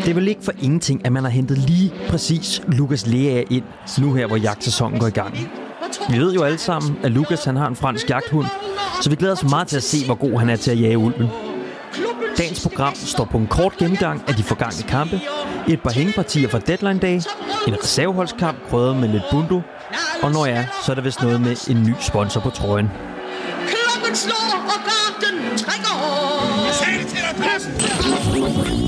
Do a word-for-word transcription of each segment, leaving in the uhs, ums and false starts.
Det er vel ikke for ingenting, at man har hentet lige præcis Lucas Lea ind, nu her, hvor jagtsæsonen går i gang. Vi ved jo alle sammen, at Lucas han har en fransk jagthund, så vi glæder os meget til at se, hvor god han er til at jage ulven. Dagens program står på en kort gennemgang af de forgangne kampe, et par hængepartier fra Deadline Day, en reserveholdskamp krydret med lidt bundo, og når jeg er, så er der vist noget med en ny sponsor på trøjen. Klokken slår, og garden trækker. Jeg sagde det til dig, Passen!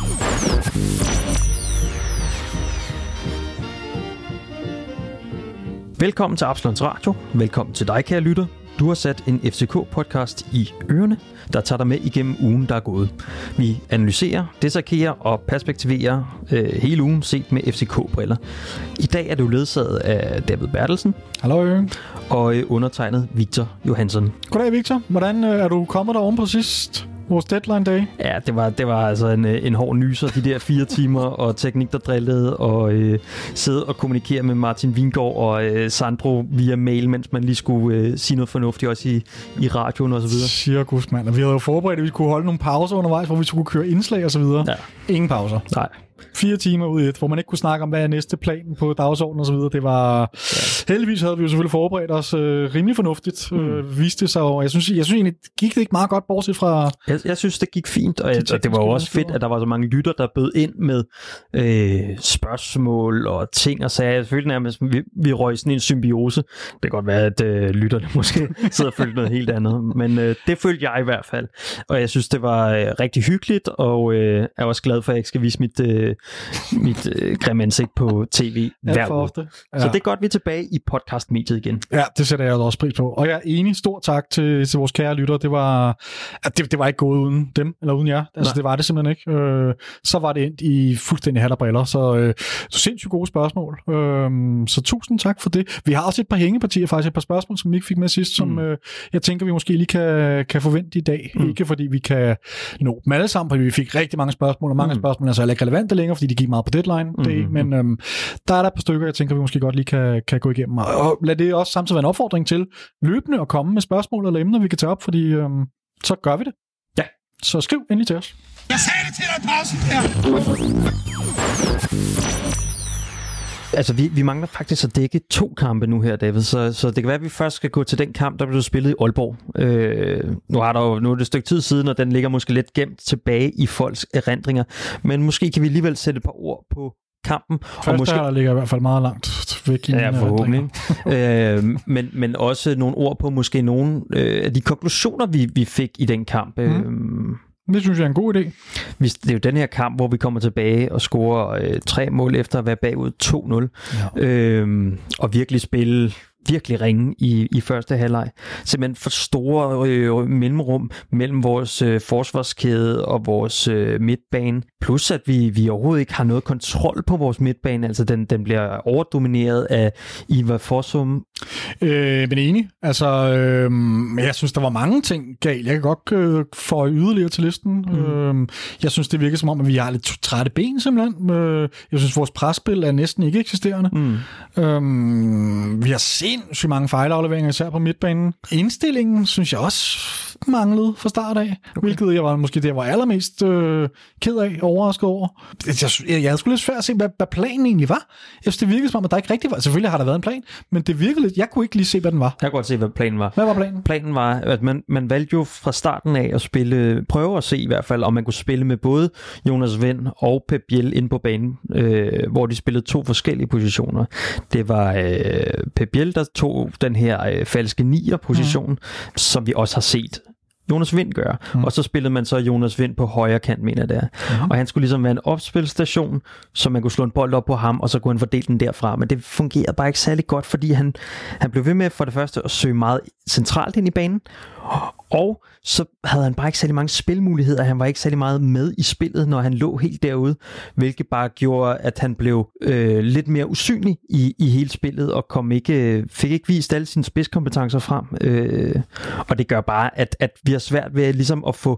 Velkommen til Absalons Radio. Velkommen til dig, kære lytter. Du har sat en F C K-podcast i ørerne, der tager dig med igennem ugen, der er gået. Vi analyserer, dissekerer og perspektiverer øh, hele ugen set med F C K-briller. I dag er du ledsaget af David Bertelsen. Hallo. Og øh, undertegnet Victor Johansson. Goddag, Victor. Hvordan øh, er du kommet der oven på sidst? Vores Deadline Day? Ja, det var, det var altså en, en hård nyser, de der fire timer, og teknik, der drillede, og øh, sidde og kommunikere med Martin Vingård og øh, Sandro via mail, mens man lige skulle øh, sige noget fornuftigt også i, i radioen og så videre. Cirkus, mand. Og vi havde jo forberedt, at vi kunne holde nogle pauser undervejs, hvor vi skulle køre indslag og så videre. Ja. Ingen pauser. Nej. Fire timer ud i et, hvor man ikke kunne snakke om, hvad er næste plan på dagsordenen og så videre. Det var... Ja. Heldigvis havde vi jo selvfølgelig forberedt os øh, rimelig fornuftigt. Mm. Øh, viste det sig, og jeg synes, jeg synes egentlig, gik det ikke meget godt, bortset fra... Jeg, jeg synes, det gik fint, og, jeg, og det var jo også fedt, at der var så mange lytter, der bød ind med øh, spørgsmål og ting og sager. Selvfølgelig nærmest, vi, vi røg sådan en symbiose. Det kan godt være, at øh, lytterne måske sidder og følte noget helt andet, men øh, det følte jeg i hvert fald. Og jeg synes, det var øh, rigtig hyggeligt, og øh, jeg er også glad for, at jeg ikke skal vise mit... Øh, mit øh, grimme ansigt på tv hver uge. Ja. Så det er godt, vi er tilbage i podcastmediet igen. Ja, det sætter jeg også pris på. Og jeg er enig. Stor tak til, til vores kære lyttere. Det var, at det, det var ikke gået uden dem, eller uden jer. Altså, det var det simpelthen ikke. Øh, så var det endt i fuldstændig hat og briller. Så, øh, så sindssygt gode spørgsmål. Øh, så tusind tak for det. Vi har også et par hængepartier, faktisk et par spørgsmål, som vi ikke fik med sidst, som mm. øh, jeg tænker, vi måske lige kan, kan forvente i dag. Mm. Ikke fordi vi kan nå dem alle sammen, fordi vi fik rigtig mange spørgsmål, og mange mm. spørgsmål er så ikke relevante længere, fordi de gik meget på Deadline Day, mm-hmm. men øhm, der er der et par stykker, jeg tænker, vi måske godt lige kan, kan gå igennem. Og, og lad det også samtidig være en opfordring til løbende at komme med spørgsmål eller emner, vi kan tage op, fordi øhm, så gør vi det. Ja. Så skriv endelig til os. Jeg sagde det til dig, Passen! Altså, vi, vi mangler faktisk at dække to kampe nu her, David, så, så det kan være, at vi først skal gå til den kamp, der blev spillet i Aalborg. Øh, nu, har der jo, nu er det et stykke tid siden, og den ligger måske lidt gemt tilbage i folks erindringer, men måske kan vi alligevel sætte et par ord på kampen. Første og måske... her ligger i hvert fald meget langt væk i ja, forhåbentlig. øh, men, men også nogle ord på måske nogle øh, af de konklusioner, vi, vi fik i den kamp. Mm. Øh, Det synes jeg er en god idé. Det er jo den her kamp, hvor vi kommer tilbage og scorer øh, tre mål efter at være bagud to nul. Ja. Øhm, og virkelig spille virkelig ringe i, i første halvleg. Simpelthen for store øh, mellemrum mellem vores øh, forsvarskæde og vores øh, midtbane. Plus at vi, vi overhovedet ikke har noget kontrol på vores midtbane. Altså den, den bliver overdomineret af Ivar Fossum. Øh, men enig. Altså, øh, jeg synes, der var mange ting galt. Jeg kan godt øh, få yderligere til listen. Mm. Øh, jeg synes, det virker som om, at vi har lidt trætte ben simpelthen. Øh, jeg synes, vores presspil er næsten ikke eksisterende. Mm. Øh, vi har sindssygt mange fejlafleveringer, især på midtbanen. Indstillingen, synes jeg også manglede fra start af, okay. Hvilket jeg var måske det, jeg var allermest øh, ked af og overrasket over. Jeg, jeg, jeg havde sgu lidt svært at se, hvad, hvad planen egentlig var. Jeg synes, det virkede som om, at der ikke rigtig var. Selvfølgelig har der været en plan, men det virkede lidt. Jeg kunne ikke lige se, hvad den var. Jeg kunne godt se, hvad planen var. Hvad var planen? Planen var, at man, man valgte jo fra starten af at spille, prøve at se i hvert fald, om man kunne spille med både Jonas Wind og Pep Biel inde på banen, øh, hvor de spillede to forskellige positioner. Det var øh, Pep Biel, der tog den her øh, falske nier-position, mm. som vi også har set Jonas Wind gøre. Mm. Og så spillede man så Jonas Wind på højre kant, mener det er. Mm. Og han skulle ligesom være en opspilstation, så man kunne slå en bold op på ham, og så kunne han fordele den derfra. Men det fungerede bare ikke særlig godt, fordi han, han blev ved med for det første at søge meget centralt ind i banen, og så havde han bare ikke særlig mange spilmuligheder. Han var ikke særlig meget med i spillet, når han lå helt derude, hvilket bare gjorde, at han blev øh, lidt mere usynlig i, i hele spillet, og kom ikke, fik ikke vist alle sine spidskompetencer frem. Øh, og det gør bare, at, at vi har svært ved ligesom at få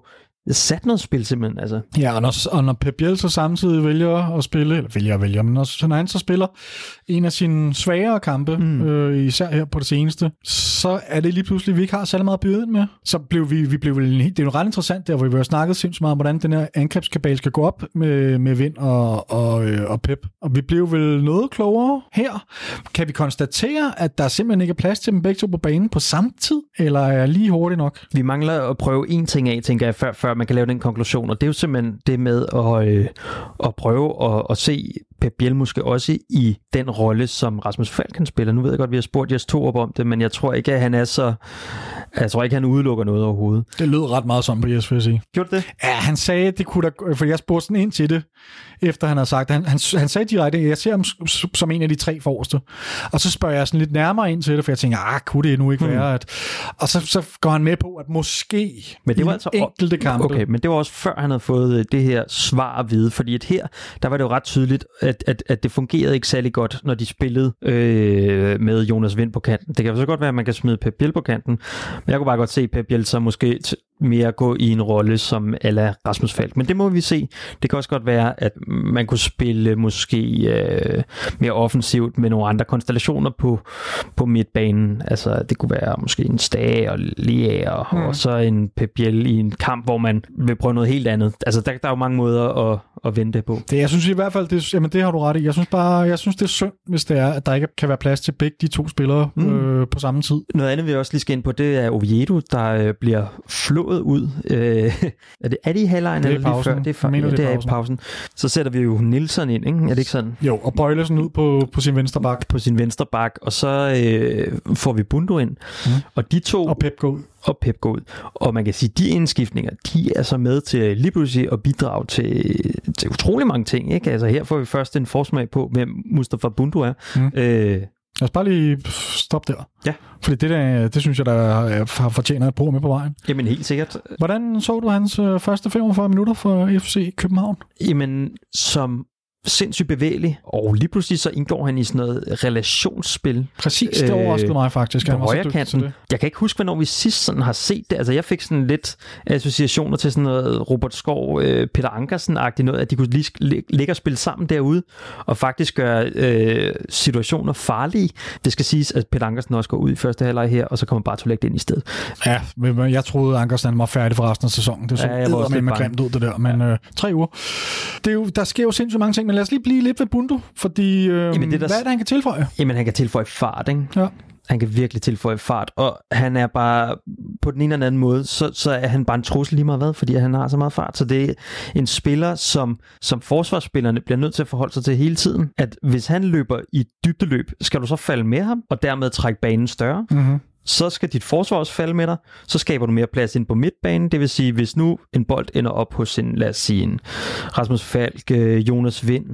sat noget spil simpelthen. Altså. Ja, og når, og når Pep Biel så samtidig vælger at spille, eller vælger at vælge, men når, når han så spiller en af sine svagere kampe, mm. øh, især her på det seneste, så er det lige pludselig, vi ikke har særlig meget at byde ind med. Så blev vi, vi blev vel, det er jo ret interessant der, hvor vi har snakket sindssygt meget om, hvordan den her angrebskabal skal gå op med, med Vind og, og, øh, og Pep. Og vi blev vel noget klogere her. Kan vi konstatere, at der simpelthen ikke er plads til dem begge to på banen på samme tid, eller er jeg lige hurtigt nok? Vi mangler at prøve en ting af, tænker jeg, før, før man kan lave den konklusion, og det er jo simpelthen det med at, øh, at prøve at, at se Pep Biel måske også i den rolle, som Rasmus Falk spiller. Nu ved jeg godt, at vi har spurgt Jes Torup om det, men jeg tror ikke, at han er så... Jeg tror ikke, han udelukker noget overhovedet. Det lød ret meget sådan på Jes, vil jeg sige. Gjorde det? Ja, han sagde, det kunne da... For jeg spurgte sådan ind til det, efter han havde sagt han, han, han sagde direkte, at jeg ser ham som en af de tre forreste. Og så spørger jeg sådan lidt nærmere ind til det, for jeg tænker, ah, kunne det nu ikke være? Hmm. At... Og så, så går han med på, at måske men det var altså enkelte kampe... Okay, men det var også før, han havde fået det her svar at vide, fordi at her, der var det jo ret tydeligt, at, at, at det fungerede ikke særlig godt, når de spillede øh, med Jonas Vind på kanten. Det kan jo så godt være, at man kan smide Pep Biel på kanten, men jeg kunne bare godt se Pep Biel så måske t- mere gå i en rolle som a la Rasmus Falk. Men det må vi se. Det kan også godt være, at man kunne spille måske øh, mere offensivt med nogle andre konstellationer på, på midtbanen. Altså, det kunne være måske en Stage og Lea mm. og så en Pep Biel i en kamp, hvor man vil prøve noget helt andet. Altså, der, der er jo mange måder at, at vente på. Det, jeg synes i hvert fald, det, jamen, det har du ret i. Jeg synes bare, jeg synes, det er synd, hvis det er, at der ikke kan være plads til begge de to spillere mm. øh, på samme tid. Noget andet, vi også lige skal ind på, det er Oviedo, der øh, bliver flået ud. Øh, er, det, er det i halvlejen eller lige før? Det er, for, mener, ja, det er pausen. pausen. Så sætter vi jo Nielsen ind, ikke? Er det ikke sådan? Jo, og Bøjlesen ud på, på sin venstre bak. På sin venstre bak, og så øh, får vi Bundu ind. Mm. Og de to... Og Pep går ud. Og Pep går ud. Og man kan sige, de indskiftninger, de er så med til lige pludselig at bidrage til, til utrolig mange ting, ikke? Altså her får vi først en forsmag på, hvem Mustafa Bundu er. Mm. Øh, Lad os bare lige stoppe der. Ja. Fordi det, der, det synes jeg, der har fortjener et brug med på vejen. Jamen helt sikkert. Hvordan så du hans første femogfyrre minutter for F C København? Jamen som sindssygt bevægelig, og lige pludselig så indgår han i sådan noget relationsspil. Præcis, det overraskede øh, mig faktisk. På højre kanten. Jeg kan ikke huske, hvornår vi sidst sådan har set det. Altså jeg fik sådan lidt associationer til sådan noget Robert Skov, øh, Peter Ankersen-agtigt noget, at de kunne lige ligge og spille sammen derude, og faktisk gøre øh, situationer farlige. Det skal siges, at Peter Ankersen også går ud i første halvleg her, og så kommer Bartolek ind i stedet. Ja, men jeg troede, Ankersen var færdig for resten af sæsonen. Det så ja, eddermame med grimt ud, det der. Men ja. øh, tre uger. Det er jo, der sker jo sindssygt mange ting, men lad os lige blive lidt ved Bundu, fordi øh, jamen, det der, hvad er det, han kan tilføje? Jamen, han kan tilføje fart, ikke? Ja. Han kan virkelig tilføje fart, og han er bare, på den ene eller anden måde, så, så er han bare en trussel lige meget hvad, fordi han har så meget fart. Så det er en spiller, som, som forsvarsspillerne bliver nødt til at forholde sig til hele tiden, at hvis han løber i dybdeløb, skal du så falde med ham, og dermed trække banen større. Mm-hmm. Så skal dit forsvar også falde med dig, så skaber du mere plads ind på midtbanen, det vil sige, hvis nu en bold ender op hos en, lad os sige, en Rasmus Falk, Jonas Vind,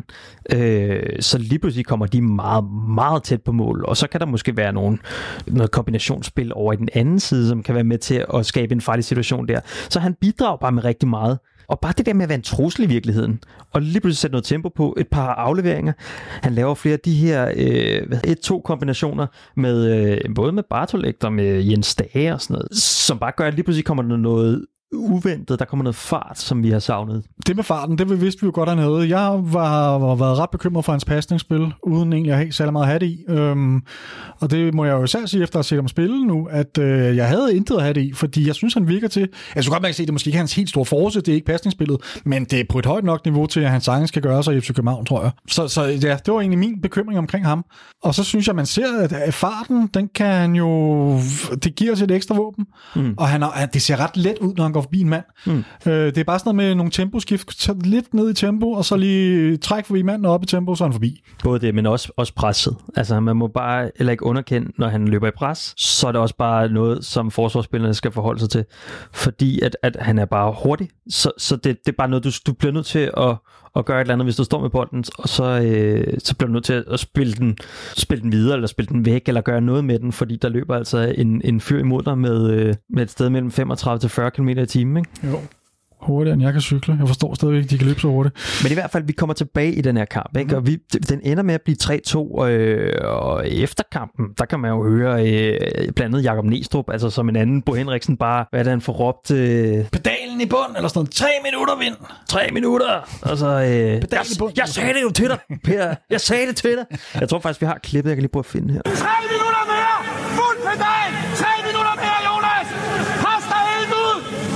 øh, så lige pludselig kommer de meget, meget tæt på mål, og så kan der måske være nogen, noget kombinationsspil over i den anden side, som kan være med til at skabe en farlig situation der. Så han bidrager bare med rigtig meget. Og bare det der med at være en trussel i virkeligheden, og lige pludselig sætte noget tempo på, et par afleveringer. Han laver flere af de her øh, et-to kombinationer, med, øh, både med Bartolek og med Jens Stage og sådan noget, som bare gør, at lige pludselig kommer der noget uventet, der kommer noget fart, som vi har savnet. Det med farten, det vidste vi jo godt, han havde. Jeg var, var været ret bekymret for hans pasningsspil, uden egentlig at have særlig meget at have det i. Øhm, og det må jeg jo især sige, efter at have set ham spille nu, at øh, jeg havde intet at have det i, fordi jeg synes, han virker til... Jeg synes godt, man kan se, at det måske ikke er hans helt store force, det er ikke pasningsspillet, men det er på et højt nok niveau til, at han sagtens skal gøre sig i F C København, tror jeg. Så, så ja, det var egentlig min bekymring omkring ham. Og så synes jeg, man ser, at farten, den kan han jo... Det giver os et ekstra våben, mm. og han, det ser ret let ud, når han går forbi en mand. Mm. Øh, det er bare sådan noget med nogle temposkift, så lidt ned i tempo, og så lige træk forbi manden og op i tempo, så er han forbi. Både det, men også, også presset. Altså, man må bare eller ikke underkende, når han løber i pres, så er det også bare noget, som forsvarsspillerne skal forholde sig til. Fordi at, at han er bare hurtig. Så, så det, det er bare noget, du, du bliver nødt til at, at gøre et eller andet, hvis du står med bolden, og så, øh, så bliver du nødt til at spille den, spille den videre, eller spille den væk, eller gøre noget med den, fordi der løber altså en, en fyr imod dig med, øh, med et sted mellem femogtredive til fyrre kilometer i timen, ikke? Jo. hurtigere, end jeg kan cykle. Jeg forstår stadigvæk ikke, de kan løbe så hurtigt. Men i hvert fald, vi kommer tilbage i den her kamp, ikke? Og vi, den ender med at blive tre to, øh, og efter kampen, der kan man jo høre øh, blandt andet Jakob Næstrup, altså som en anden, Bo Henriksen bare, hvad er det, han får råbt? Øh, Pedalen i bund, eller sådan noget. Tre minutter vind. Tre minutter! Altså, øh, jeg, jeg sagde det jo til dig, Per. Jeg sagde det til dig. Jeg tror faktisk, vi har klippet, jeg kan lige prøve at finde her. Tre minutter mere! Fuld pedal! Tre minutter mere, Jonas! Pas dig helt ud!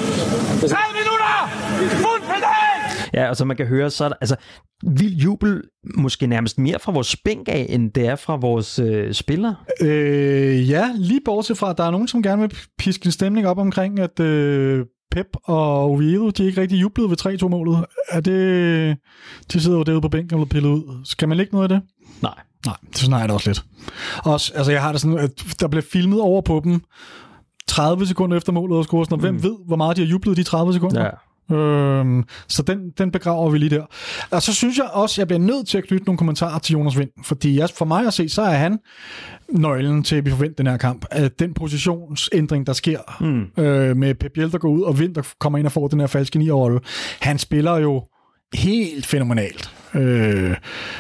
Tre minutter! Fuld pedal! Ja, altså man kan høre, så er der, altså, vild jubel, måske nærmest mere fra vores bænk af, end det er fra vores øh, spillere. Øh, ja, lige bortset fra, at der er nogen, som gerne vil piske en stemning op omkring, at øh, Pep og Oviedo, de er ikke rigtig jublede ved tre to-målet. Er det... De sidder jo derude på bænken og bliver pillet ud. Skal man lægge noget af det? Nej. Nej, det sådan har jeg det også lidt. Også, altså jeg har det sådan, at der blev filmet over på dem tredive sekunder efter målet og scoret. Mm. Hvem ved, hvor meget de har jublet de tredive sekunder? Ja. Øhm, så den, den begraver vi lige der. Og så synes jeg også, at jeg bliver nødt til at knytte nogle kommentarer til Jonas Vind, fordi jeg, for mig at se, så er han nøglen til, at vi forventer den her kamp. At den positionsændring, der sker mm. øh, med Pep Biel, der går ud, og Vind, der kommer ind og får den her falske ni-rolle. Han spiller jo helt fænomenalt. Øh,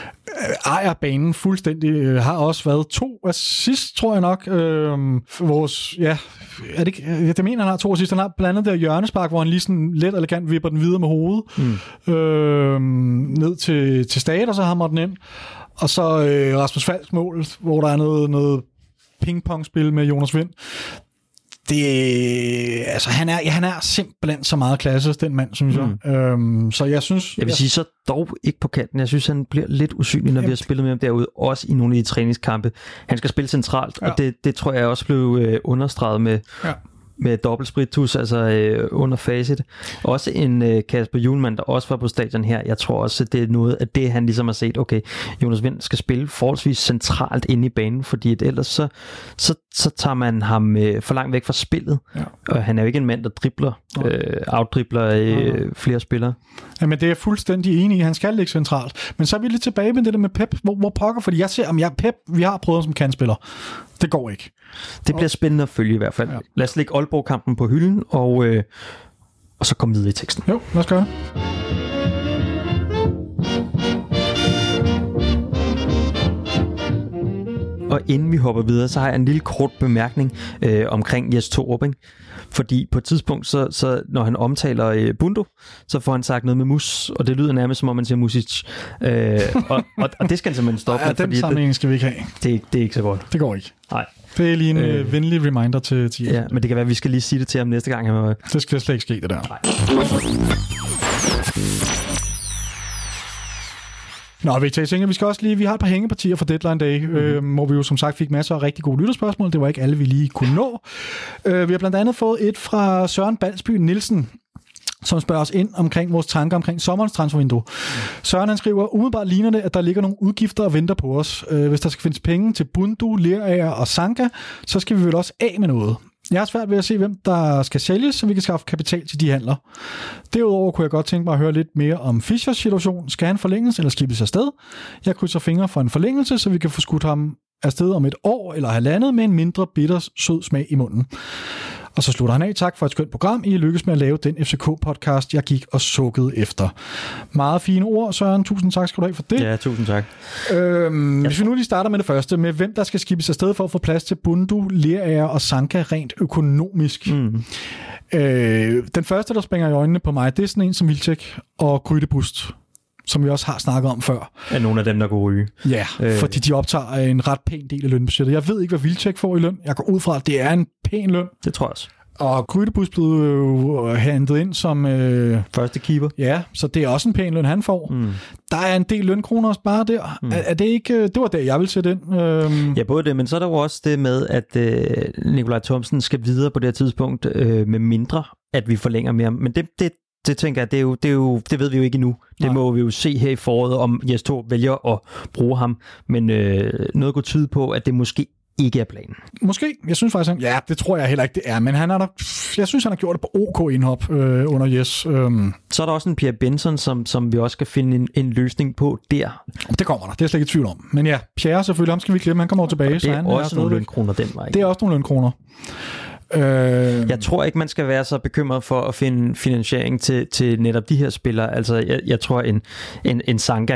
ejer banen fuldstændig, øh, har også været to assist, tror jeg nok. Øh, vores, ja, er det, jeg det mener, han har to assist. Han har blandt andet der hjørnespark, hvor han lige sådan let elegant vipper den videre med hovedet. Mm. Øh, ned til, til Stade, og så hammer den ind. Og så øh, Rasmus Falks mål, hvor der er noget, noget ping-pong-spil med Jonas Vind. Det, altså han er, ja, han er simpelthen så meget klasse, den mand, synes jeg. Mm. Øhm, så jeg synes... Jeg vil jeg... sige så dog ikke på kanten. Jeg synes, han bliver lidt usynlig, når Jamen. vi har spillet med ham derude, også i nogle af de træningskampe. Han skal spille centralt, ja. og det, det tror jeg også blev øh, understreget med... Ja. med dobbeltspritus, altså øh, under facit. Også en øh, Kasper Hjulmand, der også var på stadion her. Jeg tror også, at det er noget af det, han ligesom har set. Okay, Jonas Vind skal spille forholdsvis centralt inde i banen, fordi at ellers så, så, så tager man ham øh, for langt væk fra spillet. Ja. Og han er jo ikke en mand, der dribler, øh, outdribler øh, flere spillere. Ja, men det er jeg fuldstændig enig i. Han skal ligge centralt. Men så er vi lidt tilbage med det der med Pep. Hvor, hvor pokker? Fordi jeg ser, om jeg Pep, vi har prøvet som kandspiller. Det går ikke. Det bliver spændende at følge i hvert fald. Ja. Lad os lægge Aalborg-kampen på hylden, og, øh, og så komme videre i teksten. Jo, lad os gøre. Og inden vi hopper videre, så har jeg en lille kort bemærkning øh, omkring Jes Torup, ikke? Fordi på et tidspunkt, så, så når han omtaler øh, Bundo, så får han sagt noget med mus, og det lyder nærmest som om man siger music. Øh, og, og, og det skal han simpelthen stoppe. Ja, den sammenhæng skal vi ikke have. Det, det er ikke så godt. Det går ikke. Nej. Det er lige en øh, venlig reminder til, til ja, men det kan være, at vi skal lige sige det til ham næste gang. Han var... Det skal slet ikke ske, det der. Nej. Nå, V T, tænker, vi skal også lige, vi har et par hængepartier for Deadline Day, mm-hmm. øh, hvor vi jo som sagt fik masser af rigtig gode lytterspørgsmål. Det var ikke alle, vi lige kunne nå. Øh, vi har blandt andet fået et fra Søren Balsby Nielsen, som spørger os ind omkring vores tanker omkring sommerens transfervindue. Mm. Søren han skriver, umiddelbart ligner det, at der ligger nogle udgifter og venter på os. Øh, hvis der skal findes penge til Bundu, Lerager og Sanka, så skal vi vel også af med noget. Jeg har svært ved at se, hvem der skal sælges, så vi kan skaffe kapital til de handler. Derudover kunne jeg godt tænke mig at høre lidt mere om Fischers situation. Skal han forlænges eller skibes afsted? Jeg krydser fingre for en forlængelse, så vi kan få skudt ham afsted om et år eller halvandet med en mindre bitter, sød smag i munden. Og så slutter han af. Tak for et skønt program. I lykkes med at lave den F C K-podcast, jeg gik og sukkede efter. Meget fine ord, Søren. Tusind tak skal du have for det. Ja, tusind tak. Øhm, ja. Hvis vi nu lige starter med det første, med hvem der skal skibes afsted for at få plads til Bundu, Lerager og Sanka rent økonomisk. Mm. Øh, den første, der springer i øjnene på mig, det er sådan en som Wilczek og Grydebust, som vi også har snakket om før. Er nogle af dem, der går ryge. Ja, øh. fordi de optager en ret pæn del af lønbudgettet. Jeg ved ikke, hvad Wilczek får i løn. Jeg går ud fra, at det er en pæn løn. Det tror jeg også. Og Grydebus blev jo hentet ind som... Øh, første keeper. Ja, så det er også en pæn løn, han får. Mm. Der er en del lønkroner at spare der. Mm. Er, er det ikke... Det var der, jeg vil sætte ind. Øhm. Ja, både det, men så er der jo også det med, at øh, Nikolaj Thomsen skal videre på det her tidspunkt øh, med mindre, at vi forlænger mere. Men det... det Det tænker jeg, det, er jo, det, er jo, det ved vi jo ikke endnu. Det Nej. må vi jo se her i foråret, om Jes Torup vælger at bruge ham. Men øh, noget går tyde på, at det måske ikke er planen. Måske. Jeg synes faktisk, han, ja, det tror jeg heller ikke, det er. Men han er der, jeg synes, han har gjort det på OK indhop øh, under Jes. Øhm. Så er der også en Pierre Benson, som, som vi også skal finde en, en løsning på der. Det kommer der. Det er jeg slet ikke i tvivl om. Men ja, Pierre selvfølgelig, ham skal vi glemme. Han kommer over tilbage. Og det er så han også er nogle lønkroner den vej. Det er også nogle lønkroner. Øh... Jeg tror ikke, man skal være så bekymret for at finde finansiering til, til netop de her spillere. Altså, jeg, jeg tror, en, en, en Sanka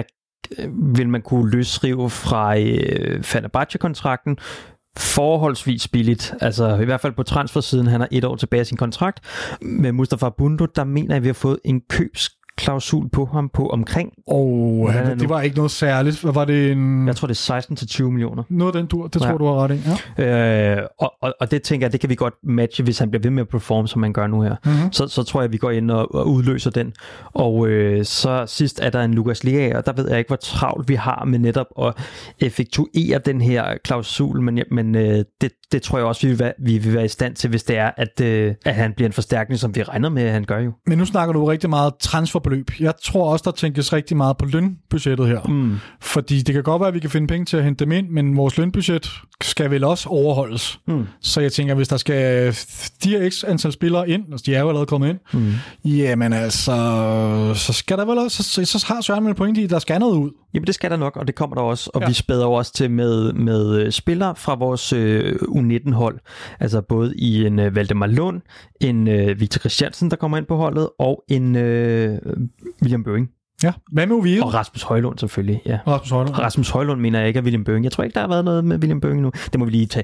vil man kunne løsrive fra øh, Fenerbahce-kontrakten forholdsvis billigt. Altså i hvert fald på transfersiden, han har et år tilbage af sin kontrakt. Med Mustafa Bundu, der mener jeg, at vi har fået en købs klausul på ham på omkring. Og han, det var ikke noget særligt. Hvad var det en... Jeg tror, det er seksten til tyve millioner. Noget af den dur, det tror ja. du har ret i. Ja. Øh, og, og, og det tænker jeg, det kan vi godt matche, hvis han bliver ved med at performe, som han gør nu her. Mm-hmm. Så, så tror jeg, vi går ind og, og udløser den. Og øh, så sidst er der en Lukas Lea, og der ved jeg ikke, hvor travlt vi har med netop at effektuere den her klausul, men, men øh, det, det tror jeg også, vi vil, være, vi vil være i stand til, hvis det er, at, øh, at han bliver en forstærkning, som vi regner med, at han gør jo. Men nu snakker du rigtig meget transfer beløb. Jeg tror også, der tænkes rigtig meget på lønbudgettet her. Mm. Fordi det kan godt være, at vi kan finde penge til at hente dem ind, men vores lønbudget skal vel også overholdes. Mm. Så jeg tænker, hvis der skal de her x antal spillere ind, altså de er jo allerede kommet ind, mm. jamen altså, så skal der vel også, så, så har Søren vel pointe i, at der skal noget ud. Jamen det skal der nok, og det kommer der også. Og ja. vi spæder jo også til med, med spillere fra vores øh, U nitten-hold. Altså både i en øh, Valdemar Lund, en øh, Victor Christiansen, der kommer ind på holdet, og en øh, William Bøing. Ja, hvad med Oviedo? Og Rasmus Højlund selvfølgelig, ja. Rasmus Højlund. Rasmus Højlund mener jeg ikke er William Bøing. Jeg tror ikke, der har været noget med William Bøing nu. Det må vi lige tage.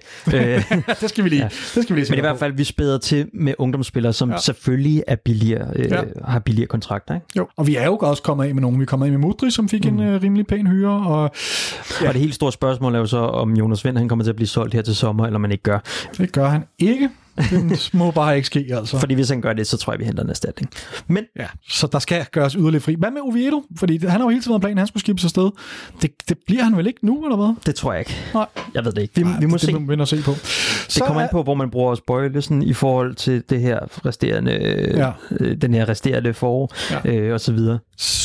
det skal vi lige. Ja. Det skal vi lige Men i hvert fald, vi spæder til med ungdomsspillere, som ja. selvfølgelig er billigere, øh, ja. har billigere kontrakter, ikke? Jo, og vi er jo også kommet af med nogen. Vi kommer af med Mudry, som fik mm. en uh, rimelig pæn hyre. Og, ja. og det helt store spørgsmål er jo så, om Jonas Vind, han kommer til at blive solgt her til sommer, eller man ikke gør. Det gør han ikke. Det må bare ikke ske, altså. Fordi hvis han gør det, så tror jeg, vi henter en erstatning. Men ja, så der skal gøres yderligere fri. Hvad med Oviedo? Fordi han har jo hele tiden været planen, han skulle skibes afsted. Det, det bliver han vel ikke nu, eller hvad? Det tror jeg ikke. Nej. Jeg ved det ikke. Vi, Nej, vi må det, se. Det må vi se på. Det så kommer er... an på, hvor man bruger os bøjlesen i forhold til det her resterende, ja. øh, den her resterende forår, ja. øh, og så videre.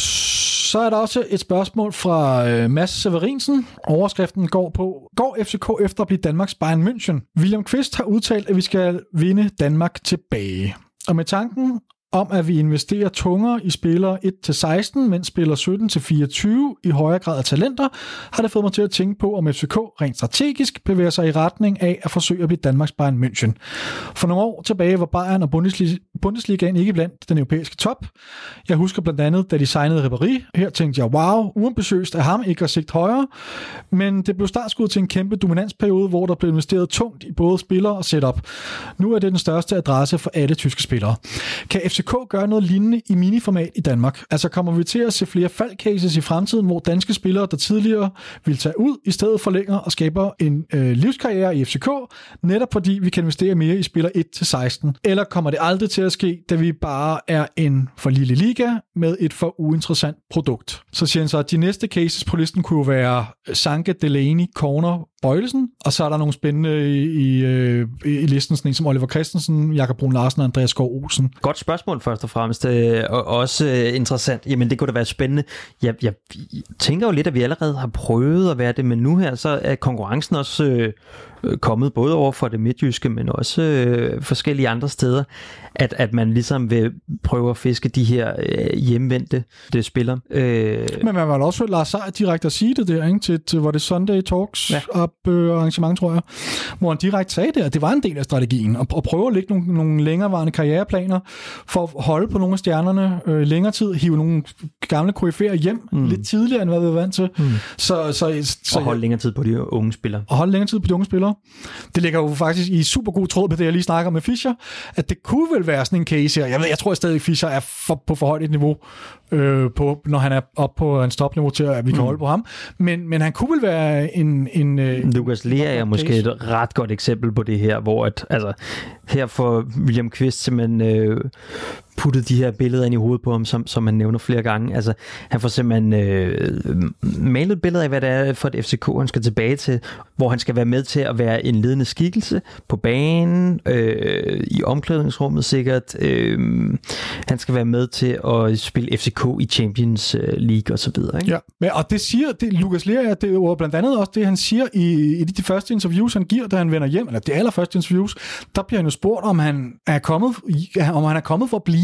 Så er der også et spørgsmål fra øh, Mads Severinsen. Overskriften går på: Går F C K efter at blive Danmarks Bayern München? William Kvist har udtalt, at vi skal vinde Danmark tilbage. Og med tanken om, at vi investerer tungere i spillere et til seksten, mens spillere sytten til fireogtyve i højere grad af talenter, har det fået mig til at tænke på, om F C K rent strategisk bevæger sig i retning af at forsøge at blive Danmarks Bayern München. For nogle år tilbage var Bayern og Bundesliga- Bundesligaen ikke blandt den europæiske top. Jeg husker blandt andet, da de signede Ribéry. Her tænkte jeg, wow, uambitiøst af ham ikke at sigte højere. Men det blev startskud til en kæmpe dominansperiode, hvor der blev investeret tungt i både spillere og setup. Nu er det den største adresse for alle tyske spillere. Kan F C K gøre noget lignende i miniformat i Danmark? Altså kommer vi til at se flere faldcases i fremtiden, hvor danske spillere, der tidligere vil tage ud, i stedet forlænger og skaber en øh, livskarriere i F C K, netop fordi vi kan investere mere i spillere et til seksten? Eller kommer det aldrig til at ske, da vi bare er en for lille liga med et for uinteressant produkt? Så siger han så, at de næste cases på listen kunne jo være Sanke, Delaney, Corner, Bøjlesen, og så er der nogle spændende i, i, i listen, sådan en som Oliver Christensen, Jakob Brun Larsen og Andreas Skov Olsen. Godt spørgsmål først og fremmest, og også interessant. Jamen det kunne da være spændende. Jeg, jeg tænker jo lidt, at vi allerede har prøvet at være det, men nu her så er konkurrencen også øh, kommet både over for det midtjyske, men også øh, forskellige andre steder, at, at man ligesom vil prøve at fiske de her øh, hjemvendte det spillere. Øh, men man var også Lars Seier direkte at sige det der, ikke? Til, til var det Sunday Talks ja. op øh, arrangement, tror jeg, hvor han direkte sagde det, at det var en del af strategien, at, at prøve at lægge nogle, nogle længerevarende karriereplaner for at holde på nogle af stjernerne øh, længere tid, hive nogle gamle K F'er hjem mm. lidt tidligere, end hvad vi var vant til. Mm. Så, så, så, og holde længere tid på de unge spillere. Og holde længere tid på de unge spillere. Det ligger jo faktisk i super god tråd med det, jeg lige snakker med Fischer, at det kunne vel være sådan en case her. Jeg ved, jeg tror stadig, Fischer er for, på for højt et niveau, øh, på, når han er oppe på en stopniveau til, at vi kan mm. holde på ham. Men, men han kunne vel være en... en øh, Lukas Lea er måske case. Et ret godt eksempel på det her, hvor at, altså, her får William Kvist simpelthen øh, puttet de her billeder ind i hovedet på ham, som, som han nævner flere gange. Altså, han får simpelthen øh, malet et billede af, hvad det er for et F C K, han skal tilbage til, hvor han skal være med til at være en ledende skikkelse på banen, øh, i omklædningsrummet sikkert. Øh, han skal være med til at spille F C K i Champions League og så videre. Ikke? Ja, men, og det siger det, Lukas Lea, det er jo blandt andet også det, han siger i, i de første interviews, han giver, da han vender hjem, eller det allerførste interviews, der bliver han jo spurgt, om han er kommet, om han er kommet for at blive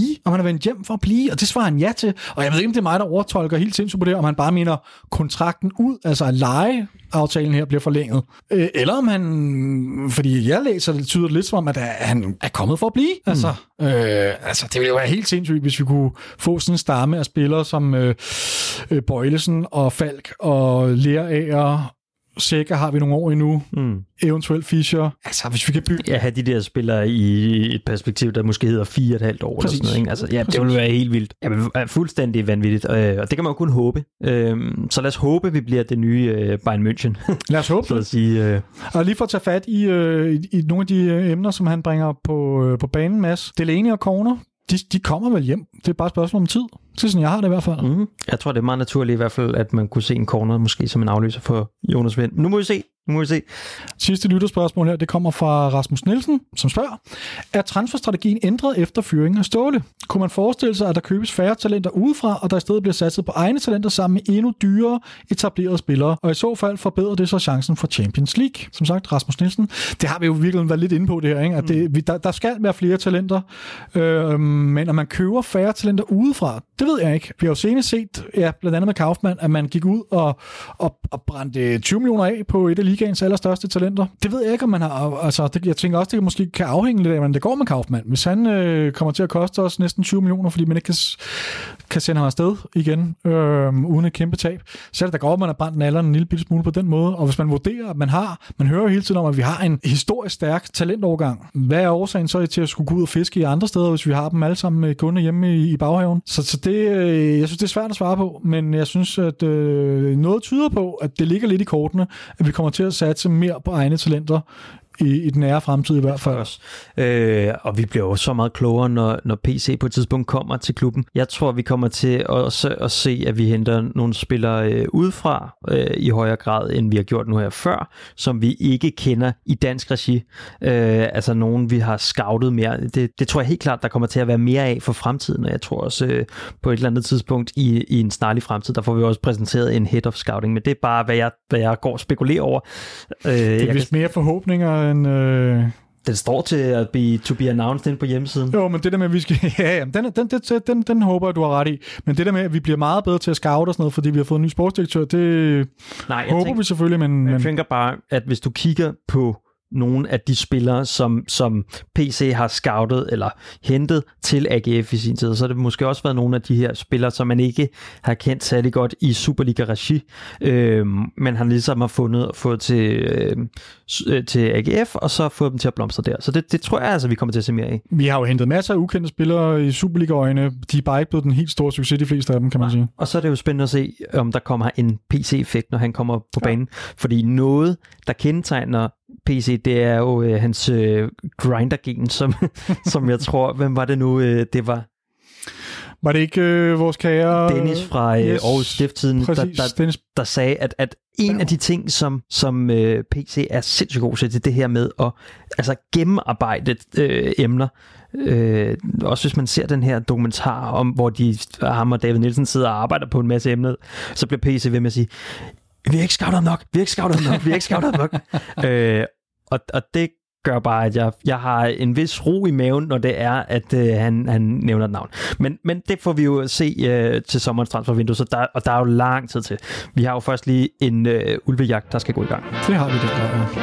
blive, om han er vendt hjem for at blive, og det svarer han ja til. Og jeg ved ikke, om det er mig, der overtolker helt sindssygt på det, om han bare mener kontrakten ud, altså at lejeaftalen her bliver forlænget. Øh, eller om han, fordi jeg læser, det tyder lidt som om, at han er kommet for at blive. Mm. Altså, øh, altså, det ville jo være helt sindssygt, hvis vi kunne få sådan en stamme af spillere som øh, øh, Bøjlesen og Falk og Lerager. Sækker har vi nogle år endnu. Mm. Eventuelt Fischer. Altså, hvis vi kan bygge... Ja, have de der spillere i et perspektiv, der måske hedder fire og et halvt år. Præcis. Eller sådan noget, ikke? Altså, ja, Præcis. Det vil være helt vildt. Ja, men fuldstændig vanvittigt. Og det kan man jo kun håbe. Så lad os håbe, vi bliver det nye Bayern München. Lad os håbe. Så at sige, og lige for at tage fat i, i, i nogle af de emner, som han bringer på, på banen, Mads. Delaney og Corner, de, de kommer vel hjem. Det er bare et spørgsmål om tid. Det er sådan, jeg har det i hvert fald. Mm. Jeg tror, det er meget naturligt i hvert fald, at man kunne se en corner måske som en afløser for Jonas Wind. Nu må vi se. Nu må vi se. Sidste lytterspørgsmål her, det kommer fra Rasmus Nielsen, som spørger: er transferstrategien ændret efter fyringen af Ståle? Kunne man forestille sig, at der købes færre talenter udefra, og der i stedet bliver satset på egne talenter sammen med endnu dyrere etablerede spillere? Og i så fald forbedrer det så chancen for Champions League? Som sagt, Rasmus Nielsen. Det har vi jo virkelig været lidt inde på det her, ikke? At det, vi, der, der skal være flere talenter, øh, men at man køber færre talenter udefra, det ved jeg ikke. Vi har jo senest set, ja, blandt andet med Kaufmann, at man gik ud og, og, og brændte tyve millioner af på et af ligaens allerstørste talenter. Det ved jeg ikke, om man har... Altså, det, jeg tænker også, det måske kan afhænge lidt af, hvordan det går med Kaufmann. Hvis han øh, kommer til at koste os næsten tyve millioner, fordi man ikke kan, kan sende ham afsted igen, øh, uden et kæmpe tab, så er det da godt, at man har brændt nalleren en lille bitte smule på den måde. Og hvis man vurderer, at man har... Man hører jo hele tiden om, at vi har en historisk stærk talentovergang. Hvad er årsagen så til at skulle gå ud og fiske i andre steder, hvis vi har dem alle sammen gående hjemme i, i baghaven? Så, så det... Øh, jeg synes, det er svært at svare på, men jeg synes, at øh, noget tyder på, at det ligger lidt i kortene, at vi kommer til at satse mere på egne talenter i, i den nære fremtid i hvert fald. Også. Øh, og vi bliver jo så meget klogere, når, når P C på et tidspunkt kommer til klubben. Jeg tror, vi kommer til også at se, at vi henter nogle spillere øh, udefra øh, i højere grad, end vi har gjort nu her før, som vi ikke kender i dansk regi. Øh, altså nogen, vi har scoutet mere. Det, det tror jeg helt klart, der kommer til at være mere af for fremtiden, og jeg tror også øh, på et eller andet tidspunkt i, i en snarlig fremtid, der får vi også præsenteret en head of scouting, men det er bare, hvad jeg, hvad jeg går og spekulerer over. Øh, det er vist kan... mere forhåbninger end... Øh... Den står til at be, to be announced inde på hjemmesiden. Jo, men det der med, at vi skal... Ja, ja, den, den, den, den, den håber jeg, du har ret i. Men det der med, at vi bliver meget bedre til at scoute og sådan noget, fordi vi har fået en ny sportsdirektør, det Nej, håber tænker, vi selvfølgelig, men... Jeg men... tænker bare, at hvis du kigger på nogle af de spillere, som, som P C har scoutet eller hentet til A G F i sin tid, så har det måske også været nogle af de her spillere, som man ikke har kendt særlig godt i Superliga-regi, øh, men han ligesom har fundet og fået til, øh, til A G F, og så fået dem til at blomstre der. Så det, det tror jeg altså, vi kommer til at se mere af. Vi har jo hentet masser af ukendte spillere i Superliga-øjne. De er bare ikke blevet den helt store succes, de fleste af dem, kan man sige. Og så er det jo spændende at se, om der kommer en P C-effekt, når han kommer på ja. banen. Fordi noget, der kendetegner P C, det er jo øh, hans øh, grinder-gen, som, som jeg tror, hvem var det nu, øh, det var? Var det ikke øh, vores kære... Dennis fra øh, yes, Aarhus Stiftstiden, der, der, der sagde, at, at en ja. af de ting, som, som øh, P C er sindssygt god til, det, det her med at altså, gennemarbejde øh, emner. Øh, også hvis man ser den her dokumentar om, hvor de, ham og David Nielsen sidder og arbejder på en masse emner, så bliver P C ved med at sige, vi har ikke scoutet nok, vi har ikke scoutet nok, vi har ikke scoutet nok. øh, og, og det gør bare, at jeg, jeg har en vis ro i maven, når det er, at øh, han, han nævner et navn. Men, men det får vi jo se øh, til sommerens transfervindue, så der, og der er jo lang tid til. Vi har jo først lige en øh, ulvejagt, der skal gå i gang. Det har vi det, der ja.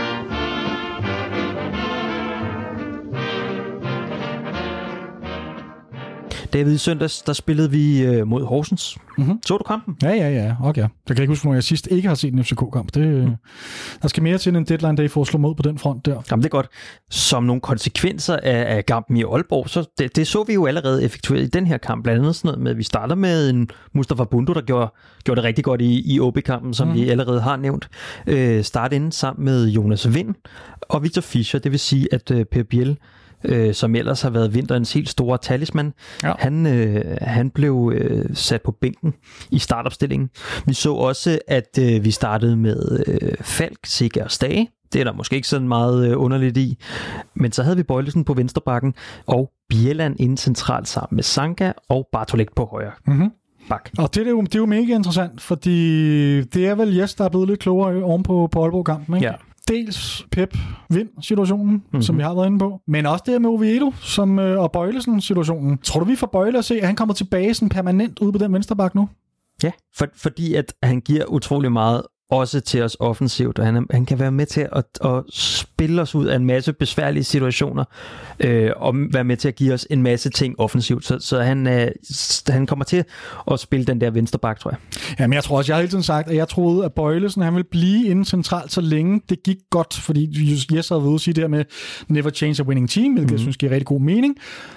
David, i søndags, der spillede vi øh, mod Horsens. Mm-hmm. Så du kampen? Ja, ja, ja. Okay. Jeg kan ikke huske, når jeg sidst ikke har set en F C K-kamp. Det, mm. Der skal mere til en deadline day for at slå mod på den front der. Jamen, det er godt. Som nogle konsekvenser af, af kampen i Aalborg, så det, det så vi jo allerede effektueret i den her kamp. Blandt andet sådan noget med, at vi starter med en Mustafa Bundu, der gjorde, gjorde det rigtig godt i, i O B-kampen, som mm. vi allerede har nævnt. Øh, start inden sammen med Jonas Wind og Victor Fischer. Det vil sige, at øh, Per Biel, Øh, som ellers har været vinterens helt store talisman. Ja. Han, øh, han blev øh, sat på bænken i startopstillingen. Vi så også, at øh, vi startede med øh, Falk, Sikker og Stage. Det er der måske ikke sådan meget øh, underligt i. Men så havde vi Bøjlesen på venstrebakken, og Bjelland inde centralt sammen med Sanka og Bartolek på højre. Mm-hmm. Bak. Og det er, jo, det er jo mega interessant, fordi det er vel Jes, der er blevet lidt klogere oven på, på Aalborg-kampen, ikke? Ja. dels Pep-Vind-situationen, mm-hmm. som vi har været inde på, men også det med Oviedo som, øh, og Bøjlesen-situationen. Tror du, vi får Bøjle at se, at han kommer tilbage sådan permanent ude på den venstre bak nu? Ja, for, fordi at han giver utrolig meget også til os offensivt, og han, han kan være med til at, at spille os ud af en masse besværlige situationer, øh, og være med til at give os en masse ting offensivt. Så, så han, øh, han kommer til at spille den der vensterbak, tror jeg. Jamen, jeg tror også, jeg har hele tiden sagt, at jeg troede, at Bøjlesen, han ville blive inde centralt, så længe det gik godt, fordi Jes havde været ude at sige det her med never change a winning team, hvilket mm. jeg synes giver rigtig god mening.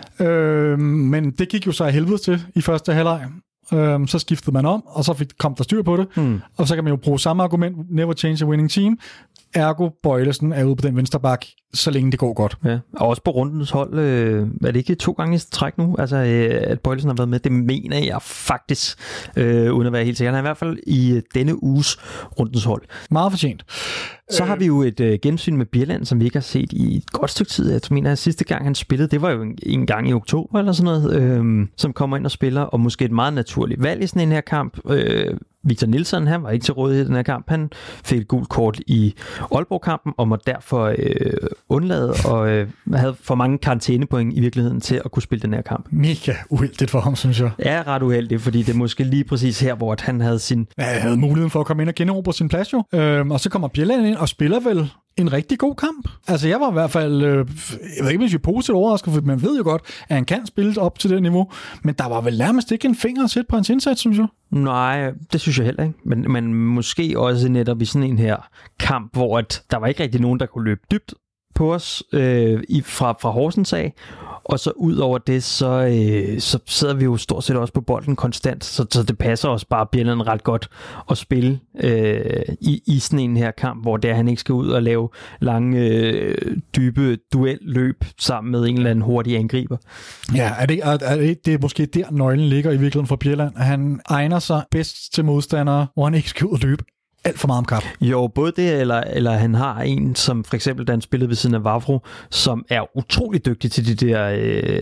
Øh, men det gik jo så af helvede til i første halvleg. Øhm, så skiftede man om, og så fik, kom der styr på det. Hmm. Og så kan man jo bruge samme argument, never change a winning team. Ergo Bøjlesen er ude på den venstre bak, så længe det går godt. Ja, og også på rundens hold, øh, er det ikke to gange i træk nu, altså øh, at Bøjlesen har været med? Det mener jeg faktisk, øh, uden at være helt sikker. Han er i hvert fald i øh, denne uges rundens hold. Meget fortjent. Så har vi jo et øh, gensyn med Bjelland, som vi ikke har set i et godt stykke tid. Jeg mener, at sidste gang han spillede, det var jo en, en gang i oktober eller sådan noget, øh, som kommer ind og spiller, og måske et meget naturligt valg i sådan en her kamp. Øh, Victor Nilsson, han var ikke til rådighed i den her kamp. Han fik et gult kort i Aalborg-kampen, og måtte derfor øh, undlade, og øh, havde for mange karantænepoint i virkeligheden til at kunne spille den her kamp. Mega uheldigt for ham, synes jeg. Ja, ret uheldigt, fordi det er måske lige præcis her, hvor han havde sin... Ja, han havde muligheden for at komme ind og generobre sin plads jo. Øhm, og så kommer Bjelland ind og spiller vel en rigtig god kamp. Altså, jeg var i hvert fald, øh, jeg ved ikke, hvis vi er positivt overrasket, for man ved jo godt, at han kan spille op til det niveau, men der var vel nærmest ikke en finger at sætte på hans indsats, synes jeg. Nej, det synes jeg heller ikke. Men, men måske også netop i sådan en her kamp, hvor at der var ikke rigtig nogen, der kunne løbe dybt på os øh, i, fra, fra Horsens af. Og så ud over det, så, øh, så sidder vi jo stort set også på bolden konstant, så, så det passer os bare Bjelland ret godt at spille øh, i, i sådan en her kamp, hvor det er, han ikke skal ud og lave lange, øh, dybe duelløb sammen med en eller anden hurtig angriber. Ja, er det, er, er det, det er måske der nøglen ligger i virkeligheden for Bjelland, at han egner sig bedst til modstandere, hvor han ikke skal ud og løbe alt for meget om kamp. Jo, både det, eller, eller han har en, som for eksempel, da han spillede ved siden af Vavro, som er utrolig dygtig til de der... Øh,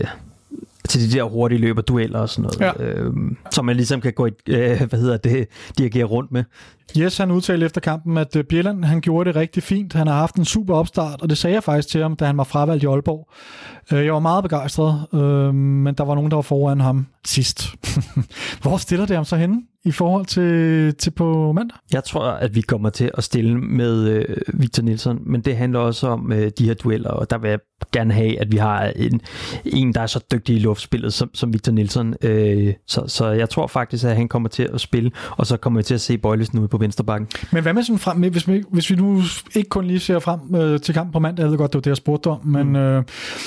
til de der hurtige løber, dueller og sådan noget, ja. øh, som man ligesom kan gå i, øh, hvad hedder det, dirigere rundt med. Yes, han udtalte efter kampen, at uh, Bjelland, han gjorde det rigtig fint. Han har haft en super opstart, og det sagde jeg faktisk til ham, da han var fravalgt i Aalborg. Uh, jeg var meget begejstret, uh, men der var nogen, der var foran ham sidst. Hvor stiller det ham så henne i forhold til, til på mandag? Jeg tror, at vi kommer til at stille med øh, Victor Nilsson, men det handler også om øh, de her dueller, og der vil jeg gerne have, at vi har en, en der er så dygtig i luftspillet som, som Victor Nilsson. Øh, så, så jeg tror faktisk, at han kommer til at spille, og så kommer vi til at se Bøjlesen ude på venstrebakken. Men hvad med sådan frem med, hvis vi, hvis vi nu ikke kun lige ser frem øh, til kampen på mandag, jeg ved godt, det var det, jeg spurgte om, men mm. øh,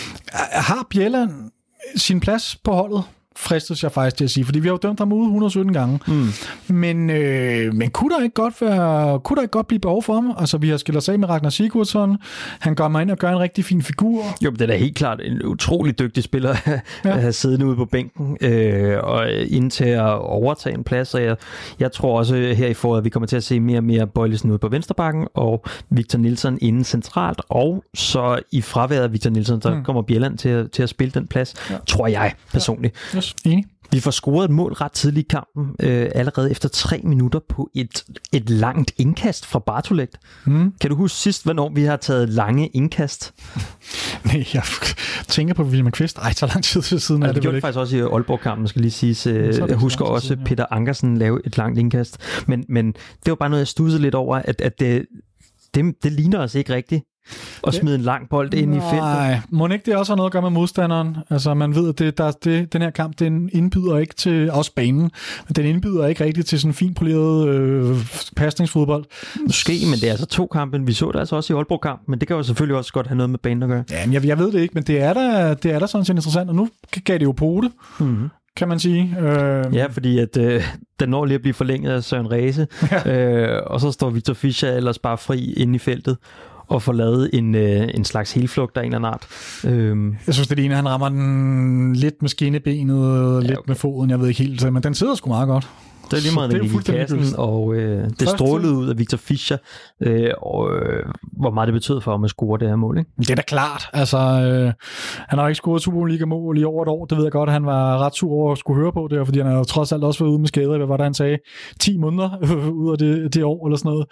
har Bjelland sin plads på holdet? Fristes jeg faktisk til at sige, fordi vi har jo dømt ham ude et hundrede og sytten gange. Mm. Men, øh, men kunne der ikke godt være, kunne der ikke godt blive behov for ham? Altså, vi har skilt os af med Ragnar Sigurdsson. Han går mig ind og gør en rigtig fin figur. Jo, det er da helt klart en utrolig dygtig spiller at ja. have siddende ude på bænken øh, og ind til at overtage en plads. Og jeg, jeg tror også her i foråret, at vi kommer til at se mere og mere Bøjlesen ude på venstrebakken og Victor Nilsson inde centralt. Og så i fraværet af Victor Nilsson, så mm. kommer Bjelland til, til at spille den plads, ja. tror jeg personligt. Ja. Enig. Vi får scoret et mål ret tidligt i kampen, øh, allerede efter tre minutter på et, et langt indkast fra Bartolek. Mm. Kan du huske sidst, hvornår vi har taget lange indkast? Nej, jeg tænker på William Kvist. Ej, så lang tid til siden altså, er det, det gjorde det faktisk også i Aalborg-kampen, skal lige sige. Jeg, jeg husker også siden, ja. Peter Ankersen lave et langt indkast. Men, men det var bare noget, jeg studsede lidt over, at, at det, det, det ligner os ikke rigtigt. Og smide en lang bold ind i feltet. Nej, må ikke det også have noget at gøre med modstanderen? Altså, man ved, at det, der, det, den her kamp, den indbyder ikke til, også banen, men den indbyder ikke rigtigt til sådan en fin poleret øh, pasningsfodbold. Måske, men det er altså to kampe. Vi så det altså også i Aalborg-kampen, men det kan jo selvfølgelig også godt have noget med banen at gøre. Ja, jeg, jeg ved det ikke, men det er da, det er da sådan set interessant, og nu gav det jo på det. Mm-hmm. Kan man sige. Øh... Ja, fordi at øh, den når lige at blive forlænget af Søren Ræse, ja. øh, og så står Victor Fischer ellers bare fri inde i feltet og får lavet en, øh, en slags helflugt af en eller anden art. Øhm. Jeg synes, det ligner, han rammer den lidt med skinnebenet, ja, lidt okay. med foden, jeg ved ikke helt, men den sidder sgu meget godt. Det er lige meget, det den gik i kassen, og øh, det strålede ud af Victor Fischer, øh, og øh, hvor meget det betød for ham at score det her mål, ikke? Det er da klart. Altså, øh, han har ikke scoret Superliga-mål i over et år. Det ved jeg godt, han var ret sur over at skulle høre på det, fordi han har jo trods alt også været ude med skader. Hvad var det, han sagde? ti måneder ud af det, det år, eller sådan noget.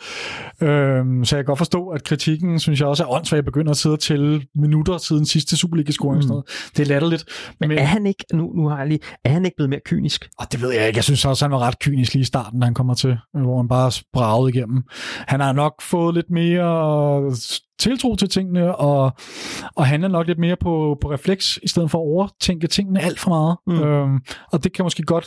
Øh, så jeg kan godt forstå, at kritikken, synes jeg også er åndssvagt, begynder at sidde til minutter siden sidste Superliga-scoring. Mm. Det er latterligt. Men, Men er han ikke, nu, nu har jeg lige, er han ikke blevet mere kynisk? Og det ved jeg ikke. Jeg synes også, han var ret kynisk lige i starten, da han kommer til, hvor han bare spragede igennem. Han har nok fået lidt mere tiltro til tingene, og, og handler nok lidt mere på, på refleks, i stedet for at overtænke tingene alt for meget. Mm. Øhm, og det kan måske godt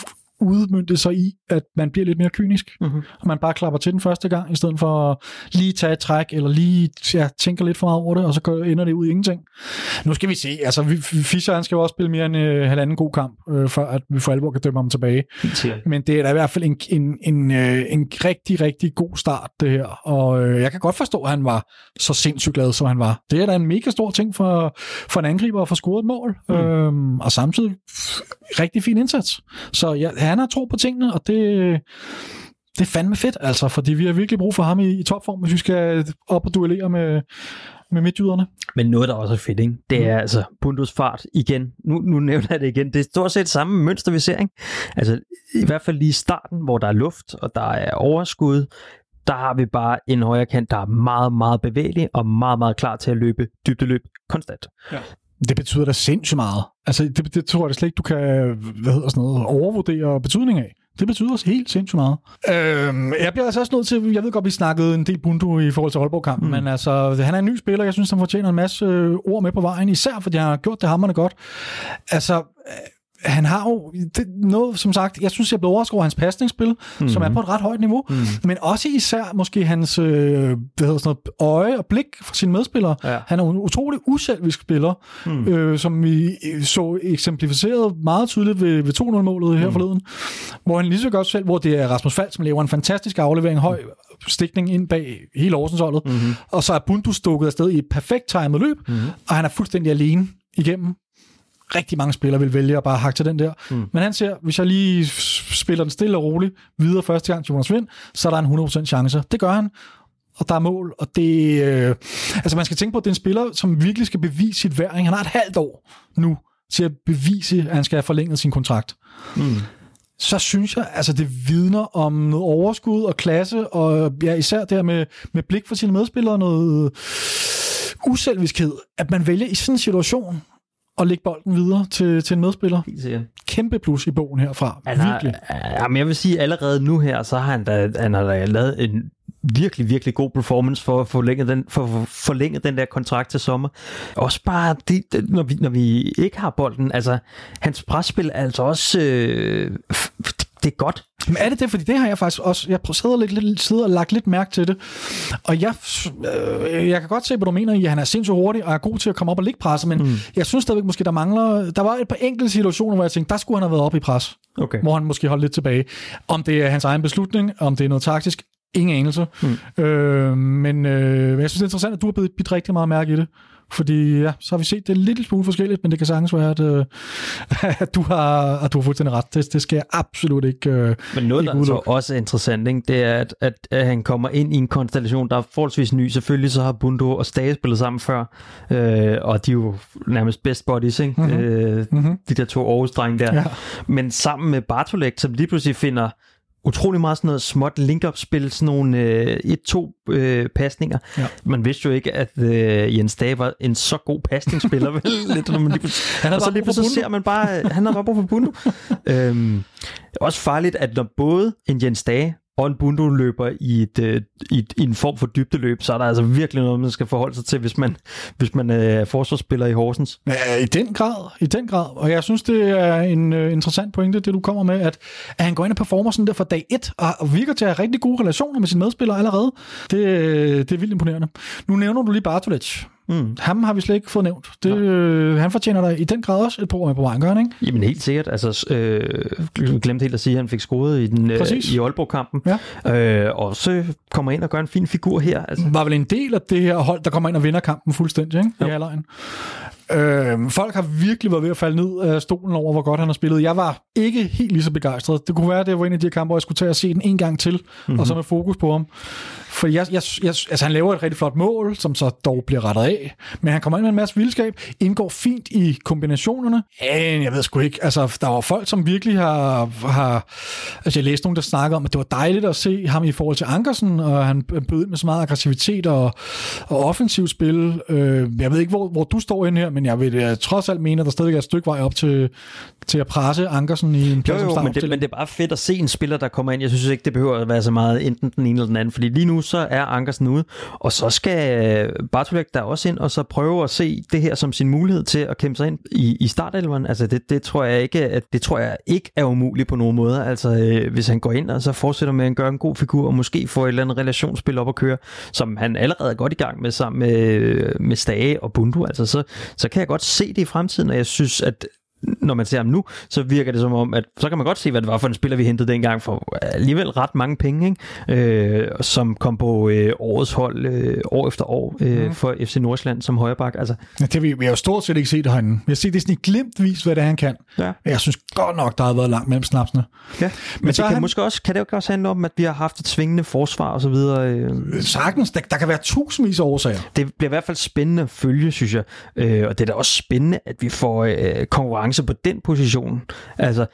udmønte sig i, at man bliver lidt mere kynisk, mm-hmm. og man bare klapper til den første gang, i stedet for at lige tage et træk, eller lige ja, tænker lidt for meget over det, og så ender det ud i ingenting. Nu skal vi se, altså Fischer, han skal jo også spille mere end øh, halvanden god kamp, øh, for at vi for alvor kan dømme ham tilbage. Ja. Men det er da i hvert fald en, en, en, øh, en rigtig, rigtig god start, det her, og øh, jeg kan godt forstå, at han var så sindssygt glad, som han var. Det er da en mega stor ting for, for en angriber at få scoret et mål, mm. øhm, og samtidig rigtig fin indsats. Så ja, han har tro på tingene, og det, det er fandme fedt, altså, fordi vi har virkelig brug for ham i, i topform, hvis vi skal op og duellere med, med midtjyderne. Men noget, der også er fedt, ikke? Det er mm. altså Bundos fart igen. Nu, nu nævner jeg det igen. Det er stort set samme mønster, vi ser, ikke? Altså, i hvert fald lige i starten, hvor der er luft, og der er overskud, der har vi bare en højre kant, der er meget, meget bevægelig, og meget, meget klar til at løbe dybdeløb konstant. Ja. Det betyder da sindssygt meget. Altså, det, det tror jeg slet ikke, du kan hvad hedder sådan noget, overvurdere betydning af. Det betyder også helt sindssygt meget. Øhm, jeg bliver altså også nødt til, jeg ved godt, vi snakkede en del Bundo i forhold til Aalborg-kampen, mm. men altså, han er en ny spiller, jeg synes, han fortjener en masse ord med på vejen, især fordi han har gjort det hamrende godt. Altså, han har jo det, noget, som sagt, jeg synes, jeg blev overrasket over hans pasningsspil, mm-hmm. som er på et ret højt niveau, mm. men også især måske hans øh, hvad hedder sådan noget, øje og blik for sine medspillere. Ja. Han er en utrolig uselvisk spiller, mm. øh, som vi så eksemplificeret meget tydeligt ved, ved to nul-målet her mm. forleden, hvor han lige så godt selv, hvor det er Rasmus Falk, som laver en fantastisk aflevering, høj stikning ind bag hele Horsensholdet, mm-hmm. og så er Bundu stukket afsted i et perfekt timet løb, mm-hmm. og han er fuldstændig alene igennem. Rigtig mange spillere vil vælge at bare hakke til den der. Mm. Men han siger, hvis jeg lige spiller den stille og roligt videre første gang til Jonas Vind, så er der en hundrede procent chance. Det gør han, og der er mål, og det... Øh, altså man skal tænke på, at det er en spiller, som virkelig skal bevise sit værd. Han har et halvt år nu til at bevise, at han skal have forlænget sin kontrakt. Mm. Så synes jeg, altså det vidner om noget overskud og klasse, og ja, især det her med, med blik for sine medspillere, noget uselviskhed, at man vælger i sådan en situation og lægge bolden videre til, til en medspiller. Kæmpe plus i bogen herfra. Han virkelig. Har, jamen jeg vil sige, allerede nu her, så har han da, han har da lavet en virkelig, virkelig god performance for at forlænge den, for at forlænge den der kontrakt til sommer. Også bare, det, det, når, vi, når vi ikke har bolden, altså hans presspil er altså også, øh, det er godt. Men er det det? Fordi det har jeg faktisk også, jeg sidder lidt, lidt sidder og lagt lidt mærke til det, og jeg, øh, jeg kan godt se, hvad du mener i, at han er sindssygt hurtig, og er god til at komme op og ligge presset, men mm. jeg synes stadigvæk måske, der mangler, der var et par enkelte situationer, hvor jeg tænkte, der skulle han have været oppe i pres, okay. hvor han måske holdt lidt tilbage. Om det er hans egen beslutning, om det er noget taktisk, ingen anelse. Mm. Øh, men øh, jeg synes, det er interessant, at du har bidt rigtig meget mærke i det. Fordi ja, så har vi set det lidt smule forskelligt, men det kan sagtens være, at, øh, at, du, har, at du har fuldstændig ret. Det, det skal jeg absolut ikke øh, Men noget, der altså også er interessant, ikke? Det er, at, at, at han kommer ind i en konstellation, der er forholdsvis ny. Selvfølgelig så har Bundo og Stage spillet sammen før, øh, og de er jo nærmest best buddies, ikke? Mm-hmm. Øh, mm-hmm. De der to Aarhus-drenge der. Ja. Men sammen med Bartolek, som lige pludselig finder utrolig meget sådan noget småt link-up-spil, sådan nogle øh, et-to øh, pasninger. Ja. Man vidste jo ikke, at øh, Jens Dage var en så god pasningsspiller. Vel? Lidt, når man lige han og så lige pludselig ser man bare, han har bare brug for Bundo. øhm, det er også farligt, at når både en Jens Dage og en Bundo løber i, et, øh, i, et, i en form for dybdeløb, så er der altså virkelig noget, man skal forholde sig til, hvis man, hvis man øh, er forsvarsspiller i Horsens. Ja, i den grad, i den grad. Og jeg synes, det er en uh, interessant pointe, det du kommer med, at, at han går ind og performer sådan der fra dag et, og, og virker til at have rigtig gode relationer med sine medspillere allerede. Det, det er vildt imponerende. Nu nævner du lige Bartolec. Mm. Ham har vi slet ikke fået nævnt. Det, øh, han fortjener der i den grad også et par år med på vejen, gør han, ikke? Jamen helt sikkert. Altså, øh, glemte helt at sige, at han fik scoret i, den, øh, i Aalborg-kampen. Ja. Øh, og så kommer ind og gør en fin figur her. Altså. Var vel en del af det her hold, der kommer ind og vinder kampen fuldstændig, ikke? I halvlegen. Øh, folk har virkelig været ved at falde ned af stolen over, hvor godt han har spillet. Jeg var ikke helt lige så begejstret. Det kunne være, at det var en af de her kampe, hvor jeg skulle tage og se den en gang til, mm-hmm. og så med fokus på ham. For jeg, jeg, jeg, altså han laver et rigtig flot mål, som så dog bliver rettet af, men han kommer ind med en masse vildskab, indgår fint i kombinationerne. Men jeg ved sgu ikke, altså der var folk, som virkelig har, har altså jeg læste nogen, der snakkede om, at det var dejligt at se ham i forhold til Ankersen, og han bød med så meget aggressivitet og, og offensivt spil. Jeg ved ikke, hvor, hvor du står inde her, men jeg vil jeg, trods alt mene, at der stadig er et stykke vej op til, til at presse Ankersen i en plads. Jo, jo, men det, men det er bare fedt at se en spiller, der kommer ind. Jeg synes ikke, det behøver at være så meget enten den ene eller den anden, fordi lige nu så er Ankersen ude, og så skal Bartolek der også ind, og så prøve at se det her som sin mulighed til at kæmpe sig ind i, i startelveren. Altså det, det tror jeg ikke, at det tror jeg ikke er umuligt på nogen måde. Altså øh, hvis han går ind og så fortsætter med at gøre en god figur, og måske får et eller andet relationsspil op at køre, som han allerede er godt i gang med sammen med, med Stage og Bundu, altså så, så kan jeg godt se det i fremtiden, og jeg synes, at når man ser ham nu, så virker det som om, at så kan man godt se, hvad det var for en spiller, vi hentede dengang for alligevel ret mange penge, ikke? Øh, som kom på øh, årets hold øh, år efter år øh, mm. for F C Nordsjælland som højreback. Altså. Ja, det, vi, vi har jo stort set ikke set det herinde. Vi har set det sådan i glimtvis, hvad det er, han kan. Ja. Jeg synes godt nok, der har været langt mellem snapsene. Ja. Men, Men det kan, han... måske også, kan det jo også handle om, at vi har haft et svingende forsvar og så videre. Øh. Sagtens, der, der kan være tusindvis af årsager. Det bliver i hvert fald spændende at følge, synes jeg. Øh, og det er da også spændende, at vi får øh, konkurrence på den position. Altså,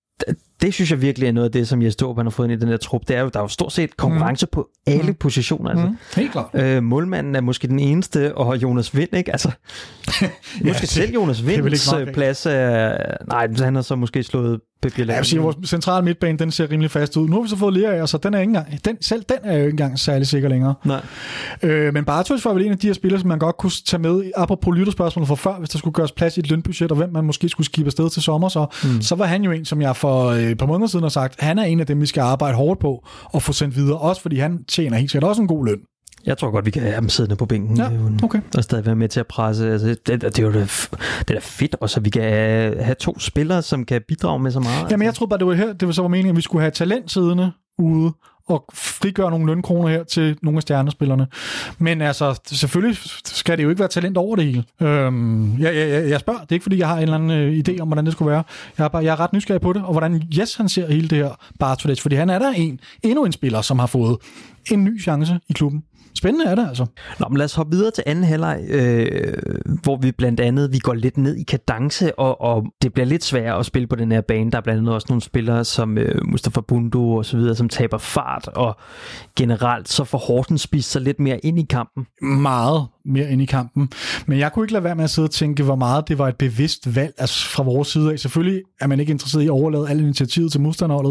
det synes jeg virkelig er noget af det, som Jes Torup har fået ind i den her trup. Det er jo, der er jo stort set konkurrence mm. på alle mm. positioner. Altså. Mm. Helt klart. Øh, målmanden er måske den eneste, og Jonas Vind, ikke? Altså, ja, måske det, selv Jonas Vinds plads er... Nej, han har så måske slået Pep Biel. Ja, jeg vil sige, vores centrale midtbane, den ser rimelig fast ud. Nu har vi så fået Lerager, så den er ikke engang, den, selv den er jo ikke engang særlig sikker længere. Nej. Øh, men Bartos var vel en af de her spillere, som man godt kunne tage med, apropos lytterspørgsmålet fra før, hvis der skulle gøres plads i et lønbudget, og hvem man måske skulle skifte afsted til sommer, så, mm. så var han jo en, som jeg for et par måneder siden har sagt, han er en af dem, vi skal arbejde hårdt på og få sendt videre, også fordi han tjener helt sikkert også en god løn. Jeg tror godt, vi kan have ham siddende på bænken. Ja, okay. Og stadig være med til at presse. Altså, det, det, det er jo det, det er fedt, og så vi kan have to spillere, som kan bidrage med så meget. Jamen, jeg troede bare, det var her, det var så var meningen, at vi skulle have talent siddende ude og frigøre nogle lønkroner her til nogle af stjernespillerne. Men altså, selvfølgelig skal det jo ikke være talent over det hele. Øhm, jeg, jeg, jeg spørger, det er ikke fordi, jeg har en eller anden øh, idé om, hvordan det skulle være. Jeg er, bare, jeg er ret nysgerrig på det, og hvordan Jes han ser hele det her Bartolets, fordi han er der en, endnu en spiller, som har fået en ny chance i klubben. Spændende er det altså. Nå, men lad os hoppe videre til anden halvleg, øh, hvor vi blandt andet vi går lidt ned i kadence, og, og det bliver lidt sværere at spille på den her bane. Der er blandt andet også nogle spillere som øh, Mustafa Bundu og så videre, som taber fart, og generelt så får Horsens spist sig lidt mere ind i kampen. Meget mere ind i kampen. Men jeg kunne ikke lade være med at sidde og tænke, hvor meget det var et bevidst valg altså fra vores side af. Selvfølgelig er man ikke interesseret i at overlade alle initiativet til modstanderholdet,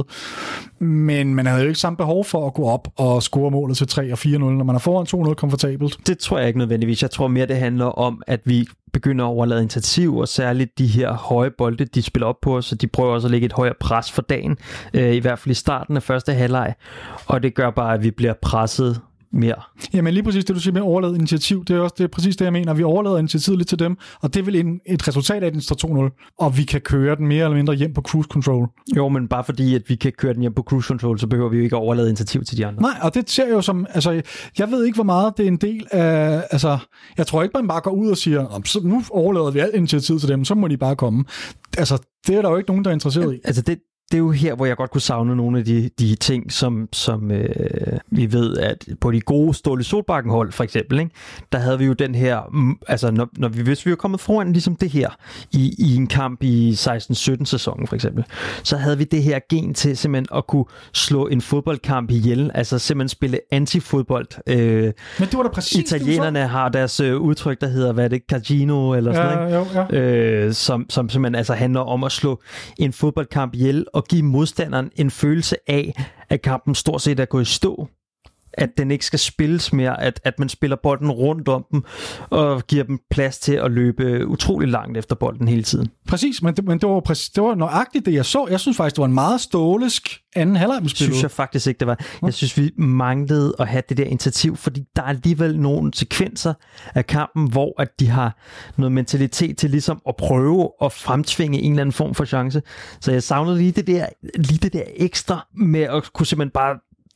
men man havde jo ikke samme behov for at gå op og score målet til tre og fire nul, når man er foran to nul komfortabelt. Det tror jeg ikke nødvendigvis. Jeg tror mere, det handler om, at vi begynder at overlade initiativ, og særligt de her høje bolde, de spiller op på os, så de prøver også at lægge et højere pres for dagen, øh, i hvert fald i starten af første halvleg, og det gør bare, at vi bliver presset mere. Jamen lige præcis det, du siger med overladet initiativ, det er også det er præcis det, jeg mener. Vi overlader initiativet lidt til dem, og det er vel en, et resultat af, at den står to nul, og vi kan køre den mere eller mindre hjem på cruise control. Jo, men bare fordi, at vi kan køre den hjem på cruise control, så behøver vi jo ikke at overlade initiativ til de andre. Nej, og det ser jeg jo som, altså, jeg ved ikke, hvor meget det er en del af, altså, jeg tror ikke, man bare går ud og siger, så nu overlader vi alt initiativ til dem, så må de bare komme. Altså, det er der jo ikke nogen, der er interesseret i. Altså, det Det er jo her, hvor jeg godt kunne savne nogle af de, de ting, som, som øh, vi ved, at på de gode Ståle Solbakken hold, for eksempel, ikke, der havde vi jo den her, altså når, når vi, hvis vi var kommet foran ligesom det her, i, i en kamp i seksten sytten sæsonen, for eksempel, så havde vi det her gen til simpelthen at kunne slå en fodboldkamp ihjel, altså simpelthen spille antifodbold. Øh, Men det var da præcis italienerne det, har deres øh, udtryk, der hedder, hvad er det, Cagino, eller sådan noget, ja, jo, ja. øh, som, som simpelthen altså handler om at slå en fodboldkamp ihjel, og give modstanderen en følelse af, at kampen stort set er gået i stå. At den ikke skal spilles mere, at, at man spiller bolden rundt om dem, og giver dem plads til at løbe utrolig langt efter bolden hele tiden. Præcis, men det, men det, var, præcis, det var nøjagtigt det, jeg så. Jeg synes faktisk, det var en meget stålisk anden halvleg med spillet. Synes jeg faktisk ikke, det var. Jeg synes, vi manglede at have det der initiativ, fordi der er alligevel nogle sekvenser af kampen, hvor at de har noget mentalitet til ligesom at prøve at fremtvinge en eller anden form for chance. Så jeg savnede lige det der, lige det der ekstra med at kunne simpelthen bare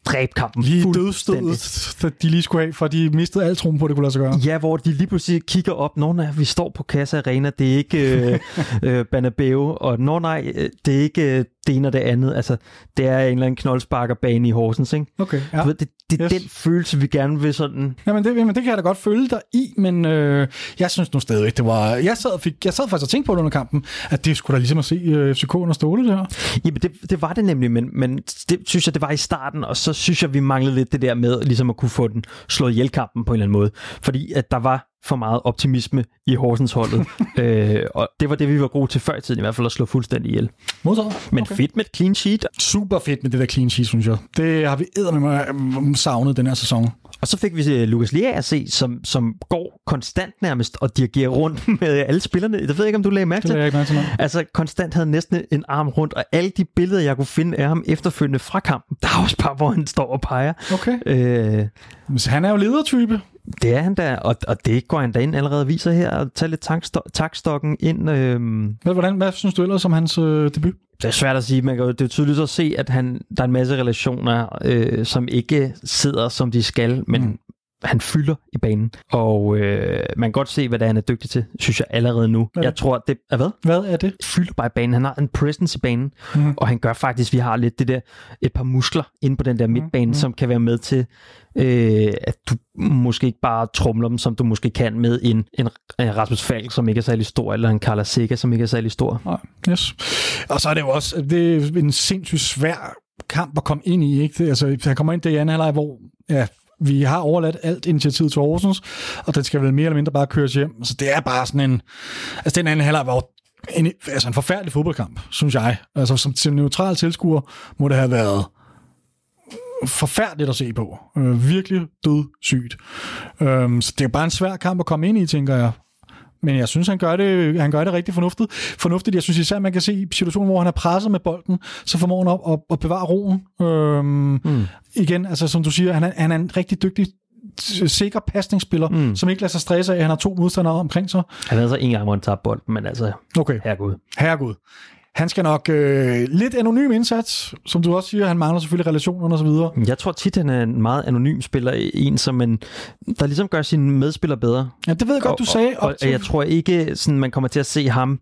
dræbe kampen. Lige dødstødet, de lige skulle have, for de mistede alt troen på, det kunne lade sig gøre. Ja, hvor de lige pludselig kigger op. Nå nej, vi står på Casa Arena, det er ikke øh, øh, Bernabeu, og nå nej, det er ikke øh, det ene og det andet. Altså, det er en eller anden knoldsparkerbane i Horsens, ikke? Okay, ja. Ved, det, det er yes. den følelse, vi gerne vil sådan... Jamen det, jamen, det kan jeg da godt følge dig i, men øh, jeg synes nu stadigvæk, det var... Jeg sad, fik, jeg sad faktisk og tænkte på det under kampen, at det skulle da ligesom at se øh, F C K under Ståle der. Jamen det, det var det nemlig, men, men det synes jeg, det var i starten, og så synes jeg, vi manglede lidt det der med ligesom at kunne få den slået ihjel kampen på en eller anden måde. Fordi at der var for meget optimisme i Horsens-holdet. øh, og det var det, vi var gode til før i tiden, i hvert fald at slå fuldstændig ihjel. Modtaget. Men okay. Fedt med et clean sheet. Super fedt med det der clean sheet, synes jeg. Det har vi eddermame savnet den her sæson. Og så fik vi Lucas Lea at se, som, som går konstant nærmest og dirigerer rundt med alle spillerne. Jeg ved ikke, om du lagde mærke til. Det lagde jeg ikke mærke til noget. Altså, konstant havde næsten en arm rundt, og alle de billeder, jeg kunne finde af ham efterfølgende fra kampen, der er også bare, hvor han står og peger. Okay. Øh, han er jo ledertype. Det er han da, og, og det går han da ind allerede viser her, og tager lidt tanksto- takstokken ind. Øhm. Hvordan, hvad synes du ellers om hans øh, debut? Det er svært at sige, men det er tydeligt at se, at han, der er en masse relationer, øh, som ikke sidder, som de skal, men mm. han fylder i banen, og øh, man kan godt se, hvad det er, han er dygtig til, synes jeg allerede nu. Jeg tror, det er hvad? Hvad er det? Fylder bare i banen. Han har en presence i banen, mm. og han gør faktisk, vi har lidt det der, et par muskler inde på den der midtbane, mm. som kan være med til, øh, at du måske ikke bare tromler dem, som du måske kan med en, en Rasmus Falk, som ikke er særlig stor, eller en Carla Seca, som ikke er særlig stor. Nej, yes. Og så er det jo også, det er en sindssygt svær kamp at komme ind i, ikke? Det, altså, han kommer ind i anden halvleg, hvor ja, vi har overladt alt initiativ til Horsens, og den skal vel mere eller mindre bare køres hjem. Så det er bare sådan en... Altså, den anden halvleg var en, altså en forfærdelig fodboldkamp, synes jeg. Altså, som til neutral tilskuer må det have været forfærdeligt at se på. Øh, virkelig dødssygt. Øh, så det er bare en svær kamp at komme ind i, tænker jeg. Men jeg synes, han gør det, han gør det rigtig fornuftigt. Fornuftigt, jeg synes især, man kan se i situationen, hvor han er presset med bolden, så formår han op at, at bevare roen. Øhm, mm. Igen, altså som du siger, han er, han er en rigtig dygtig, sikker pasningsspiller, mm. som ikke lader sig stresse af. Han har to modstandere omkring sig. Han havde så en gang, hvor han tabte bolden, men altså, okay. herregud. Herregud. Han skal nok øh, lidt anonym indsats, som du også siger. Han mangler selvfølgelig relationerne og så videre. Jeg tror tit, han er en meget anonym spiller. En, som man, der ligesom gør sine medspillere bedre. Ja, det ved jeg godt, du sagde. Og, og, og jeg tror ikke, sådan, man kommer til at se ham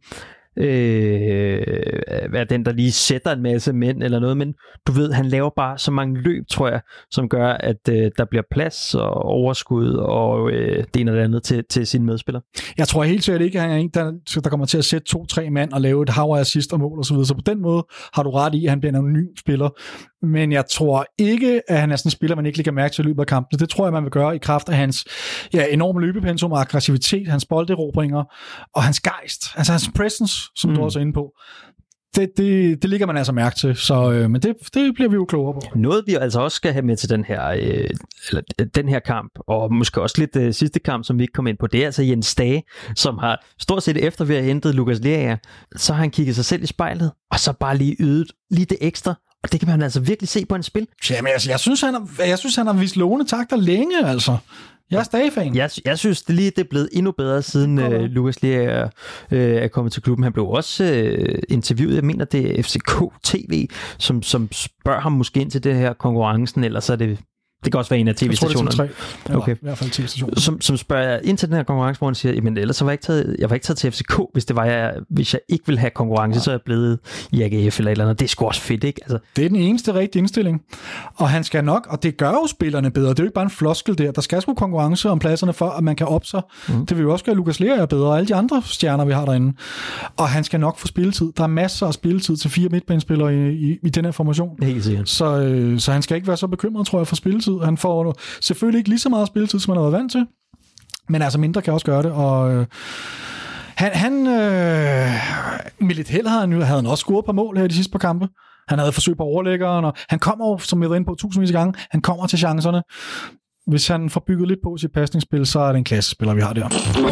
øh, være den, der lige sætter en masse mænd eller noget, men du ved, han laver bare så mange løb, tror jeg, som gør, at øh, der bliver plads og overskud og øh, det ene eller andet til, til sine medspillere. Jeg tror helt sikkert ikke, at han er en, der, der kommer til at sætte to-tre mand og lave et hav af assist og mål og så videre. Så på den måde har du ret i, at han bliver en anonym spiller. Men jeg tror ikke, at han er sådan en spiller, man ikke lægger mærke til i løbet af kampen. Det tror jeg, man vil gøre i kraft af hans ja, enorme løbepensum og aggressivitet, hans bolderobringer og hans gejst. Altså hans presence, som mm. du også er inde på. Det, det, det ligger man altså mærke til, så, øh, men det, det bliver vi jo klogere på. Noget vi altså også skal have med til den her, øh, eller, den her kamp, og måske også lidt øh, sidste kamp, som vi ikke kom ind på, det er altså Jens Dage, som har stort set efter vi har hentet Lucas Lea, så har han kigget sig selv i spejlet, og så bare lige ydet lige det ekstra. Og det kan man altså virkelig se på en spil. Jamen, altså, jeg synes, han har, jeg synes, han har vist lovende takter længe, altså. Jeg er Stage-fan. Jeg, jeg synes det lige, det er blevet endnu bedre, siden uh, Lucas Lea er, uh, er kommet til klubben. Han blev også uh, interviewet, jeg mener, det er F C K T V, som, som spørger ham måske ind til det her konkurrencen, eller så er det... Det kan også være en af tv-stationerne. Okay. I hvert fald tv-stationer. Som, som spørger ind til den her konkurrence, hvor han siger, jamen ellers så var jeg ikke taget, jeg var ikke taget til F C K, hvis det var jeg, hvis jeg ikke ville have konkurrence, ja. Så er jeg blevet i A G F eller et eller andet. Det er sgu også fedt, ikke? Altså. Det er den eneste rigtige indstilling. Og han skal nok, og det gør jo spillerne bedre. Det er jo ikke bare en floskel der. Der skal sgu konkurrence om pladserne for, at man kan op sig. Mm. Det vil jo også gøre Lucas Lea bedre, og alle de andre stjerner, vi har derinde. Og han skal nok få spilletid. Der er masser af spilletid til fire midtbanespillere i, i, i den her formation. Helt sikkert. Så, øh, så han skal ikke være så bekymret, tror jeg, for spilletid. Han får selvfølgelig ikke lige så meget spilletid, som han har været vant til, men altså mindre kan også gøre det, og øh, han, han øh, med lidt held havde han, havde han også scoret på mål her i de sidste par kampe. Han havde forsøg på overlæggeren, og han kommer, som jeg var inde på tusindvis af gange, han kommer til chancerne. Hvis han får bygget lidt på sit pasningsspil, så er det en klassespiller, vi har der.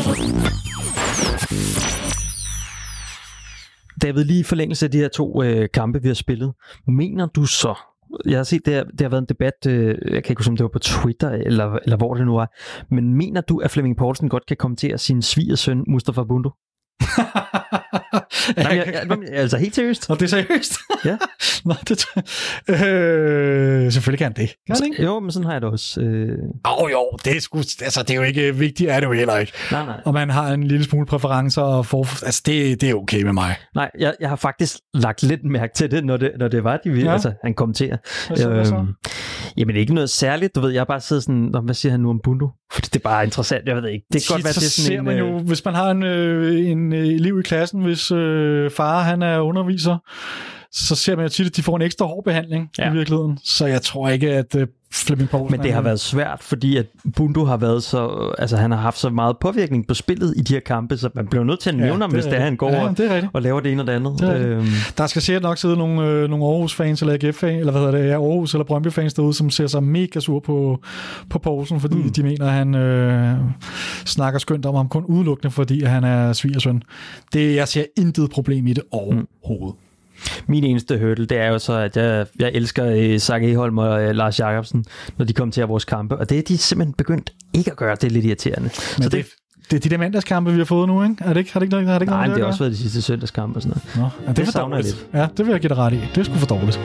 David, lige i forlængelse af de her to øh, kampe, vi har spillet, mener du så, jeg har set, det har, det har været en debat, øh, jeg kan ikke huske, om det var på Twitter, eller, eller hvor det nu er, men mener du, at Flemming Poulsen godt kan kommentere sin svigersøn, Mustafa Bundu? Nej, jeg, jeg, altså helt seriøst. Nå, det er seriøst? Ja. Nå, det øh, selvfølgelig kan det. Kan det ikke? Jo, men sådan har jeg det også. Øh... Oh, jo, det er, sgu, altså, det er jo ikke vigtigt, er det jo heller ikke. Nej, nej. Og man har en lille smule præferencer, og for, altså, det, det er okay med mig. Nej, jeg, jeg har faktisk lagt lidt mærke til det, når det, når det var, de ville, ja. altså, han kommenterer. Hvad så, hvad så? Øhm, jamen, ikke noget særligt, du ved, jeg har bare siddet sådan, hvad siger han nu om Bundu? Fordi det er bare interessant, jeg ved ikke. Det kan godt være, det er sådan ser en... man jo, hvis man har en, øh, en øh, elev i klassen, hvis øh, far han er underviser, så ser man jo tit, at de får en ekstra hård behandling ja. i virkeligheden. Så jeg tror ikke, at øh, Flemming Poulsen... Men det har været svært, fordi at Bundu har været så... Altså, han har haft så meget påvirkning på spillet i de her kampe, så man bliver nødt til at nævne ja, ham, hvis det er, han går ja, det og laver det ene og det andet. Det øhm. Der skal sikkert nok sidde nogle, øh, nogle Aarhus-fans, eller A G F-fans, eller hvad hedder det, ja, Aarhus eller Brøndby-fans derude, som ser sig mega sur på, på Poulsen, fordi mm. de mener, at han øh, snakker skønt om ham kun udelukkende, fordi han er svigersøn. Det, jeg ser intet problem i det overhovedet. Mm. Min eneste hurdle, det er jo så, at jeg, jeg elsker uh, Zach Eholm og uh, Lars Jacobsen, når de kommer til vores kampe, og det er de simpelthen begyndt ikke at gøre, det er lidt irriterende. Men så det, det, det er de der mandagskampe, vi har fået nu, ikke? Er det ikke, har det ikke, har det ikke Nej, noget, det har også været de sidste søndagskampe og sådan noget. Nå, ja, det, det savner jeg lidt. Ja, det vil jeg give dig ret i. Det er sgu for dårligt.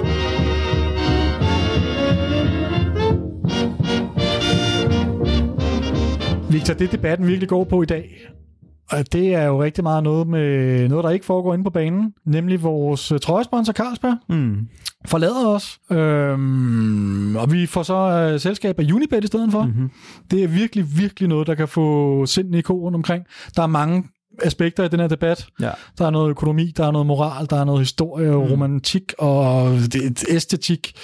Victor, det debatten virkelig går på i dag, og det er jo rigtig meget noget med noget, der ikke foregår inde på banen, nemlig vores trøjesponsor Carlsberg mm. forlader os, øhm, og vi får så uh, selskab af Unibet i stedet for. Mm-hmm. Det er virkelig, virkelig noget, der kan få sindene i ko rundt omkring. Der er mange aspekter i den her debat. Ja. Der er noget økonomi, der er noget moral, der er noget historie, mm. romantik og æstetik.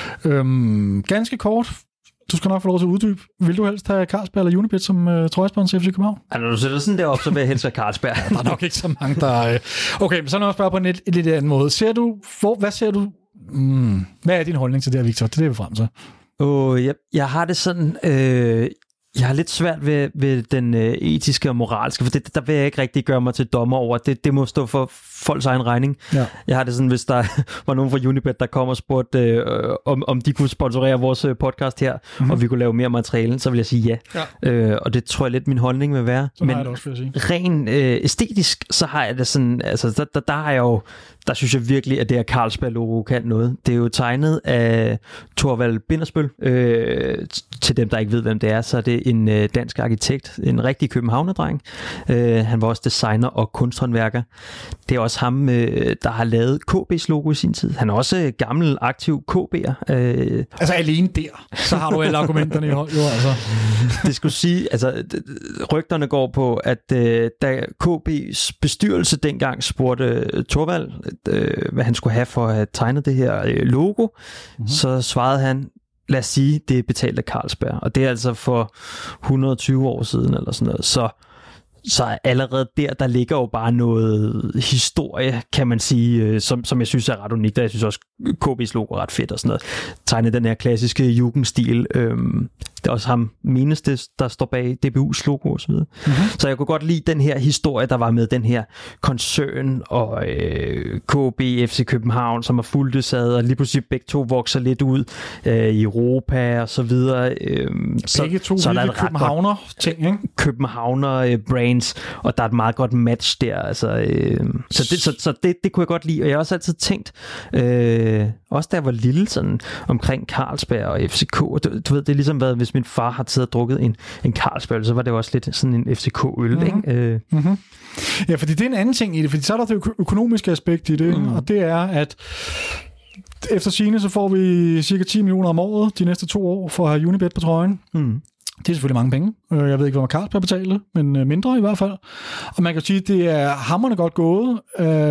Øhm, ganske kort. Du skal nok få lov til at uddybe. Vil du helst have Carlsberg eller Unibet som uh, trøjesponsor i F C København? Altså, når du sætter sådan der op, så vil jeg helst have Carlsberg. Ja, der er nok ikke så mange, der... Uh... Okay, men så når jeg spørger på en lidt, lidt anden måde. Ser du... Hvor, hvad ser du... Mm, hvad er din holdning til det her, Victor? Det er det, vi frem til. Oh, jeg, jeg har det sådan... Øh... Jeg har lidt svært ved, ved den øh, etiske og moralske, for det, der vil jeg ikke rigtig gøre mig til dommer over. Det, det må stå for folks egen regning. Ja. Jeg har det sådan, hvis der var nogen fra Unibet, der kom og spurgte, øh, om, om de kunne sponsorere vores podcast her, mm-hmm. og vi kunne lave mere materiale, så vil jeg sige ja. ja. Øh, og det tror jeg lidt, min holdning vil være. Så Men har jeg det også, vil jeg sige. Ren øh, æstetisk, så har jeg det sådan, altså der, der, der har jeg jo, der synes jeg virkelig, at det her Carlsberg-logo kan noget. Det er jo tegnet af Thorvald Bindersbøl. Øh, til dem, der ikke ved, hvem det er, så er det en øh, dansk arkitekt, en rigtig københavnerdreng. Øh, han var også designer og kunsthåndværker. Det er også ham, øh, der har lavet K B's logo i sin tid. Han er også gammel, aktiv K B'er. Øh. Altså alene der, så har du alle argumenterne i hold. Jo, altså. Det skulle sige, altså rygterne går på, at øh, da K B's bestyrelse dengang spurgte Thorvald, øh, hvad han skulle have for at tegne det her øh, logo, mm-hmm. så svarede han, lad os sige, det er betalt af Carlsberg. Og det er altså for et hundrede og tyve år siden, eller sådan noget. Så, så allerede der, der ligger jo bare noget historie, kan man sige, som, som jeg synes er ret unikt. Og jeg synes også, K B's logo er ret fedt og sådan noget. Tegne den her klassiske jugendstil. Øhm, det er også ham, meneste, der står bag D B U's logo og så videre. Mm-hmm. Så jeg kunne godt lide den her historie, der var med den her koncern og øh, K B, F C København, som er fuldt sad, og lige pludselig begge to vokser lidt ud øh, i Europa og så videre. Øh, begge to så, så er der københavner ting, ikke? Københavner øh, brands, og der er et meget godt match der. Altså, øh, så det, så, så det, det kunne jeg godt lide, og jeg har også altid tænkt, øh, også da jeg var lille, sådan, omkring Carlsberg og F C K, du, du ved, det er ligesom været, hvis min far har taget og drukket en, en Carlsberg, så var det også lidt sådan en F C K-øl, mm-hmm. ikke? Øh. Mm-hmm. Ja, fordi det er en anden ting i det, fordi så er der det økonomiske aspekt i det, mm. og det er, at efter sigende, så får vi cirka ti millioner om året de næste to år for at have Unibet på trøjen. Mm. Det er selvfølgelig mange penge. Jeg ved ikke, hvor man Carlsberg betaler, men mindre i hvert fald. Og man kan sige, at det er hamrende godt gået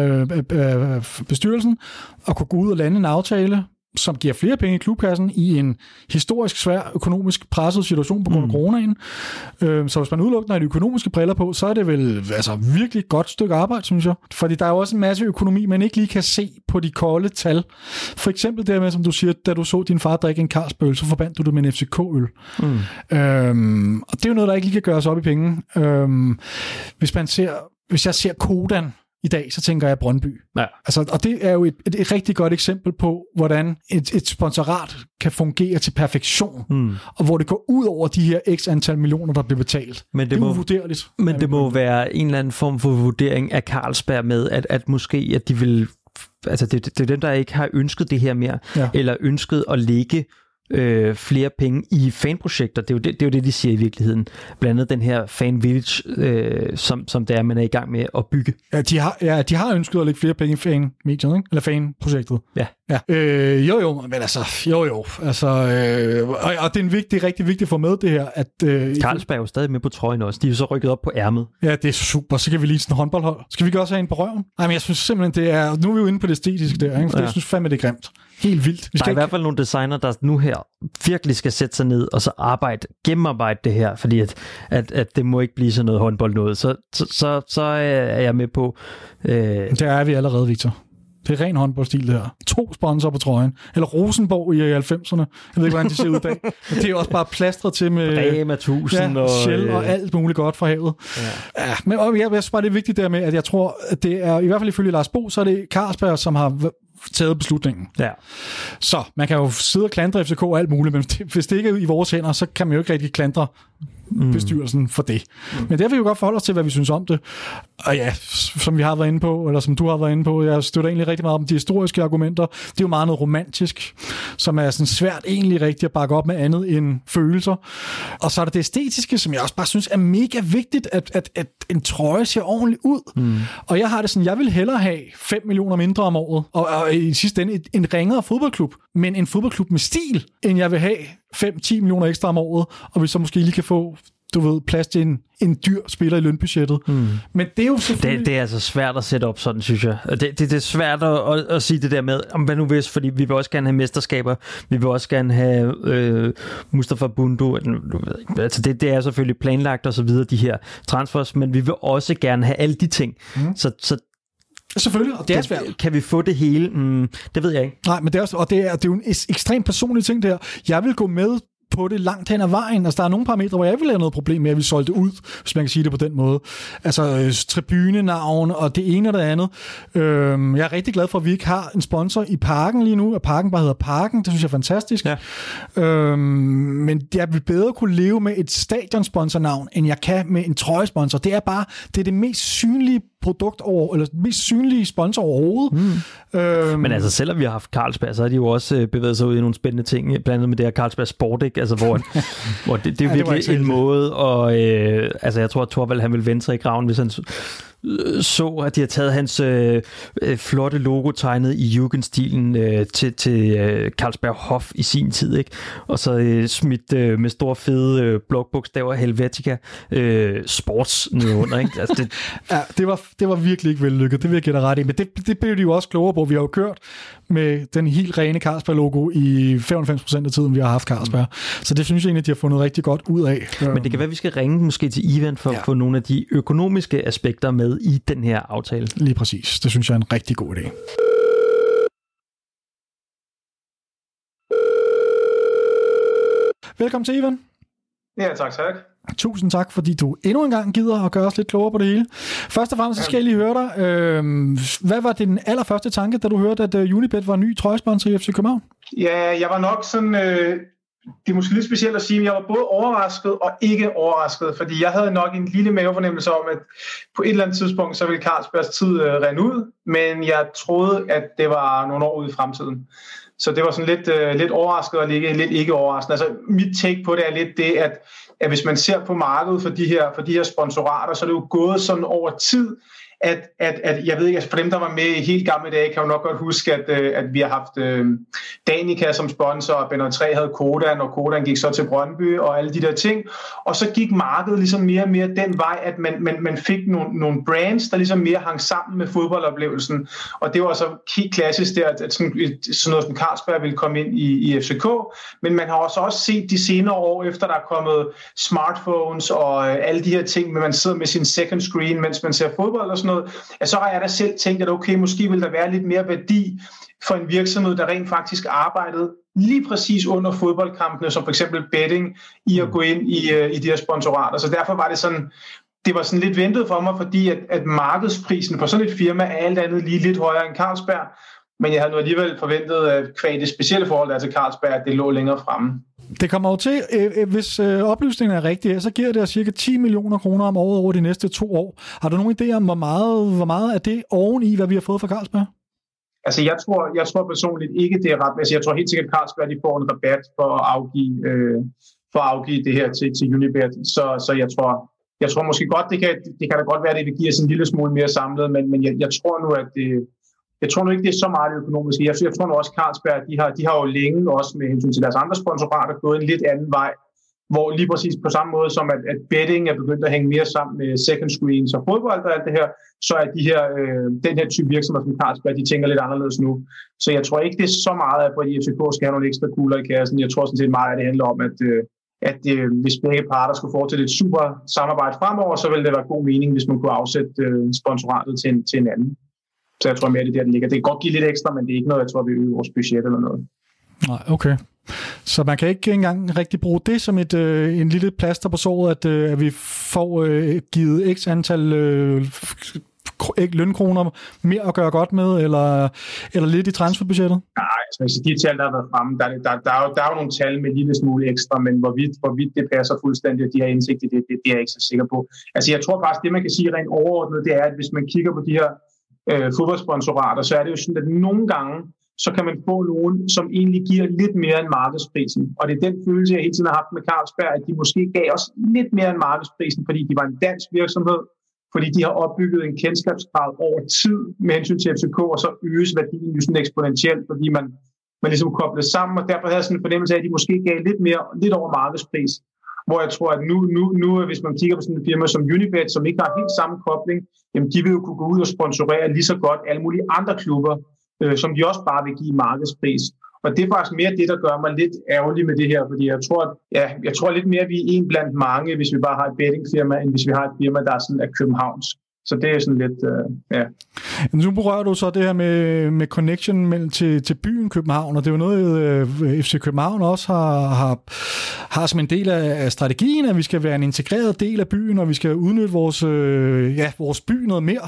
af bestyrelsen at kunne gå ud og lande en aftale, som giver flere penge i klubkassen i en historisk svær økonomisk presset situation på grund af mm. coronaen. Så hvis man udelukker de økonomiske briller på, så er det vel altså virkelig et godt stykke arbejde, synes jeg. Fordi der er jo også en masse økonomi, man ikke lige kan se på de kolde tal. For eksempel det med, som du siger, da du så din far drikke en Carlsberg, så forbandt du det med en F C K-øl. Mm. Øhm, og det er jo noget, der ikke lige kan gøres op i penge. Øhm, hvis man ser, hvis jeg ser Kodan i dag, så tænker jeg Brøndby. Ja. Altså, og det er jo et, et, et rigtig godt eksempel på, hvordan et, et sponsorat kan fungere til perfektion, mm. og hvor det går ud over de her x antal millioner, der bliver betalt. Men det, det er må, uvurderligt. Men det må være en eller anden form for vurdering af Carlsberg med, at, at måske at de vil... Altså, det, det er dem, der ikke har ønsket det her mere, ja. Eller ønsket at lægge øh, flere penge i fanprojekter. Det er, jo det, det er jo det, de siger i virkeligheden. Blandt andet den her Fan Village, øh, som, som det er, man er i gang med at bygge. Ja, de har, ja, de har ønsket at lægge flere penge i fan-mediet, ikke? Eller fan-projektet. Ja. Ja. Øh, jo jo, men altså, jo jo. Altså, øh, og, og det er, en vigtig, det er rigtig vigtigt at få med det her, at... Øh, Carlsberg er jo stadig med på trøjen også. De er jo så rykket op på ærmet. Ja, det er super. Så kan vi lige sådan en håndboldhold. Skal vi ikke også have en på røven? Nej, men jeg synes simpelthen, det er... Nu er vi jo inde på det æstetiske der, ikke? For ja. Jeg synes fandme, det er grimt. Helt vildt. Vi der er ikke... i hvert fald nogle designer, der nu her virkelig skal sætte sig ned og så arbejde, gennemarbejde det her, fordi at, at, at det må ikke blive sådan noget håndbold noget. Så, så, så, så er jeg med på... Øh... Der er vi allerede, Victor. Det er ren håndboldstil, det her. To sponsorer på trøjen. Eller Rosenborg i halvfemserne. Jeg ved ikke, hvordan de ser ud i dag. Men det er også bare plastret til med... Rema tusind ja, og... Shell og alt muligt godt fra havet. Ja. Ja, men og jeg, jeg synes bare, det er vigtigt der med, at jeg tror, at det er, i hvert fald ifølge Lars Bo, så er det Carlsberg, som har taget beslutningen. Ja. Så man kan jo sidde og klandre F C K og alt muligt, men hvis det ikke er i vores hænder, så kan man jo ikke rigtig klandre mm. bestyrelsen for det. Mm. Men der vil vi jo godt forholde os til, hvad vi synes om det. Og ja, som vi har været inde på, eller som du har været inde på, jeg støtter egentlig rigtig meget om de historiske argumenter. Det er jo meget noget romantisk, som er sådan svært egentlig rigtigt at bakke op med andet end følelser. Og så er der det æstetiske, som jeg også bare synes er mega vigtigt, at, at, at en trøje ser ordentligt ud. Mm. Og jeg har det sådan, jeg vil hellere have fem millioner mindre om året, og, og i sidste ende en ringere fodboldklub, men en fodboldklub med stil, end jeg vil have fem til ti millioner ekstra om året, og vi så måske lige kan få, du ved, plads til en, en dyr spiller i lønbudgettet. Mm. Men det er jo selvfølgelig... Det, det er altså svært at sætte op sådan, synes jeg. Det, det, det er svært at, at, at sige det der med, om hvad nu hvis, fordi vi vil også gerne have mesterskaber, vi vil også gerne have øh, Mustafa Bundu, altså det, det er selvfølgelig planlagt og så videre, de her transfers, men vi vil også gerne have alle de ting. Mm. Så, så selvfølgelig, og det er svært. Kan vi få det hele? Mm, det ved jeg ikke. Nej, men det er, også, og det er, det er jo en ekstremt personlig ting der. Jeg vil gå med på det langt hen ad vejen. Altså, der er nogle parametre, hvor jeg vil have noget problem med, at vi solgte ud, hvis man kan sige det på den måde. Altså, øh, tribunenavn og det ene og det andet. Øh, jeg er rigtig glad for, at vi ikke har en sponsor i Parken lige nu, at Parken bare hedder Parken. Det synes jeg er fantastisk. Ja. Øh, men jeg vil bedre kunne leve med et stadionsponsornavn, end jeg kan med en trøjesponsor. Det er bare, det er det mest synlige produkt over, eller mest synlige sponsor overhovedet. Mm. Øhm. Men altså, selvom vi har haft Carlsberg, så har de jo også bevæget sig ud i nogle spændende ting, blandt andet med det her Carlsberg Sport, ikke? Altså, hvor, hvor det, det er jo ja, virkelig en måde, og øh, altså, jeg tror, at Thorvald, han vil vende sig i graven, hvis han så, at de har taget hans øh, flotte logo tegnet i Jugendstilen øh, til, til øh, Carlsberg Hof i sin tid, ikke? Og så øh, smidt øh, med store fede øh, blokbogstaver Helvetica øh, Sports nedenunder, ikke? Altså, det... ja, det var, det var virkelig ikke vellykket, det vil jeg give dig ret i, men det, det blev de jo også klogere på. Vi har jo kørt med den helt rene Carlsberg-logo i femoghalvfems procent af tiden, vi har haft Carlsberg. Mm. Så det synes jeg egentlig, de har fundet rigtig godt ud af. Men det kan være, at vi skal ringe måske til Ivan for ja. at få nogle af de økonomiske aspekter med i den her aftale. Lige præcis. Det synes jeg er en rigtig god idé. Velkommen til, Ivan. Ja, tak, tak. Tusind tak, fordi du endnu en gang gider at gøre os lidt klogere på det hele. Først og fremmest skal jeg lige høre dig. Øh, hvad var din allerførste tanke, da du hørte, at Unibet var en ny trøjesponsor i F C København? Ja, jeg var nok sådan... Øh, det er måske lidt specielt at sige, men jeg var både overrasket og ikke overrasket, fordi jeg havde nok en lille mavefornemmelse om, at på et eller andet tidspunkt, så ville Carlsbergs tid øh, rende ud, men jeg troede, at det var nogle år ude i fremtiden. Så det var sådan lidt, øh, lidt overrasket og lidt, lidt ikke overraskende. Altså mit take på det er lidt det, at, at hvis man ser på markedet for de her, for de her sponsorater, så er det jo gået sådan over tid, At, at, at jeg ved ikke, for dem, der var med i helt gamle dage, kan jo nok godt huske, at, at vi har haft øh, Danica som sponsor, og B nul tre havde Kodan, og Kodan gik så til Brøndby, og alle de der ting. Og så gik markedet ligesom mere og mere den vej, at man, man, man fik nogle, nogle brands, der ligesom mere hang sammen med fodboldoplevelsen. Og det var så helt klassisk der, at sådan, sådan noget som Carlsberg ville komme ind i, i F C K. Men man har også, også set de senere år, efter der er kommet smartphones og øh, alle de her ting, men man sidder med sin second screen, mens man ser fodbold og sådan noget, at så har jeg da selv tænkt, at okay, måske vil der være lidt mere værdi for en virksomhed, der rent faktisk arbejdede lige præcis under fodboldkampene, som for eksempel betting, i at gå ind i, i de her sponsorater. Så derfor var det sådan, det var sådan lidt ventet for mig, fordi at, at markedsprisen på sådan et firma er alt andet lige lidt højere end Carlsberg, men jeg havde nu alligevel forventet, at kvad det specielle forhold der til Carlsberg, at det lå længere fremme. Det kommer jo til, øh, hvis øh, oplysningen er rigtig, så giver det cirka ti millioner kroner om året over de næste to år. Har du nogen idé om, hvor meget, hvor meget er det oveni, hvad vi har fået fra Carlsberg? Altså, jeg tror, jeg tror personligt ikke, det er ret. Altså, jeg tror helt sikkert, at Carlsberg de får en rabat for at afgive, øh, for at afgive det her til, til Unibet. Så, så jeg tror, jeg tror måske godt, det kan, det kan da godt være, at det vil give os en lille smule mere samlet, men, men jeg, jeg tror nu, at det, jeg tror nu ikke, det er så meget økonomisk. Jeg, jeg tror nu også, at Carlsberg, de har, de har jo længe også med hensyn til deres andre sponsorater gået en lidt anden vej, hvor lige præcis på samme måde som at, at betting er begyndt at hænge mere sammen med second screens og fodbold og alt det her, så er de her, øh, den her type virksomheder som Carlsberg, de tænker lidt anderledes nu. Så jeg tror ikke, det er så meget, at F C K skal have nogle ekstra kugler i kassen. Jeg tror sådan set meget, at det handler om, at, øh, at øh, hvis begge parter skulle fortsætte et super samarbejde fremover, så ville det være god mening, hvis man kunne afsætte øh, sponsoratet til en, til en anden. Så jeg tror mere, det er der, det ligger. Det kan godt give lidt ekstra, men det er ikke noget, jeg tror, vi øger vores budget eller noget. Nej, okay. Så man kan ikke engang rigtig bruge det som et, øh, en lille plaster på såret, at, øh, at vi får øh, givet x antal øh, lønkroner mere at gøre godt med, eller, eller lidt i transferbudgettet? Nej, altså de tal, der har været fremme, der, der, der, er jo, der er jo nogle tal med lille smule ekstra, men hvorvidt, hvorvidt det passer fuldstændig, og de har indsigt i det, det, det er jeg ikke så sikker på. Altså jeg tror faktisk, det man kan sige rent overordnet, det er, at hvis man kigger på de her øh, fodboldsponsorater, så er det jo sådan, at nogle gange, så kan man få nogen, som egentlig giver lidt mere end markedsprisen. Og det er den følelse, jeg hele tiden har haft med Carlsberg, at de måske gav os lidt mere end markedsprisen, fordi de var en dansk virksomhed, fordi de har opbygget en kendskabsgrad over tid med hensyn til F C K, og så øges værdien jo sådan eksponentielt, fordi man, man ligesom koblede sammen, og derfor havde jeg sådan en fornemmelse af, at de måske gav lidt mere, lidt over markedspris. Hvor jeg tror, at nu, nu, nu hvis man kigger på sådan en firma som Unibet, som ikke har helt samme kobling, jamen de vil jo kunne gå ud og sponsorere lige så godt alle mulige andre klubber, øh, som de også bare vil give markedspris. Og det er faktisk mere det, der gør mig lidt ærgerlig med det her, fordi jeg tror, at, ja, jeg tror lidt mere, at vi er en blandt mange, hvis vi bare har et bettingfirma, end hvis vi har et firma, der er sådan af Københavns. Så det er sådan lidt, øh, ja. Nu berører du så det her med, med connection mellem til, til byen København, og det er jo noget, øh, F C København også har, har, har som en del af strategien, at vi skal være en integreret del af byen, og vi skal udnytte vores, øh, ja, vores by noget mere.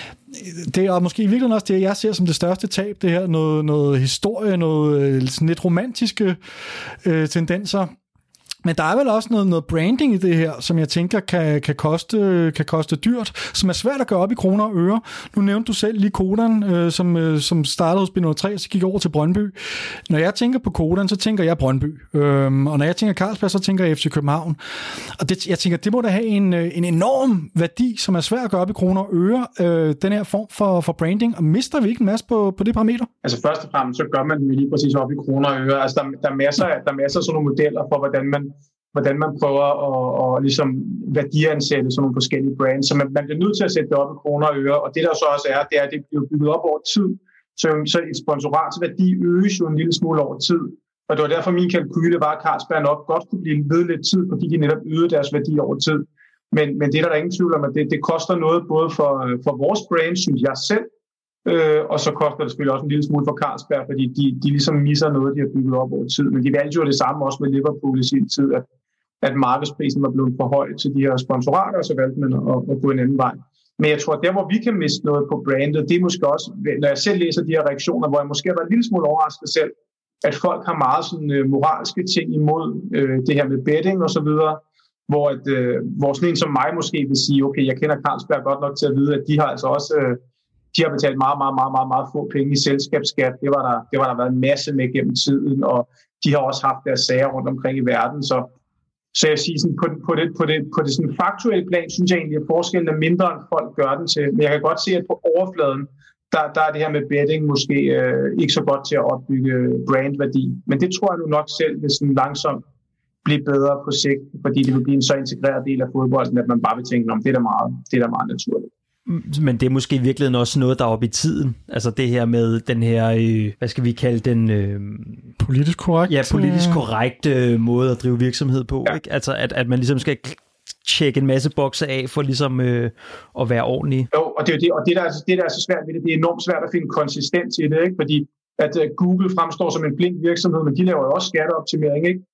Det er måske i virkeligheden også det, jeg ser som det største tab, det her, noget, noget historie, noget sådan lidt romantiske øh, tendenser. Men der er vel også noget, noget branding i det her, som jeg tænker kan, kan, koste, kan koste dyrt, som er svært at gøre op i kroner og øre. Nu nævnte du selv lige Codan, øh, som, øh, som startede hos B nul tre, og så gik over til Brøndby. Når jeg tænker på Codan, så tænker jeg Brøndby. Øhm, og når jeg tænker Carlsberg, så tænker jeg F C København. Og det, jeg tænker, det må da have en, en enorm værdi, som er svært at gøre op i kroner og øre, øh, den her form for, for branding. Og mister vi ikke en masse på, på det parameter? Altså først og fremmest, så gør man det lige præcis op i kroner og øre. Altså der, der, er masser, der er masser af sådan nogle modeller for, hvordan man hvordan man prøver at, at ligesom værdiansætte sådan nogle forskellige brands. Så man, man bliver nødt til at sætte det op i kroner og øre, og det der så også er, det er, at det bliver bygget op over tid. Så, så et sponsorats værdi øges jo en lille smule over tid. Og det var derfor min kalkyle var, at Carlsberg nok godt kunne blive ved lidt tid, fordi de netop øgede deres værdi over tid. Men, men det er der, der ingen tvivl om, at det, det koster noget både for, for vores brand, synes jeg selv, øh, og så koster det selvfølgelig også en lille smule for Carlsberg, fordi de, de ligesom misser noget, de har bygget op over tid. Men de valgte jo det samme også med Liverpool i sin tid, at at markedsprisen var blevet for høj til de her sponsorater, og så valgte man at, at gå en anden vej. Men jeg tror, at der, hvor vi kan miste noget på brandet, det er måske også, når jeg selv læser de her reaktioner, hvor jeg måske har været en lille smule overrasket selv, at folk har meget sådan uh, moralske ting imod uh, det her med betting og så videre, hvor, at, uh, hvor sådan en som mig måske vil sige, okay, jeg kender Carlsberg godt nok til at vide, at de har altså også uh, de har betalt meget, meget, meget, meget, meget få penge i selskabsskat. Det var der, det var der været en masse med gennem tiden, og de har også haft deres sager rundt omkring i verden, så Så jeg siger sådan, på, på det, på det, på det sådan faktuelle plan, synes jeg egentlig, at forskellen er mindre, end folk gør den til. Men jeg kan godt se, at på overfladen, der, der er det her med betting måske øh, ikke så godt til at opbygge brandværdi. Men det tror jeg nu nok selv vil sådan langsomt blive bedre på sigt, fordi det vil blive en så integreret del af fodbolden, at man bare vil tænke, om det er da meget, det er da meget naturligt. Men det er måske i virkeligheden også noget, der er oppe i tiden. Altså det her med den her, øh, hvad skal vi kalde den? Øh, politisk korrekt. Ja, politisk korrekt øh, måde at drive virksomhed på. Ja. Ikke? Altså at, at man ligesom skal tjekke en masse bokse af for ligesom øh, at være ordentlig. Jo, og det er det, og det der, det der er så svært ved det, det er enormt svært at finde konsistens i det, ikke? Fordi at uh, Google fremstår som en blind virksomhed, men de laver jo også skatteoptimering, ikke?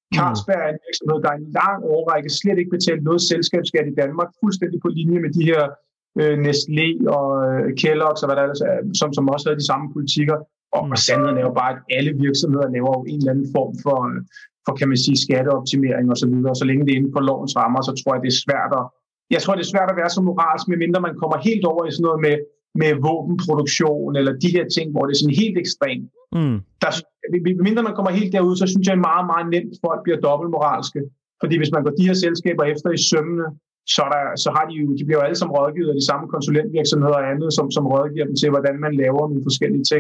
Carlsberg er en virksomhed, der er en lang årrække slet ikke betalt noget selskabsskat i Danmark, fuldstændig på linje med de her øh, Nestlé og øh, Kellogg's og hvad der ellers er, som, som også havde de samme politikker. Og, og sandheden er jo bare, at alle virksomheder laver jo en eller anden form for, for kan man sige, skatteoptimering og så videre. Så længe det er inden for lovens rammer, så tror jeg, det er svært at, jeg tror, det er svært at være så moralsk, medmindre man kommer helt over i sådan noget med, med våbenproduktion eller de her ting, hvor det er sådan helt ekstremt. Mm. Der, medmindre man kommer helt derud, så synes jeg meget, meget nemt, at folk bliver dobbeltmoralske. Fordi hvis man går de her selskaber efter i sømmene, så, der, så har de jo, de bliver jo alle sammen rådgivet af de samme konsulentvirksomheder og andet, som, som rådgiver dem til, hvordan man laver nogle forskellige ting.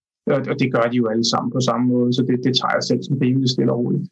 Og det gør de jo alle sammen på samme måde, så det, det tager jeg selv som rimelig stille og roligt.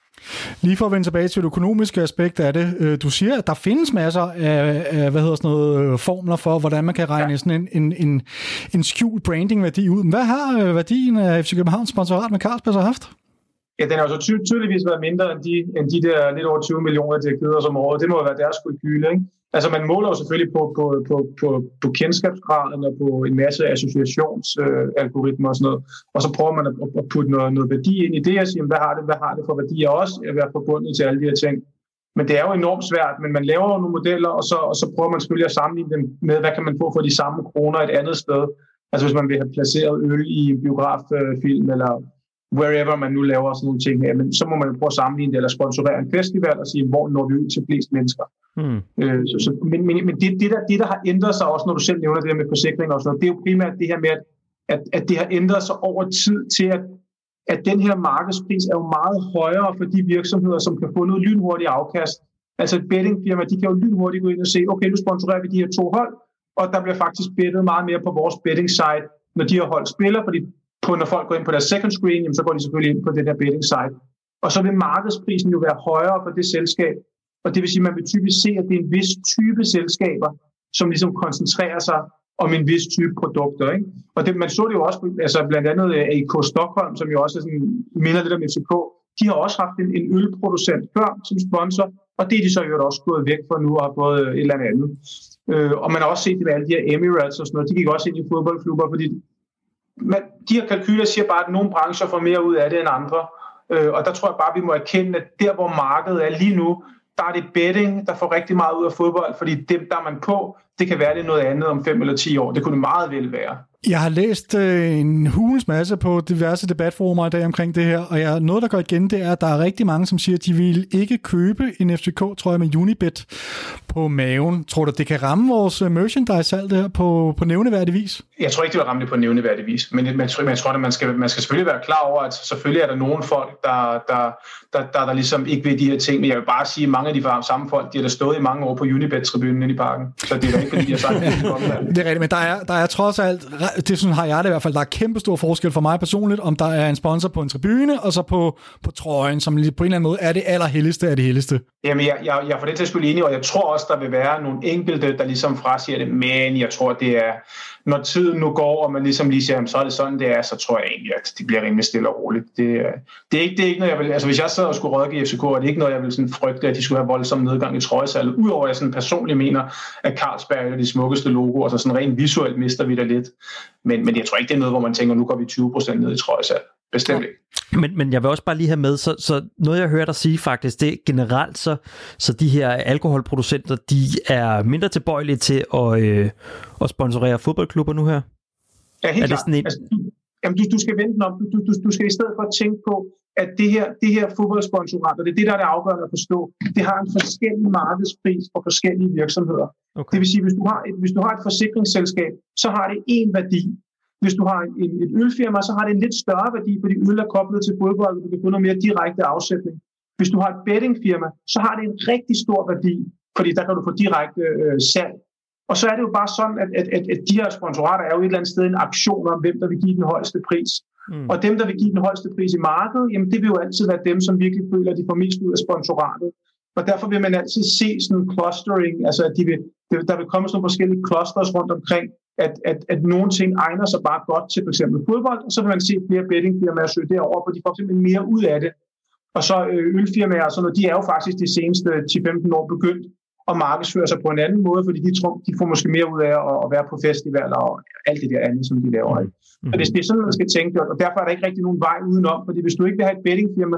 Lige for at vende tilbage til det økonomiske aspekt af det. Du siger, at der findes masser af, af hvad hedder sådan noget, formler for, hvordan man kan regne ja. sådan en, en, en, en skjult branding-værdi ud. Hvad har værdien af F C Københavns sponsorat med Carlsberg så haft? Ja, den har jo så ty- tydeligvis været mindre end de, end de der lidt over tyve millioner, de har givet os om året. Det må jo være deres kalkyle, ikke? Altså man måler jo selvfølgelig på, på, på, på, på kendskabsgraden og på en masse associationsalgoritmer øh, og sådan noget. Og så prøver man at, at putte noget, noget værdi ind i det og sige, hvad har det, hvad har det for værdier også at være forbundet til alle de her ting. Men det er jo enormt svært, men man laver jo nogle modeller, og så, og så prøver man selvfølgelig at sammenligne dem med, hvad kan man få for de samme kroner et andet sted. Altså hvis man vil have placeret øl i en biograffilm eller wherever man nu laver sådan nogle ting her, men så må man jo prøve at sammenligne det, eller sponsorere en festival og sige, hvor når vi ud til flest mennesker. Mm. Øh, så, så, men men, men det, det, der, det, der har ændret sig også, når du selv nævner det her med forsikring og sådan noget, det er jo primært det her med, at, at, at det har ændret sig over tid til, at, at den her markedspris er jo meget højere for de virksomheder, som kan få noget lynhurtigt afkast. Altså et bettingfirma, de kan jo lynhurtigt gå ind og se, okay, nu sponsorerer vi de her to hold, og der bliver faktisk bettet meget mere på vores betting site, når de her hold spiller, fordi på, når folk går ind på deres second screen, jamen, så går de selvfølgelig ind på det der betting site. Og så vil markedsprisen jo være højere for det selskab. Og det vil sige, at man vil typisk se, at det er en vis type selskaber, som ligesom koncentrerer sig om en vis type produkter. Ikke? Og det, man så det jo også, altså blandt andet A I K Stockholm, som jo også er sådan, minder lidt om F C K, de har også haft en, en ølproducent før som sponsor, og det er de så jo også gået væk fra nu og har fået et eller andet. Øh, og man har også set det med alle de her Emirates og sådan noget, de gik også ind i fodboldklubber, fordi man, de her kalkyler siger bare, at nogle brancher får mere ud af det end andre. Øh, og der tror jeg bare, at vi må erkende, at der, hvor markedet er lige nu, der er det betting, der får rigtig meget ud af fodbold, fordi dem, der er man på, det kan være det noget andet om fem eller ti år. Det kunne det meget vel være. Jeg har læst øh, en hulens masse på diverse debatforumer i dag omkring det her, og jeg, noget, der går igen, det er, at der er rigtig mange, som siger, at de vil ikke købe en F C K, tror jeg, med Unibet på maven. Tror du, det kan ramme vores merchandise-salg der på, på nævneværdig vis? Jeg tror ikke, det vil ramme det på nævneværdig vis, men jeg tror, jeg tror at man skal, man skal selvfølgelig være klar over, at selvfølgelig er der nogle folk, der, der, der, der, der ligesom ikke ved de her ting, men jeg vil bare sige, at mange af de samme folk, de har der stået i mange år på Unibet-tribunen inde i parken, så det er ikke, fordi jeg sagt, det er rigtigt, men der er, der er trods alt, det sådan har jeg det i hvert fald, der er kæmpe stor forskel for mig personligt, om der er en sponsor på en tribune, og så på, på trøjen, som på en eller anden måde er det allerhelligste af det helligste. Jamen, jeg, jeg, jeg er for det til skyld enig, og jeg tror også, der vil være nogle enkelte, der ligesom frasiger det, men jeg tror, det er, når tiden nu går, og man ligesom lige siger, jamen, så er det sådan, det er, så tror jeg egentlig, at det bliver rimelig stille og roligt. Det, det, er, ikke, det er ikke noget, jeg vil, altså hvis jeg sad og skulle rådgive F C K, er det ikke noget, jeg vil sådan frygte, at de skulle have voldsom nedgang i trøjesalget, udover at jeg sådan personligt mener, at Carlsberg er de smukkeste logoer, så sådan rent visuelt mister vi det lidt. Men, men jeg tror ikke, det er noget, hvor man tænker, nu går vi tyve procent ned i trøjesalg. Bestemt ikke. Men, men jeg vil også bare lige have med, så, så noget jeg hører dig sige faktisk, det er generelt så, så de her alkoholproducenter, de er mindre tilbøjelige til at, øh, at sponsorere fodboldklubber nu her? Ja, helt klart. En... Altså, du, jamen, du, du skal vente om, du, du, du skal i stedet for at tænke på, at det her, det her fodboldsponsorat, og det er det, der er det afgørende at forstå, det har en forskellig markedspris for forskellige virksomheder. Okay. Det vil sige, hvis du har et, hvis du har et forsikringsselskab, så har det én værdi. Hvis du har en, et ølfirma, så har det en lidt større værdi, fordi øl er koblet til fodbold, og du kan få noget mere direkte afsætning. Hvis du har et bettingfirma, så har det en rigtig stor værdi, fordi der kan du få direkte øh, salg. Og så er det jo bare sådan, at, at, at, at de her sponsorater er jo et eller andet sted en aktion om, hvem der vil give den højeste pris. Mm. Og dem, der vil give den højeste pris i markedet, jamen det vil jo altid være dem, som virkelig føler, at de får mest ud af sponsoratet. Og derfor vil man altid se sådan en clustering, altså at de vil, der vil komme sådan nogle forskellige clusters rundt omkring, At, at, at nogle ting egner sig bare godt til for eksempel fodbold, og så vil man se flere bettingfirmaer søge derover, for de får simpelthen mere ud af det. Og så øh, ølfirmaer og sådan noget, de er jo faktisk de seneste ti til femten år begyndt at markedsføre sig på en anden måde, fordi de tror, de får måske mere ud af at, at være på festivaler og alt det der andet, som de laver. Mm-hmm. Så det, det er sådan, man skal tænke, og derfor er der ikke rigtig nogen vej udenom, fordi hvis du ikke vil have et bettingfirma,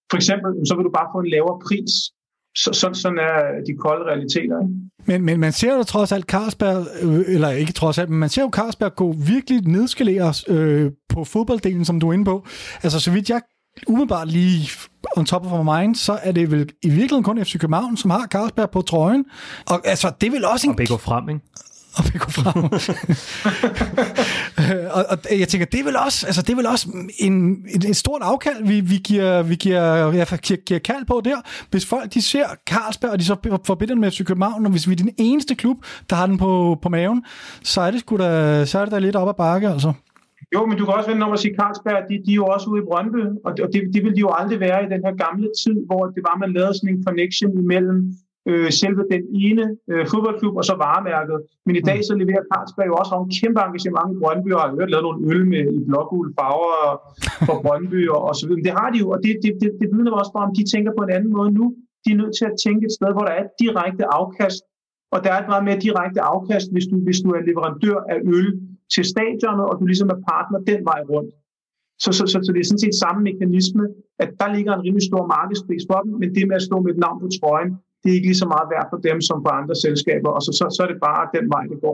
for eksempel, så vil du bare få en lavere pris. Så, så, sådan er de kolde realiteter. Ikke? Men, men man ser jo trods alt Carlsberg, øh, eller ikke trods alt, men man ser jo Carlsberg gå virkelig nedskalere øh, på fodbolddelen, som du er inde på. Altså, så vidt jeg umiddelbart lige on top of my mind, så er det vel i virkeligheden kun F C København, som har Carlsberg på trøjen. Og altså, det er vel også en... Og begge frem, ikke? Og vi går frem. og, og jeg tænker, det er vel også, altså det er vel også en, en, en stort afkald, vi, vi giver, vi giver, ja, giver, giver kald på der. Hvis folk de ser Carlsberg, og de så forbinder den med F C København, og hvis vi er den eneste klub, der har den på, på maven, så er det sgu da, så er det da lidt op ad bakke, altså. Jo, men du kan også vende om at sige, Carlsberg, de, de er jo også ude i Brøndby, og det, det vil de jo aldrig være i den her gamle tid, hvor det var, man lavede sådan en connection imellem øh, selve den ene øh, fodboldklub og så varemærket. Men i dag så leverer Carlsberg jo også en kæmpe engagement i Brøndby, og har hørt lavet nogle øl med i blågule farver for Brøndby og, og så videre. Det har de jo, og det, det, det, det vidner også bare om, de tænker på en anden måde nu. De er nødt til at tænke et sted, hvor der er et direkte afkast, og der er et meget mere direkte afkast, hvis du, hvis du er leverandør af øl til stadionet, og du ligesom er partner den vej rundt. Så, så, så, så det er sådan set samme mekanisme, at der ligger en rimelig stor markedspris for dem, men det med at stå med et navn på trøjen, det er ikke lige så meget værd for dem som for andre selskaber, og så, så, så er det bare den vej, det går.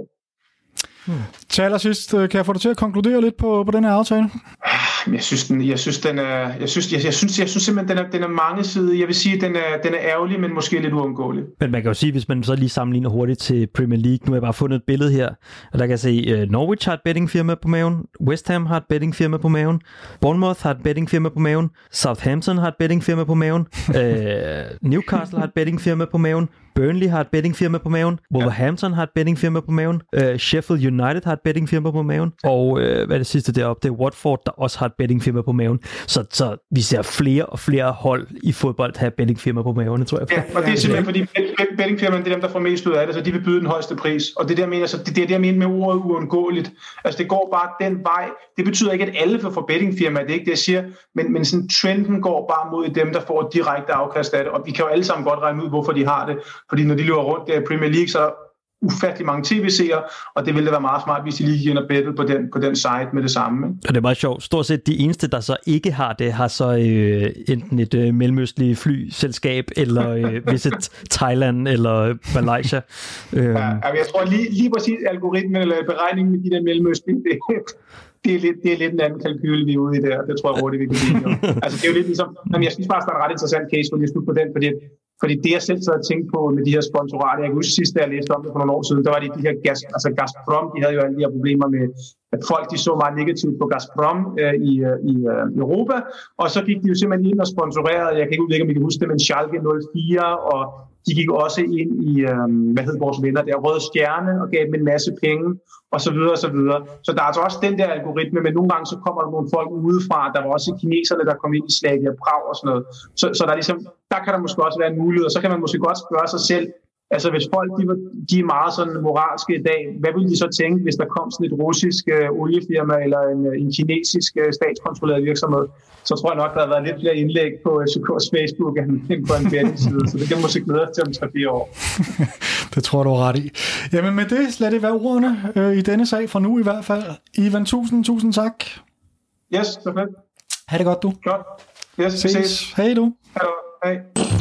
Hmm. Til allersidst, kan jeg få dig til at konkludere lidt på, på den her aftale? Jeg synes, den, jeg synes, den er, jeg synes, jeg, jeg synes, jeg synes simpelthen, den er, den er mangesidig. Jeg vil sige, den er, den er ærgerlig, men måske lidt uundgåelig. Men man kan jo sige, hvis man så lige sammenligner hurtigt til Premier League, nu har jeg bare fundet et billede her, og der kan jeg se, uh, Norwich har et bettingfirma på maven, West Ham har et bettingfirma på maven, Bournemouth har et bettingfirma på maven, Southampton har et bettingfirma på maven, uh, Newcastle har et bettingfirma på maven, Burnley har et bettingfirma på maven, Wolverhampton har et bettingfirma på maven, uh, Sheffield United har et bettingfirma på maven, og uh, hvad er det sidste deroppe? Det er Watford, der også har et bettingfirma på maven. Så, så vi ser flere og flere hold i fodbold have bettingfirma på maven, tror jeg. Ja, og det er simpelthen fordi bettingfirmaerne, det er dem, der får mest ud af det, så de vil byde den højeste pris. Og det der mener, så det er det, jeg mener med ordet uundgåeligt. Altså det går bare den vej. Det betyder ikke, at alle får for bettingfirma, det er ikke det, jeg siger, men, men sådan, trenden går bare mod dem, der får direkte afkast af det. Og vi kan jo alle sammen godt regne ud, hvorfor de har det. Fordi når de løber rundt der i Premier League, så ufattelig mange tv-seere, og det ville da være meget smart, hvis de lige gik ind og bettede på den, på den site med det samme. Ikke? Og det er meget sjovt. Stort set de eneste, der så ikke har det, har så øh, enten et øh, mellemøstlige flyselskab, eller øh, Visit Thailand, eller Malaysia. Øh. Ja, jeg tror lige, lige præcis algoritmen eller beregningen med de der mellemøstlige, det, det, er lidt, det er lidt en anden kalkyl, vi er ude i der. Det tror jeg hurtigt, vi kan blive. Altså det er jo lidt ligesom, men jeg synes bare, at der er en ret interessant case, hvor jeg slutter på den, fordi Fordi det, jeg selv så havde tænkt på med de her sponsorater, jeg kan huske sidst, da jeg læste om det for nogle år siden, der var det de her gas, altså Gazprom, de havde jo alle de her problemer med, at folk de så meget negativt på Gazprom øh, i, øh, i øh, Europa, og så gik de jo simpelthen ind og sponsorerede, jeg kan ikke udlægge, om I kan huske det, men Schalke nul fire, og de gik også ind i, øh, hvad hed vores venner der, Røde Stjerne, og gav dem en masse penge, og så videre, og så videre. Så der er altså også den der algoritme, men nogle gange så kommer der nogle folk udefra, der var også kineserne, der kom ind i Slavia Prag og sådan noget. Så, så der, er ligesom, der kan der måske også være en mulighed, og så kan man måske godt spørge sig selv, altså hvis folk de, de er meget sådan moralske i dag, hvad ville de så tænke, hvis der kom sådan et russisk øh, oliefirma eller en, en kinesisk øh, statskontrolleret virksomhed? Så tror jeg nok, der har været lidt flere indlæg på F C K's Facebook end på en bettingside, så det kan måske glæde os til om tre fire år. Det tror du er ret i. Jamen med det, lad det være ordene øh, i denne sag for nu i hvert fald. Ivan, tusind, tusind tak. Yes, perfekt. Ha' det godt, du. Godt. Yes, ses. ses. Hej du. Hallo. Hej.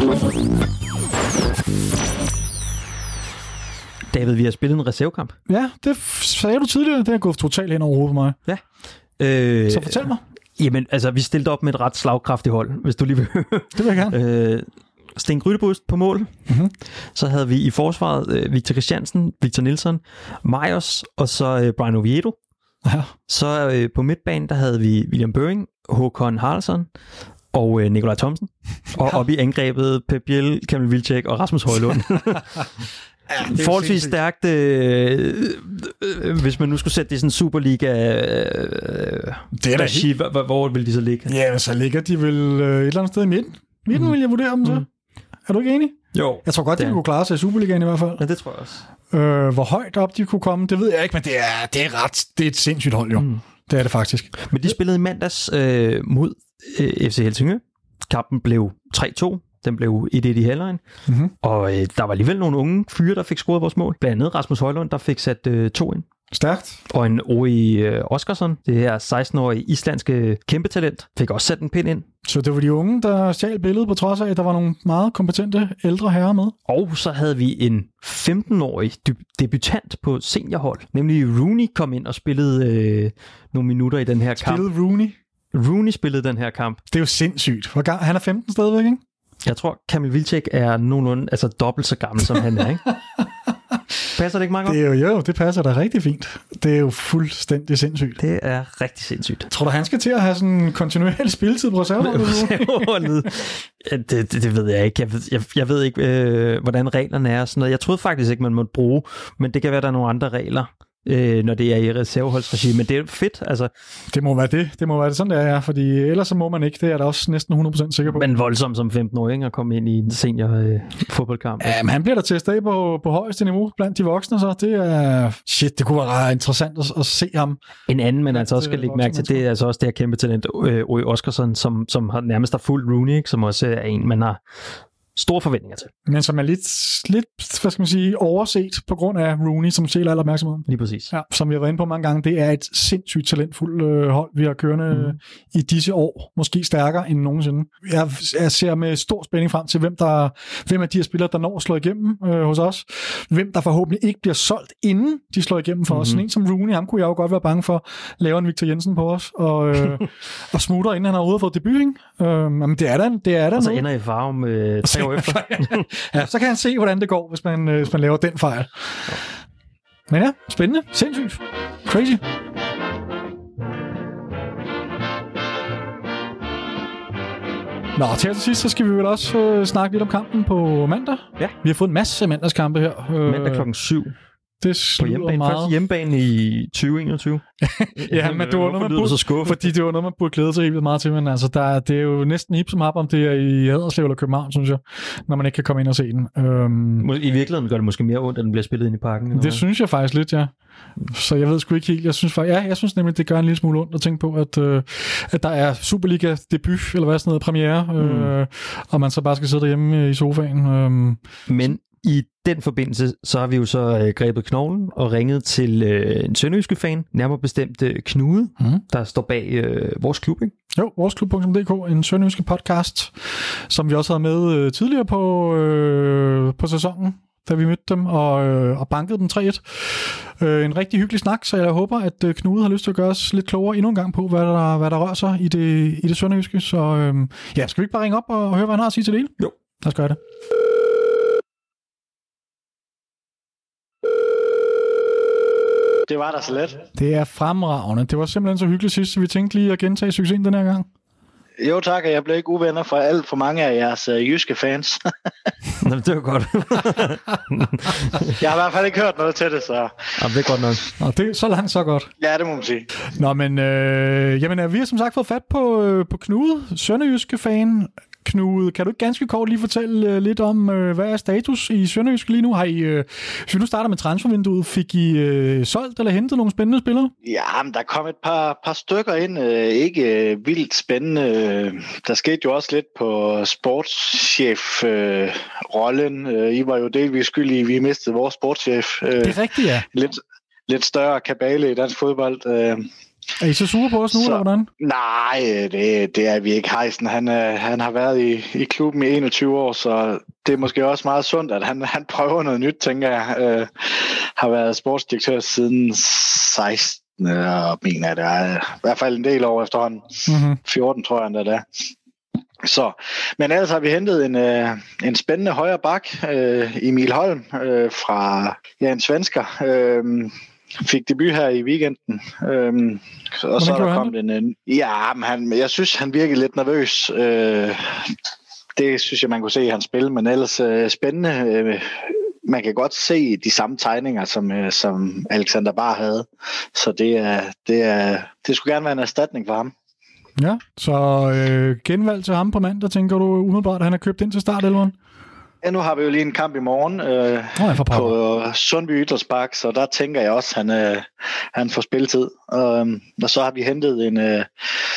David, vi har spillet en reservekamp. Ja, det sagde du tidligere. Det har gået totalt hen over hovedet på mig. Ja. Øh, Så fortæl mig. Jamen, altså, vi stillede op med et ret slagkraftigt hold, hvis du lige vil høre. Det vil jeg gerne. Øh, Sten Grydebust på mål. Mm-hmm. Så havde vi i forsvaret øh, Victor Christiansen, Victor Nielsen, Majos og så øh, Brian Oviedo. Ja. Så øh, på midtbanen, der havde vi William Børing, Håkon Haraldsson og øh, Nikolaj Thomsen. Og ja. Op i angrebet Pep Biel, Kamil Vilcek og Rasmus Højlund. Ja, forholdsvis stærkt, øh, øh, hvis man nu skulle sætte det i sådan en Superliga øh, det er da regi, hvor, hvor, hvor vil de så ligge? Ja, så ligger de vel øh, et eller andet sted i midten. Midten mm. vil jeg vurdere dem til. Mm. Er du ikke enig? Jo. Jeg tror godt, de kunne klare sig i Superligaen i hvert fald. Ja, det tror jeg også. Øh, hvor højt op de kunne komme, det ved jeg ikke, men det er, det er ret, det er et sindssygt hold jo. Mm. Det er det faktisk. Men de spillede i mandags øh, mod øh, F C Helsingør. Kampen blev tre to. Den blev et et i halvlejen. Mm-hmm. Og øh, der var alligevel nogle unge fyre, der fik scoret vores mål. Blandt andet Rasmus Højlund, der fik sat øh, to ind. Stærkt. Og en Ori øh, Oskarsson, det her seksten-årige islandske kæmpetalent, fik også sat en pind ind. Så det var de unge, der stjal billedet på trods af, at der var nogle meget kompetente ældre herrer med. Og så havde vi en femten-årig debutant på seniorhold, nemlig Rooney kom ind og spillede øh, nogle minutter i den her kamp. Spillede Rooney? Rooney spillede den her kamp. Det er jo sindssygt. Hvor gang, han er femten stadigvæk, ikke? Jeg tror, Kamil Wilczek er nogenlunde, altså dobbelt så gammel, som han er, ikke? Passer det ikke meget godt? Det er jo, jo, det passer da rigtig fint. Det er jo fuldstændig sindssygt. Det er rigtig sindssygt. Tror du, han skal til at have sådan en kontinuerlig spilletid på reserveholdet? ja, det, det, det ved jeg ikke. Jeg ved, jeg, jeg ved ikke, øh, hvordan reglerne er og sådan noget. Jeg troede faktisk ikke, man måtte bruge, men det kan være, der er nogle andre regler, øh, når det er i reserveholdsregi. Men det er fedt, altså. Det må være det. Det må være det sådan, det er, ja. Fordi ellers så må man ikke. Det er da også næsten hundrede procent sikker på. Men voldsomt som femten-årig at komme ind i en senior øh, fodboldkamp. Ja, men han bliver der testet af på, på højeste niveau blandt de voksne, så det er... Shit, det kunne være ret interessant at, at se ham. En anden, man altså også skal lægge mærke til, det er altså også det her kæmpe talent, øh, Ori Oskarsson, som, som har nærmest har fuldt Rooney, ikke? Som også er en, man har store forventninger til. Men som er lidt, lidt, hvad skal man sige, overset på grund af Rooney, som sjæler al opmærksomheden. Lige præcis. Ja, som vi har været inde på mange gange, det er et sindssygt talentfuldt øh, hold, vi har kørende mm. i disse år. Måske stærkere end nogensinde. Jeg, jeg ser med stor spænding frem til, hvem, der, hvem af de her spillere, der når at slå igennem øh, hos os. Hvem der forhåbentlig ikke bliver solgt, inden de slår igennem for mm-hmm. os. Sådan en som Rooney, ham kunne jeg jo godt være bange for, laver en Victor Jensen på os, og, øh, og smutter, inden han har ude og fået debut. Ikke? Øh, men det er der, det er der og så noget. ender i farve med tre år efter. Ja, så kan han se, hvordan det går, hvis man, øh, hvis man laver den fejl. Men ja, spændende. Sindssygt. Crazy. Nå, til sidst, så skal vi vel også øh, snakke lidt om kampen på mandag. Ja. Vi har fået en masse mandagskampe her. Øh, mandag klokken syv. Det på hjemmebane. meget. Første hjemmebane i tyve enogtyve. Ja, men det var noget, man burde, så fordi det var noget, man burde glæde sig helt meget til, men altså, der, det er jo næsten hip som hap, om det er i Haderslev eller København, synes jeg, når man ikke kan komme ind og se den. Øhm, I virkeligheden gør det måske mere ondt, at den bliver spillet ind i parken. Det eller? Synes jeg faktisk lidt, ja. Så jeg ved sgu ikke helt. Jeg synes faktisk, ja, jeg synes nemlig, det gør en lille smule ondt at tænke på, at, øh, at der er Superliga debut, eller hvad sådan noget, premiere, mm. øh, og man så bare skal sidde derhjemme i sofaen. Øh. Men i den forbindelse, så har vi jo så øh, grebet knoglen og ringet til øh, en sønderjyske fan, nærmere bestemt øh, Knude, mm. der står bag øh, vores klub, ikke? Jo, voresklub punktum d k, en sønderjyske podcast, som vi også havde med øh, tidligere på, øh, på sæsonen, da vi mødte dem og, øh, og bankede dem tre et. Øh, en rigtig hyggelig snak, så jeg håber, at øh, Knude har lyst til at gøre os lidt klogere endnu en gang på, hvad der, hvad der rører sig i det, i det sønderjyske. Så øh, ja, skal vi ikke bare ringe op og, og høre, hvad han har at sige til det hele? Jo. Lad os gøre det. Det var da så let. Det er fremragende. Det var simpelthen så hyggeligt sidst, så vi tænkte lige at gentage succesen den her gang. Jo tak, og jeg blev ikke uvenner for alt for mange af jeres uh, jyske fans. Nå, det var godt. Jeg har i hvert fald ikke hørt noget til det, så... Ja, det er godt nok. Nå, det er så langt, så godt. Ja, det må man sige. Nå, men øh, jamen, vi har som sagt fået fat på, øh, på Knude, sønderjyske fan. Knude, kan du ikke ganske kort lige fortælle uh, lidt om, uh, hvad er status i Sønderjysk lige nu? Har I, uh, hvis vi nu starter med transfervinduet, fik I uh, solgt eller hentet nogle spændende spillere? Ja, men der kom et par, par stykker ind. Uh, ikke uh, vildt spændende. Der skete jo også lidt på sportschef-rollen. Uh, uh, I var jo delvis skyldige, at vi mistede vores sportschef. Uh, det er rigtigt, ja. Lidt, lidt større kabale i dansk fodbold. Uh, Er I så sure på os nu, så, eller hvordan? Nej, det, det er vi ikke. Heisen, han, han har været i, i klubben i enogtyve år, så det er måske også meget sundt, at han, han prøver noget nyt, tænker jeg. Øh, har været sportsdirektør siden seksten, og mener jeg, det er i hvert fald en del år efterhånden. Mm-hmm. fjorten, tror jeg, det er. Så, men ellers har vi hentet en, øh, en spændende højre bak, øh, Emil Holm, øh, fra ja, en svensker. Øh, Fik debut her i weekenden. Øhm, og Hvordan så er der kommet en, en... Ja, men han, jeg synes, han virkede lidt nervøs. Øh, det synes jeg, man kunne se i hans spil, men ellers øh, spændende. Øh, man kan godt se de samme tegninger, som, øh, som Alexander Bar havde. Så det, er, det, er, det skulle gerne være en erstatning for ham. Ja, så øh, genvalg til ham på mandag, tænker du umiddelbart, at han har købt ind til startelveren? Ja, nu har vi jo lige en kamp i morgen øh, oh, på Sundby Idrætspark, så der tænker jeg også, at han, øh, han får spilletid. Og, og så har vi hentet en, øh,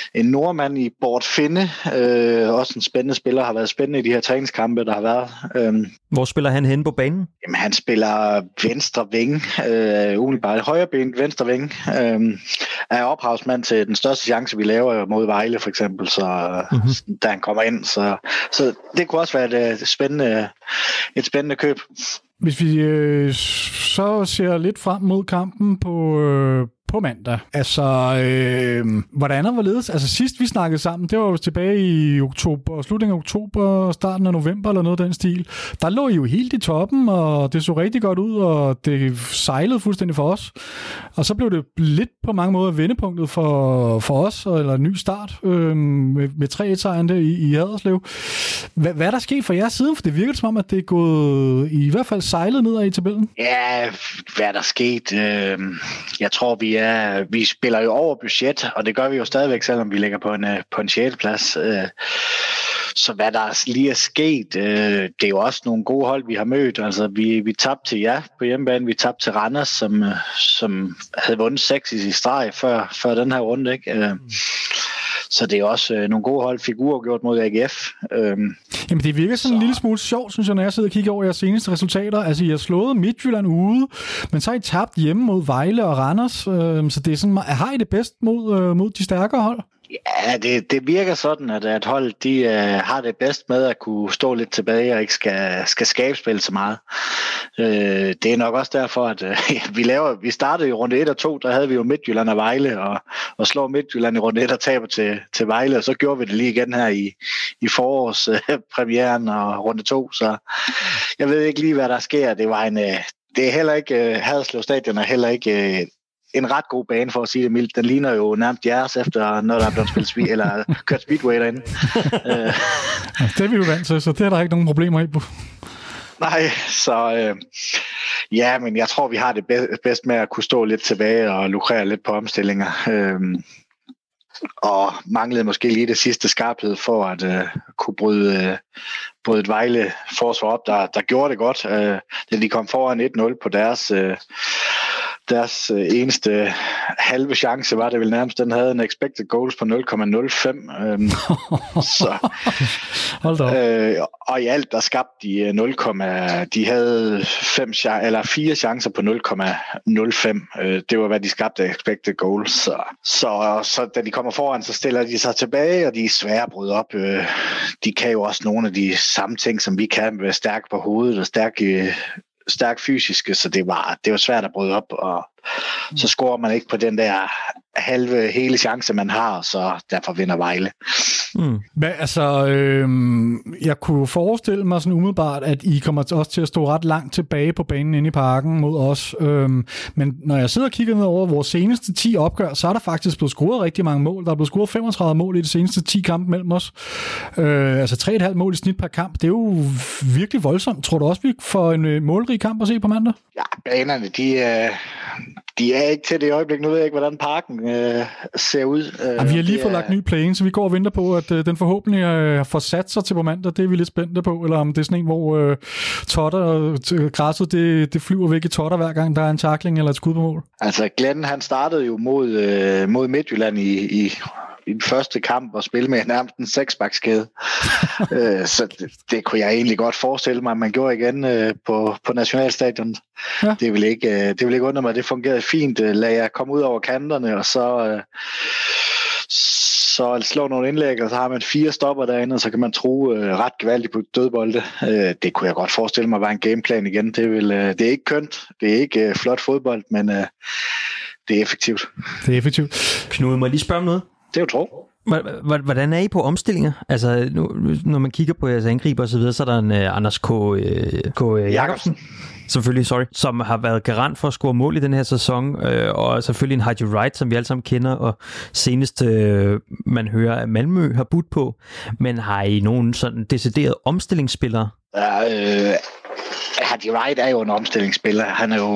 en nordmand i Bort Finde, øh, også en spændende spiller, har været spændende i de her træningskampe, der har været. Øhm, Hvor spiller han henne på banen? Jamen, han spiller venstre ving, øh, umiddelbart højrebenet venstre ving, øh, er ophavsmand til den største chance, vi laver mod Vejle for eksempel, så mm-hmm. da han kommer ind, så, så det kunne også være et spændende, et spændende køb. Hvis vi øh, så ser lidt frem mod kampen på, øh, på mandag, altså, øh, hvordan og hvorledes? Altså sidst vi snakkede sammen, det var jo tilbage i oktober, slutningen af oktober, starten af november eller noget af den stil. Der lå I jo helt i toppen, og det så rigtig godt ud, og det sejlede fuldstændig for os. Og så blev det lidt på mange måder vendepunktet for, for os, eller en ny start øh, med, med tre et-sejren der i, i Haderslev. Hvad, hvad er der sket for jer siden? For det virker som om, at det er gået i hvert fald sejlet nedad i tabellen. Ja, hvad er der sket? Øh, jeg tror, vi er, vi spiller jo over budget, og det gør vi jo stadigvæk, selvom vi ligger på en, på en sjette plads. Øh, så hvad der lige er sket, øh, det er jo også nogle gode hold, vi har mødt. Altså, vi, vi tabte til jer på hjemmebane, vi tabte til Randers, som, som havde vundet seks i streg før, før den her runde, ikke? Øh, Så det er også øh, nogle gode hold, figurer gjort mod A G F. Øhm, Jamen det virker sådan så... en lille smule sjovt, synes jeg, når jeg sidder og kigger over jeres seneste resultater. Altså I har slået Midtjylland ude, men så har I tabt hjemme mod Vejle og Randers. Øh, så det er sådan, har I det bedst mod, øh, mod de stærkere hold? Ja, det, det virker sådan, at, at hold de øh, har det bedst med at kunne stå lidt tilbage og ikke skal, skal skabespille så meget. Øh, det er nok også derfor, at øh, vi laver, vi startede i runde et og to, der havde vi jo Midtjylland og Vejle, og, og slår Midtjylland i runde et og taber til, til Vejle, og så gjorde vi det lige igen her i, i forårspremieren øh, og runde to, så jeg ved ikke lige, hvad der sker. Det var en, øh, det er heller ikke, øh, Haderslev Stadion er heller ikke... Øh, en ret god bane, for at sige det mildt. Den ligner jo nærmest jeres efter, når der er blevet spillet speed, eller kørt speedway derinde. uh, det er vi jo vant til, så det er der ikke nogen problemer i. Nej, så øh, ja, men jeg tror, vi har det bedst med at kunne stå lidt tilbage og lukrere lidt på omstillinger. Øh, og manglede måske lige det sidste skarphed for at øh, kunne bryde, øh, bryde et Vejle forsvar op, der, der gjorde det godt. Øh, da de kom foran et nul på deres... Øh, Deres øh, eneste halve chance var det vel nærmest, den havde en expected goals på nul komma nul fem. Øhm, så, Hold da. Øh, og i alt der skabte de nul, de havde fem eller fire chancer på nul komma nul fem. Øh, det var hvad de skabte af expected goals. Så, så, så da de kommer foran, så stiller de sig tilbage, og de er svære at bryde op. Øh, de kan jo også nogle af de samme ting, som vi kan, være stærk på hovedet og stærk øh, stærk fysiske, så det var, det var svært at bryde op, og mm. så scorer man ikke på den der halve hele chance, man har, så derfor vinder Vejle. Mm. Men, altså, øh, jeg kunne forestille mig sådan umiddelbart, at I kommer også til at stå ret langt tilbage på banen inde i parken mod os. Øh, men når jeg sidder og kigger ned over vores seneste ti opgør, så er der faktisk blevet scoret rigtig mange mål. Der er blevet scoret femogtredive mål i de seneste ti kampe mellem os. Øh, altså tre komma fem mål i snit per kamp. Det er jo virkelig voldsomt. Tror du også, vi får en målrig kamp at se på mandag? Ja, banerne, de, øh, de er ikke til det øjeblik. Nu ved jeg ikke, hvordan parken øh, ser ud. Ja, vi har lige fået er... lagt ny plane, så vi går og venter på, at øh, den forhåbentlig øh, får sat sig til på mandag. Det er vi lidt spændte på. Eller om det er sådan en, hvor øh, totter og øh, græsset, det, det flyver væk i totter hver gang, der er en tackling eller et skud på mål. Altså, Glenn, han startede jo mod, øh, mod Midtjylland i... i i den første kamp og spille med nærmest en seksbakskæde. øh, så det, det kunne jeg egentlig godt forestille mig, at man gjorde igen øh, på, på Nationalstadion. Ja. Det vil ikke, øh, det vil ikke undre mig, det fungerede fint. Lad jeg komme ud over kanterne, og så, øh, så slå nogle indlæg, og så har man fire stopper derinde, og så kan man tro øh, ret gevaldigt på dødbolde. Øh, det kunne jeg godt forestille mig var en gameplan igen. Det, vil, øh, det er ikke kønt, det er ikke øh, flot fodbold, men øh, det er effektivt. Det er effektivt. Knud, må jeg lige spørge om noget? Det er jo tro. Hvordan er I på omstillinger? Altså, nu, når man kigger på jeres angriber og så videre, så er der en uh, Anders K. Uh, K. Jacobsen, selvfølgelig, sorry, som har været garant for at score mål i den her sæson, øh, og selvfølgelig en Haji Wright, som vi alle sammen kender, og senest øh, man hører, at Malmø har budt på. Men har I nogen sådan decideret omstillingsspillere? Ja, øh, Haji Wright er jo en omstillingsspiller. Han er jo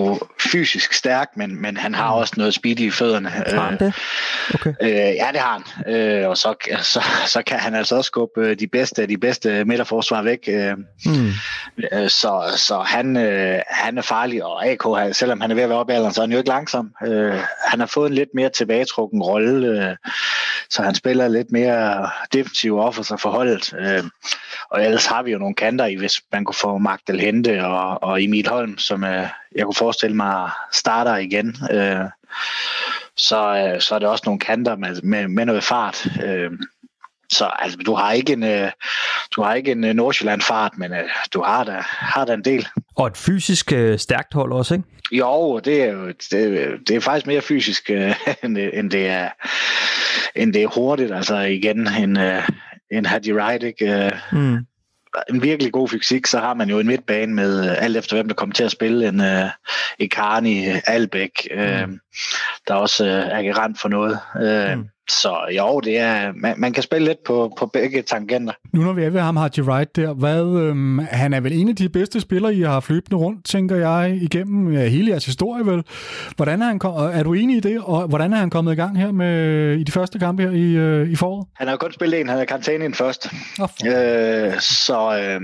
fysisk stærk, men, men han har også noget speed i fødderne. Har han det? Okay. Øh, ja, det har han. Øh, og så, så, så kan han altså også skubbe de bedste de bedste midterforsvar væk. Øh, mm. Så, så han, øh, han er farlig, og A K, selvom han er ved at være oppe i alderen, så er han jo ikke langsom. Øh, han har fået en lidt mere tilbagetrukken rolle, øh, så han spiller lidt mere defensiv offer for holdet. Øh, og ellers har vi jo nogle kanter i, hvis man kunne få Magdal Hente og, og Emil Holm, som øh, jeg kunne forestille mig starter igen. Øh, så, øh, så er det også nogle kanter med, med, med noget fart. Øh, så altså, du har ikke en, øh, du har ikke en øh, Nordsjælland-fart, men øh, du har da, har da en del. Og et fysisk øh, stærkt hold også, ikke? Jo, det er jo det, det er faktisk mere fysisk øh, end, det, end det er end det er hurtigt. Altså igen en øh, en Hadji Wright, ikke? Mm. En virkelig god fysik, så har man jo en midtbane med alt efter hvem der kommer til at spille, en uh, Ekani, Albæk, mm. øh, der også uh, er garant for noget. Øh, mm. Så jo, det er, man, man kan spille lidt på, på begge tangenter. Nu når vi er ved ham, Hadji Wright der, hvad, øhm, han er vel en af de bedste spillere, I har haft løbende rundt, tænker jeg, igennem ja, hele jeres historie vel. Hvordan er han kom, er du enig i det, og hvordan er han kommet i gang her med i de første kampe her i, øh, i foråret? Han har jo kun spillet en, han havde karantæne den første. Oh, øh, så øh,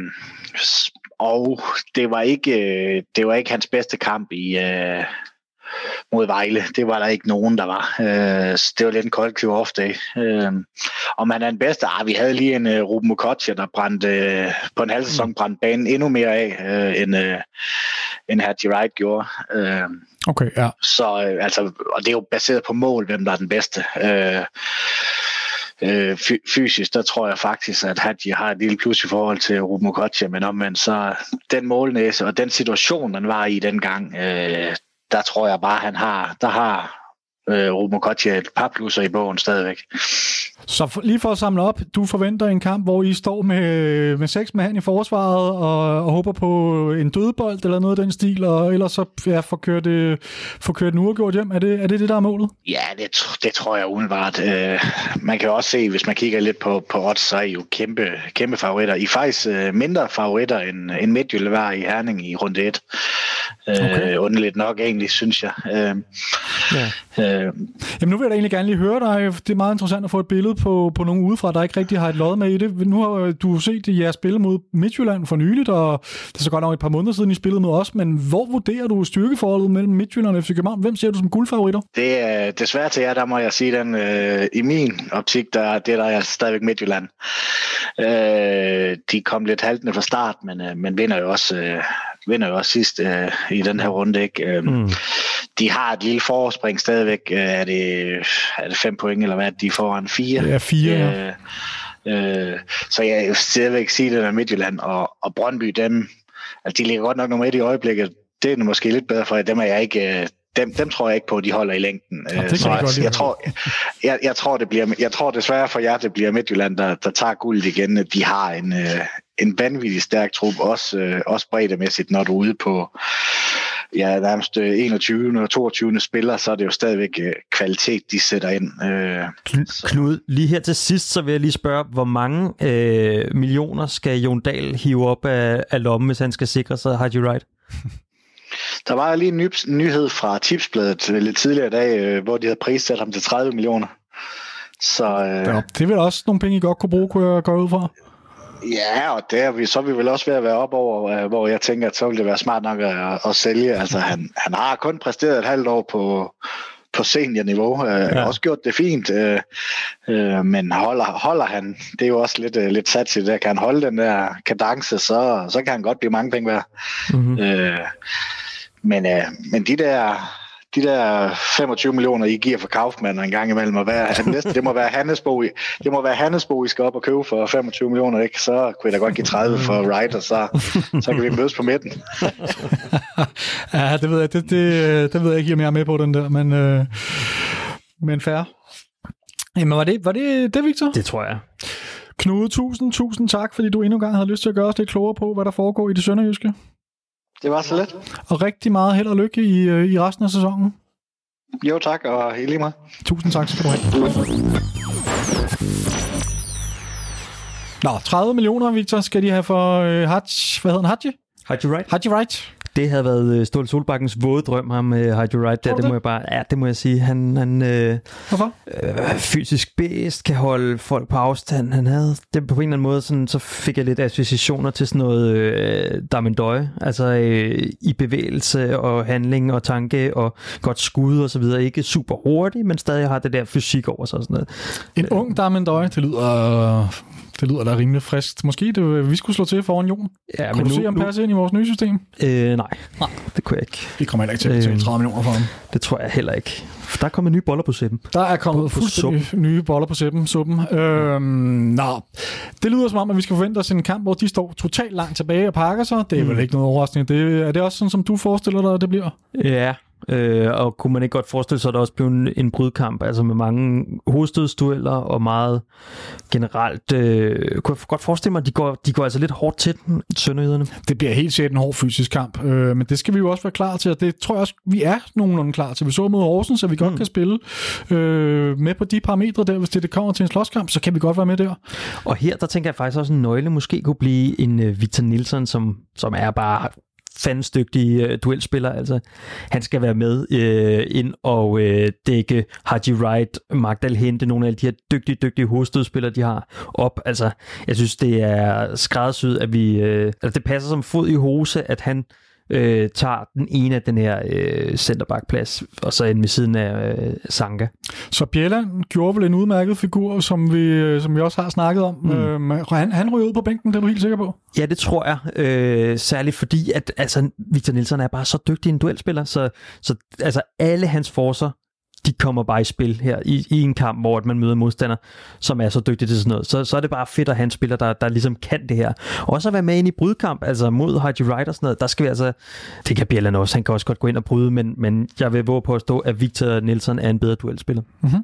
og det var ikke det var ikke hans bedste kamp i øh, mod Vejle. Det var der ikke nogen, der var. Øh, det var lidt en kold off day. Øh, om han er den bedste? Ah, vi havde lige en uh, Ruben Mokotja, der brændte uh, på en halv sæson brændte banen endnu mere af, uh, end, uh, end Hadji Wright gjorde. Uh, okay, ja. Så uh, altså, og det er jo baseret på mål, hvem der er den bedste. Uh, uh, fysisk, der tror jeg faktisk, at Hadji har et lille plus i forhold til Ruben Mokotja, men omvendt så den målnæse og den situation, den var i dengang, uh, der tror jeg bare, han har, der har øh, Ruben Mokotja et par plusser i bogen stadigvæk. Så for, lige for at samle op, du forventer en kamp, hvor I står med, med seks mand i forsvaret og, og håber på en dødbold eller noget af den stil, og ellers så ja, får kørt, det, får kørt en uafgjort hjem. Er det, er det det, der er målet? Ja, det, det tror jeg umiddelbart. Uh, man kan jo også se, hvis man kigger lidt på, på odds, så er I jo kæmpe, kæmpe favoritter. I er faktisk uh, mindre favoritter end, end Midtjylland var i Herning i runde et. Uh, okay. Underligt nok egentlig, synes jeg. Uh, ja. uh, Jamen nu vil jeg da egentlig gerne lige høre dig. Det er meget interessant at få et billede på, på nogen udefra, der ikke rigtig har et lod med i det. Nu har du set jeres spil mod Midtjylland for nyligt, og det er så godt nok et par måneder siden, I spillede mod os, men hvor vurderer du styrkeforholdet mellem Midtjylland og F C København? Hvem ser du som guldfavoritter? Det er desværre til jer, der må jeg sige den. Øh, I min optik, der, det der er stadigvæk Midtjylland. Øh, de kom lidt haltende fra start, men, øh, men vinder jo også... Øh, vinder jo også sidst øh, i den her runde, ikke? Øh, mm. De har et lille forspring stadigvæk. Øh, er, det, er det fem point, eller hvad? De får en fire. Ja, fire. Øh, øh, så jeg vil stadigvæk sige, det der Midtjylland og, og Brøndby, dem, altså de ligger godt nok nummer et i øjeblikket. Det er måske lidt bedre for jer. Dem er jeg ikke... Øh, Dem, dem tror jeg ikke på, at de holder i længden. Ja, så jeg, jeg, tror, jeg, jeg, tror, det bliver, jeg tror desværre for jer, det bliver Midtjylland, der, der tager guld igen. De har en, en vanvittig stærk trup, også, også breddemæssigt, når du er ude på ja, nærmest enogtyvende og toogtyvende spiller, så er det jo stadigvæk kvalitet, de sætter ind. Knud, lige her til sidst, så vil jeg lige spørge, hvor mange øh, millioner skal Jon Dahl hive op af, af lommen, hvis han skal sikre sig Hadji Wright? Der var lige en ny, nyhed fra Tipsbladet lidt tidligere i dag, øh, hvor de havde prissat ham til tredive millioner. Så, øh, ja, det er vel også nogle penge, I godt kunne bruge, kunne jeg gå ud fra? Ja, og der, vi, så er vi vel også ved at være op over, øh, hvor jeg tænker, at så vil det være smart nok at, at sælge. Altså, han, han har kun præsteret et halvt år på, på seniorniveau. Øh, ja. Også gjort det fint, øh, øh, men holder, holder han, det er jo også lidt, øh, lidt sat til det. Kan han holde den der kadence, så, så kan han godt blive mange penge værd. Mm-hmm. Øh, Men, øh, men de der, de der femogtyve millioner, I giver for Kaufmann en gang imellem, og være, næste, det må være Hannesbo, det må være Hannesbo, I skal op og købe for femogtyve millioner, ikke? Så kunne jeg da godt give tredive for Wright, og så, så kan vi mødes på midten. Ja, det ved jeg, det, det, det ved jeg ikke, om jeg er med på den der, men, øh, men fair. Jamen, var det, var det det, Victor? Det tror jeg. Knud, tusind, tusind tak, fordi du endnu en gang havde lyst til at gøre os lidt klogere på, hvad der foregår i det sønderjyske. Det var så let. Og rigtig meget held og lykke i, i resten af sæsonen. Jo tak, og i lige meget. Tusind tak skal du have. Nå, tredive millioner, Victor, skal de have for uh, Hadji, hvad hedder han, Hadji? Hadji Wright. Hadji Wright. Det havde været Ståle Solbakkens våde drøm, ham med Hide You Right der. Det, det må jeg bare, ja, det må jeg sige. Han, han øh, Hvorfor? Øh, fysisk bedst, kan holde folk på afstand. Han havde det på en eller anden måde, sådan, så fik jeg lidt associationer til sådan noget øh, Damendøje. Altså øh, i bevægelse og handling og tanke og godt skud og så videre. Ikke super hurtigt, men stadig har det der fysik over sig og sådan noget. En ung Damendøje, det lyder... Det lyder da rimelig friskt. Måske det, vi skulle slå til foran Jon. Ja, kunne men du nu, se ham nu, passe ind i vores nye system? Øh, nej, nej, det kunne jeg ikke. Vi kommer heller ikke til at betale tredive millioner for ham. Det tror jeg heller ikke. For der er kommet nye boller på sæben. Der er kommet fuldstændig nye boller på sæben. Suppen. Øhm, nå. Det lyder som om, at vi skal forvente os en kamp, hvor de står totalt langt tilbage og pakker sig. Det er mm. vel ikke noget overraskende. Det, er det også sådan, som du forestiller dig, at det bliver? Ja. Øh, og kunne man ikke godt forestille sig, at der også blev en, en brydkamp, altså med mange hovedstødsdueller og meget generelt. Øh, kunne jeg godt forestille mig, at de går, de går altså lidt hårdt til den, sønderjyderne. Det bliver helt sikkert en hård fysisk kamp, øh, men det skal vi jo også være klar til, og det tror jeg også, vi er nogenlunde klar til. Vi så mod Horsens, så vi godt mm. kan spille øh, med på de parametre der, hvis det, det kommer til en slåskamp, så kan vi godt være med der. Og her, der tænker jeg faktisk også, en nøgle måske kunne blive en uh, Victor Nilsson, som, som er bare fandens dygtige uh, duelspiller. Altså, han skal være med uh, ind og uh, dække Haji Wright, Magdal Hente, nogle af de her dygtige, dygtige hovedstødspillere, de har op. Altså, jeg synes, det er skræddersyet, at vi... Uh, altså, det passer som fod i hose, at han øh, tager den ene af den her øh, centerbackplads, og så en ved siden af øh, Sanka. Så Bjelland gjorde vel en udmærket figur, som vi, som vi også har snakket om. Mm. Øh, han, han ryger ud på bænken, det er du helt sikker på? Ja, det tror jeg. Øh, særligt fordi, at altså, Victor Nilsson er bare så dygtig en duelspiller, så, så altså, alle hans forcer, de kommer bare i spil her i, i en kamp, hvor man møder modstander, som er så dygtig til sådan noget. Så, så er det bare fedt at have en spiller, der, der ligesom kan det her. Også at være med ind i brydkamp, altså mod Haji Wright og sådan noget, der skal vi altså... Det kan Bjelland også, han kan også godt gå ind og bryde, men, men jeg vil våge på at stå, at Victor Nilsson er en bedre duelspiller. Mm-hmm.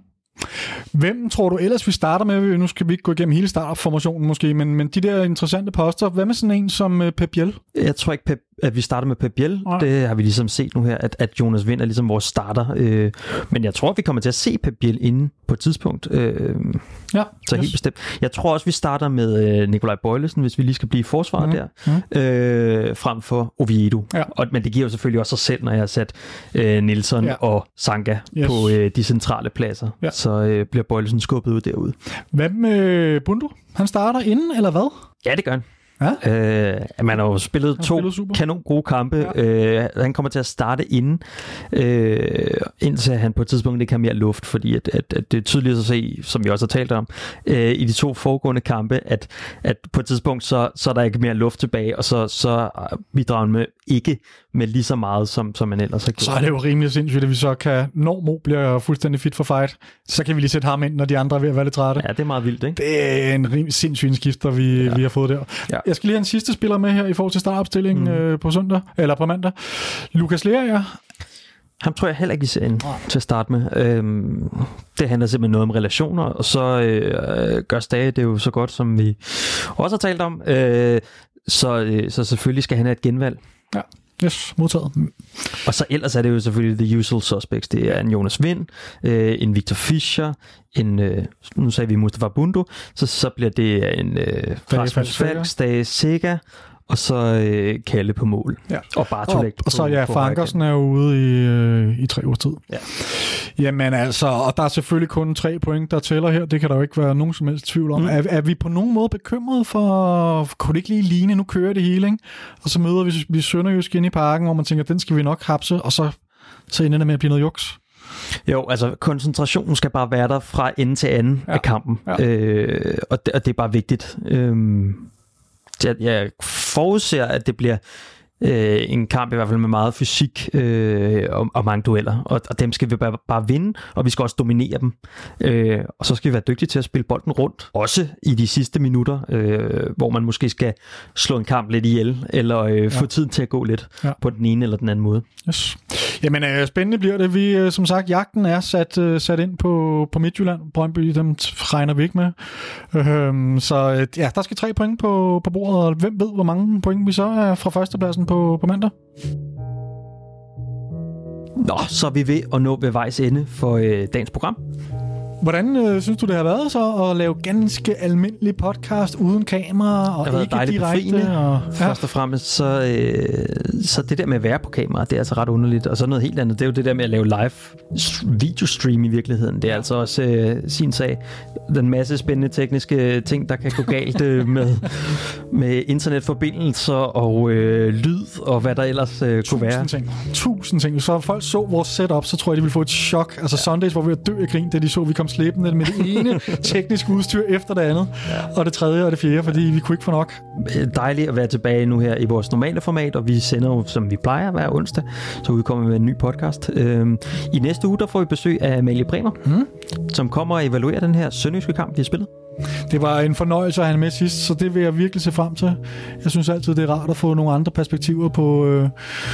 Hvem tror du ellers, vi starter med? Nu skal vi ikke gå igennem hele startformationen måske, men, men de der interessante poster. Hvad med sådan en som Pep Biel? Jeg tror ikke, Pep, at vi starter med Pep Biel. Nej. Det har vi ligesom set nu her, at, at Jonas Vind er ligesom vores starter. Øh, men jeg tror, at vi kommer til at se Pep Biel inden på et tidspunkt. Øh, ja, så helt yes. bestemt. Jeg tror også, vi starter med øh, Nikolaj Bøjlesen, hvis vi lige skal blive i forsvaret mm. der, mm. Øh, frem for Oviedo. Ja. Og, men det giver jo selvfølgelig også sig selv, når jeg har sat øh, Nielsen ja. og Sanka yes. på øh, de centrale pladser. Ja. Så øh, bliver Bøjlesen skubbet ud derude. Hvad med Bundu? Han starter inden, eller hvad? Ja, det gør han. Ja. Øh, man har jo spillet to spillet kanon gode kampe. Ja. Øh, han kommer til at starte inden, øh, indtil han på et tidspunkt ikke har mere luft, fordi at, at, at det er tydeligt at se, som vi også har talt om, øh, i de to foregående kampe, at, at på et tidspunkt, så, så er der ikke mere luft tilbage, og så, så bidrager med ikke med lige så meget, som, som man ellers har gjort. Så er det jo rimelig sindssygt, at vi så kan, når Mo bliver fuldstændig fit for fight, så kan vi lige sætte ham ind, når de andre er ved at være lidt trætte. Ja, det er meget vildt, ikke? Det er en rimelig sindssyg skifter, vi, ja. vi har fået der. Ja. Jeg skal lige have en sidste spiller med her i forhold til startopstillingen mm. øh, på søndag, eller på mandag. Lukas Lerager. Ham tror jeg heller ikke, vi ser ind til at starte med. Øhm, det handler simpelthen noget om relationer, og så øh, gør Stage det jo så godt, som vi også har talt om. Øh, så, øh, så selvfølgelig skal han have et genvalg. Ja. Yes, modtaget. Og så ellers er det jo selvfølgelig the usual suspects. Det er en Jonas Vind, øh, en Victor Fischer, en, øh, nu sagde vi Mustafa Bundu, så, så bliver det en øh, Rasmus Falk, Stage Sega, og så øh, Kalle på mål. Ja. Og Bartolek og, og så ja, Frankersen er jo ude i, øh, i tre ugers tid. Ja. Jamen altså, og der er selvfølgelig kun tre point, der tæller her. Det kan der jo ikke være nogen som helst tvivl om. Mm. Er, er vi på nogen måde bekymret for, kunne det ikke lige ligne, nu kører det hele, ikke? Og så møder vi, vi Sønderjysk ind i parken, hvor man tænker, den skal vi nok hapse, og så, så ender det med at blive noget juks. Jo, altså koncentrationen skal bare være der fra ende til anden ja. af kampen. Ja. Øh, og, det, og det er bare vigtigt. Øh, jeg, jeg forudser, at det bliver øh, en kamp i hvert fald med meget fysik øh, og, og mange dueller, og, og dem skal vi bare, bare vinde, og vi skal også dominere dem. Øh, og så skal vi være dygtige til at spille bolden rundt, også i de sidste minutter, øh, hvor man måske skal slå en kamp lidt ihjel, eller øh, ja. få tiden til at gå lidt ja. på den ene eller den anden måde. Yes. Jamen, øh, spændende bliver det. Vi, øh, som sagt, jagten er sat, øh, sat ind på, på Midtjylland. Brøndby, dem regner vi ikke med. Øh, så øh, ja, der skal tre point på, på bordet, og hvem ved, hvor mange point vi så er fra førstepladsen på, på mandag? Nå, så er vi ved at nå ved vejs ende for øh, dagens program. Hvordan øh, synes du, det har været så at lave ganske almindelig podcast uden kamera og det har ikke været direkte? Og, ja. Først og fremmest, så, øh, så det der med at være på kamera, det er altså ret underligt. Og så noget helt andet, det er jo det der med at lave live videostream i virkeligheden. Det er altså også øh, sin sag. Den masse spændende tekniske ting, der kan gå galt øh, med, med internetforbindelser og øh, lyd og hvad der ellers øh, kunne være. Ting. Tusind ting. Så folk så vores setup, så tror jeg, de ville få et chok. Altså ja. Sundays, hvor vi var dø af grin, da de så, vi kom slæbende med det ene tekniske udstyr efter det andet, ja. og det tredje og det fjerde, fordi vi kunne ikke få nok. Dejligt at være tilbage nu her i vores normale format, og vi sender jo, som vi plejer hver onsdag, så udkommer vi med en ny podcast. Øhm, I næste uge, der får vi besøg af Amalie Bremer, mm. som kommer og evaluerer den her sønderjyske kamp, vi har spillet. Det var en fornøjelse at have med sidst, så det vil jeg virkelig se frem til. Jeg synes altid, det er rart at få nogle andre perspektiver på... Øh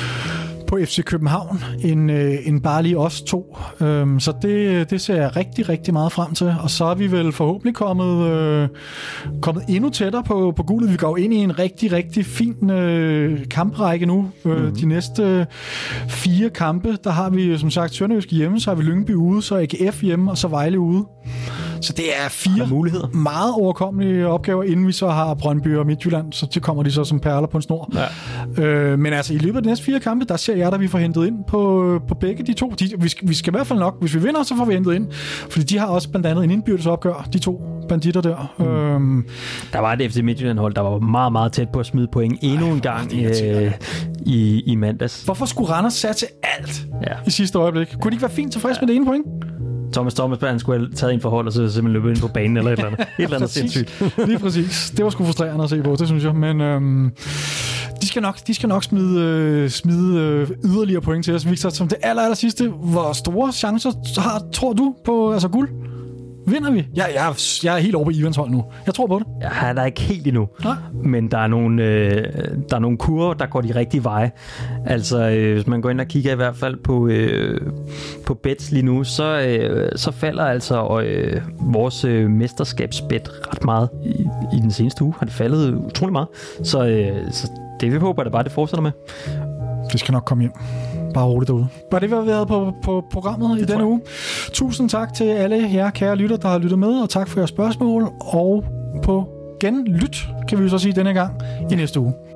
på F C København, end, øh, end bare lige os to. Øhm, så det, det ser jeg rigtig, rigtig meget frem til. Og så er vi vel forhåbentlig kommet, øh, kommet endnu tættere på, på guldet. Vi går ind i en rigtig, rigtig fin øh, kamprække nu. Øh, mm-hmm. De næste fire kampe, der har vi som sagt Sønderjysk hjemme, så har vi Lyngby ude, så A G F hjemme, og så Vejle ude. Så det er fire er meget overkommelige opgaver, inden vi så har Brøndby og Midtjylland, så det kommer de så som perler på en snor. Ja. Øh, men altså i løbet af de næste fire kampe, der ser jeg, at vi får hentet ind på, på begge de to. De, vi, skal, vi skal i hvert fald nok, hvis vi vinder, så får vi hentet ind, fordi de har også blandt andet en indbyrdes opgør, de to banditter der. Mm. Øhm. Der var et F C Midtjylland-hold, der var meget, meget tæt på at smide point endnu Ej, en gang øh, i, i mandags. Hvorfor skulle Randers satse alt ja. i sidste øjeblik? Kunne de ikke være fint tilfreds ja. med det ene point? Thomas Thomas, han skulle have taget en forhold, og så simpelthen løbet ind på banen eller et eller andet. Et eller andet sindssygt. Lige præcis. Det var sgu frustrerende at se på, det synes jeg. Men øhm, de skal nok, de skal nok smide, øh, smide øh, yderligere point til os. Victor, som det aller, aller sidste, hvor store chancer har, tror du på altså guld? Vinder vi? Ja, jeg, jeg er helt over på Ivans hold nu. Jeg tror på det. Ja, han er ikke helt endnu. Nej. Men der er nogle, øh, der er nogle kurver, der går de rigtige veje. Altså, øh, hvis man går ind og kigger i hvert fald på, øh, på bets lige nu, så, øh, så falder altså øh, vores øh, mesterskabsbet ret meget i, i den seneste uge. Har det faldet utrolig meget. Så, øh, så det vi håber, det bare det fortsætter med. Det skal nok komme hjem. Bare roligt derude. Var det, hvad vi havde på, på programmet det i denne uge. Tusind tak til alle jer kære lytter, der har lyttet med, og tak for jeres spørgsmål. Og på genlyt, kan vi jo så sige denne gang, i næste uge.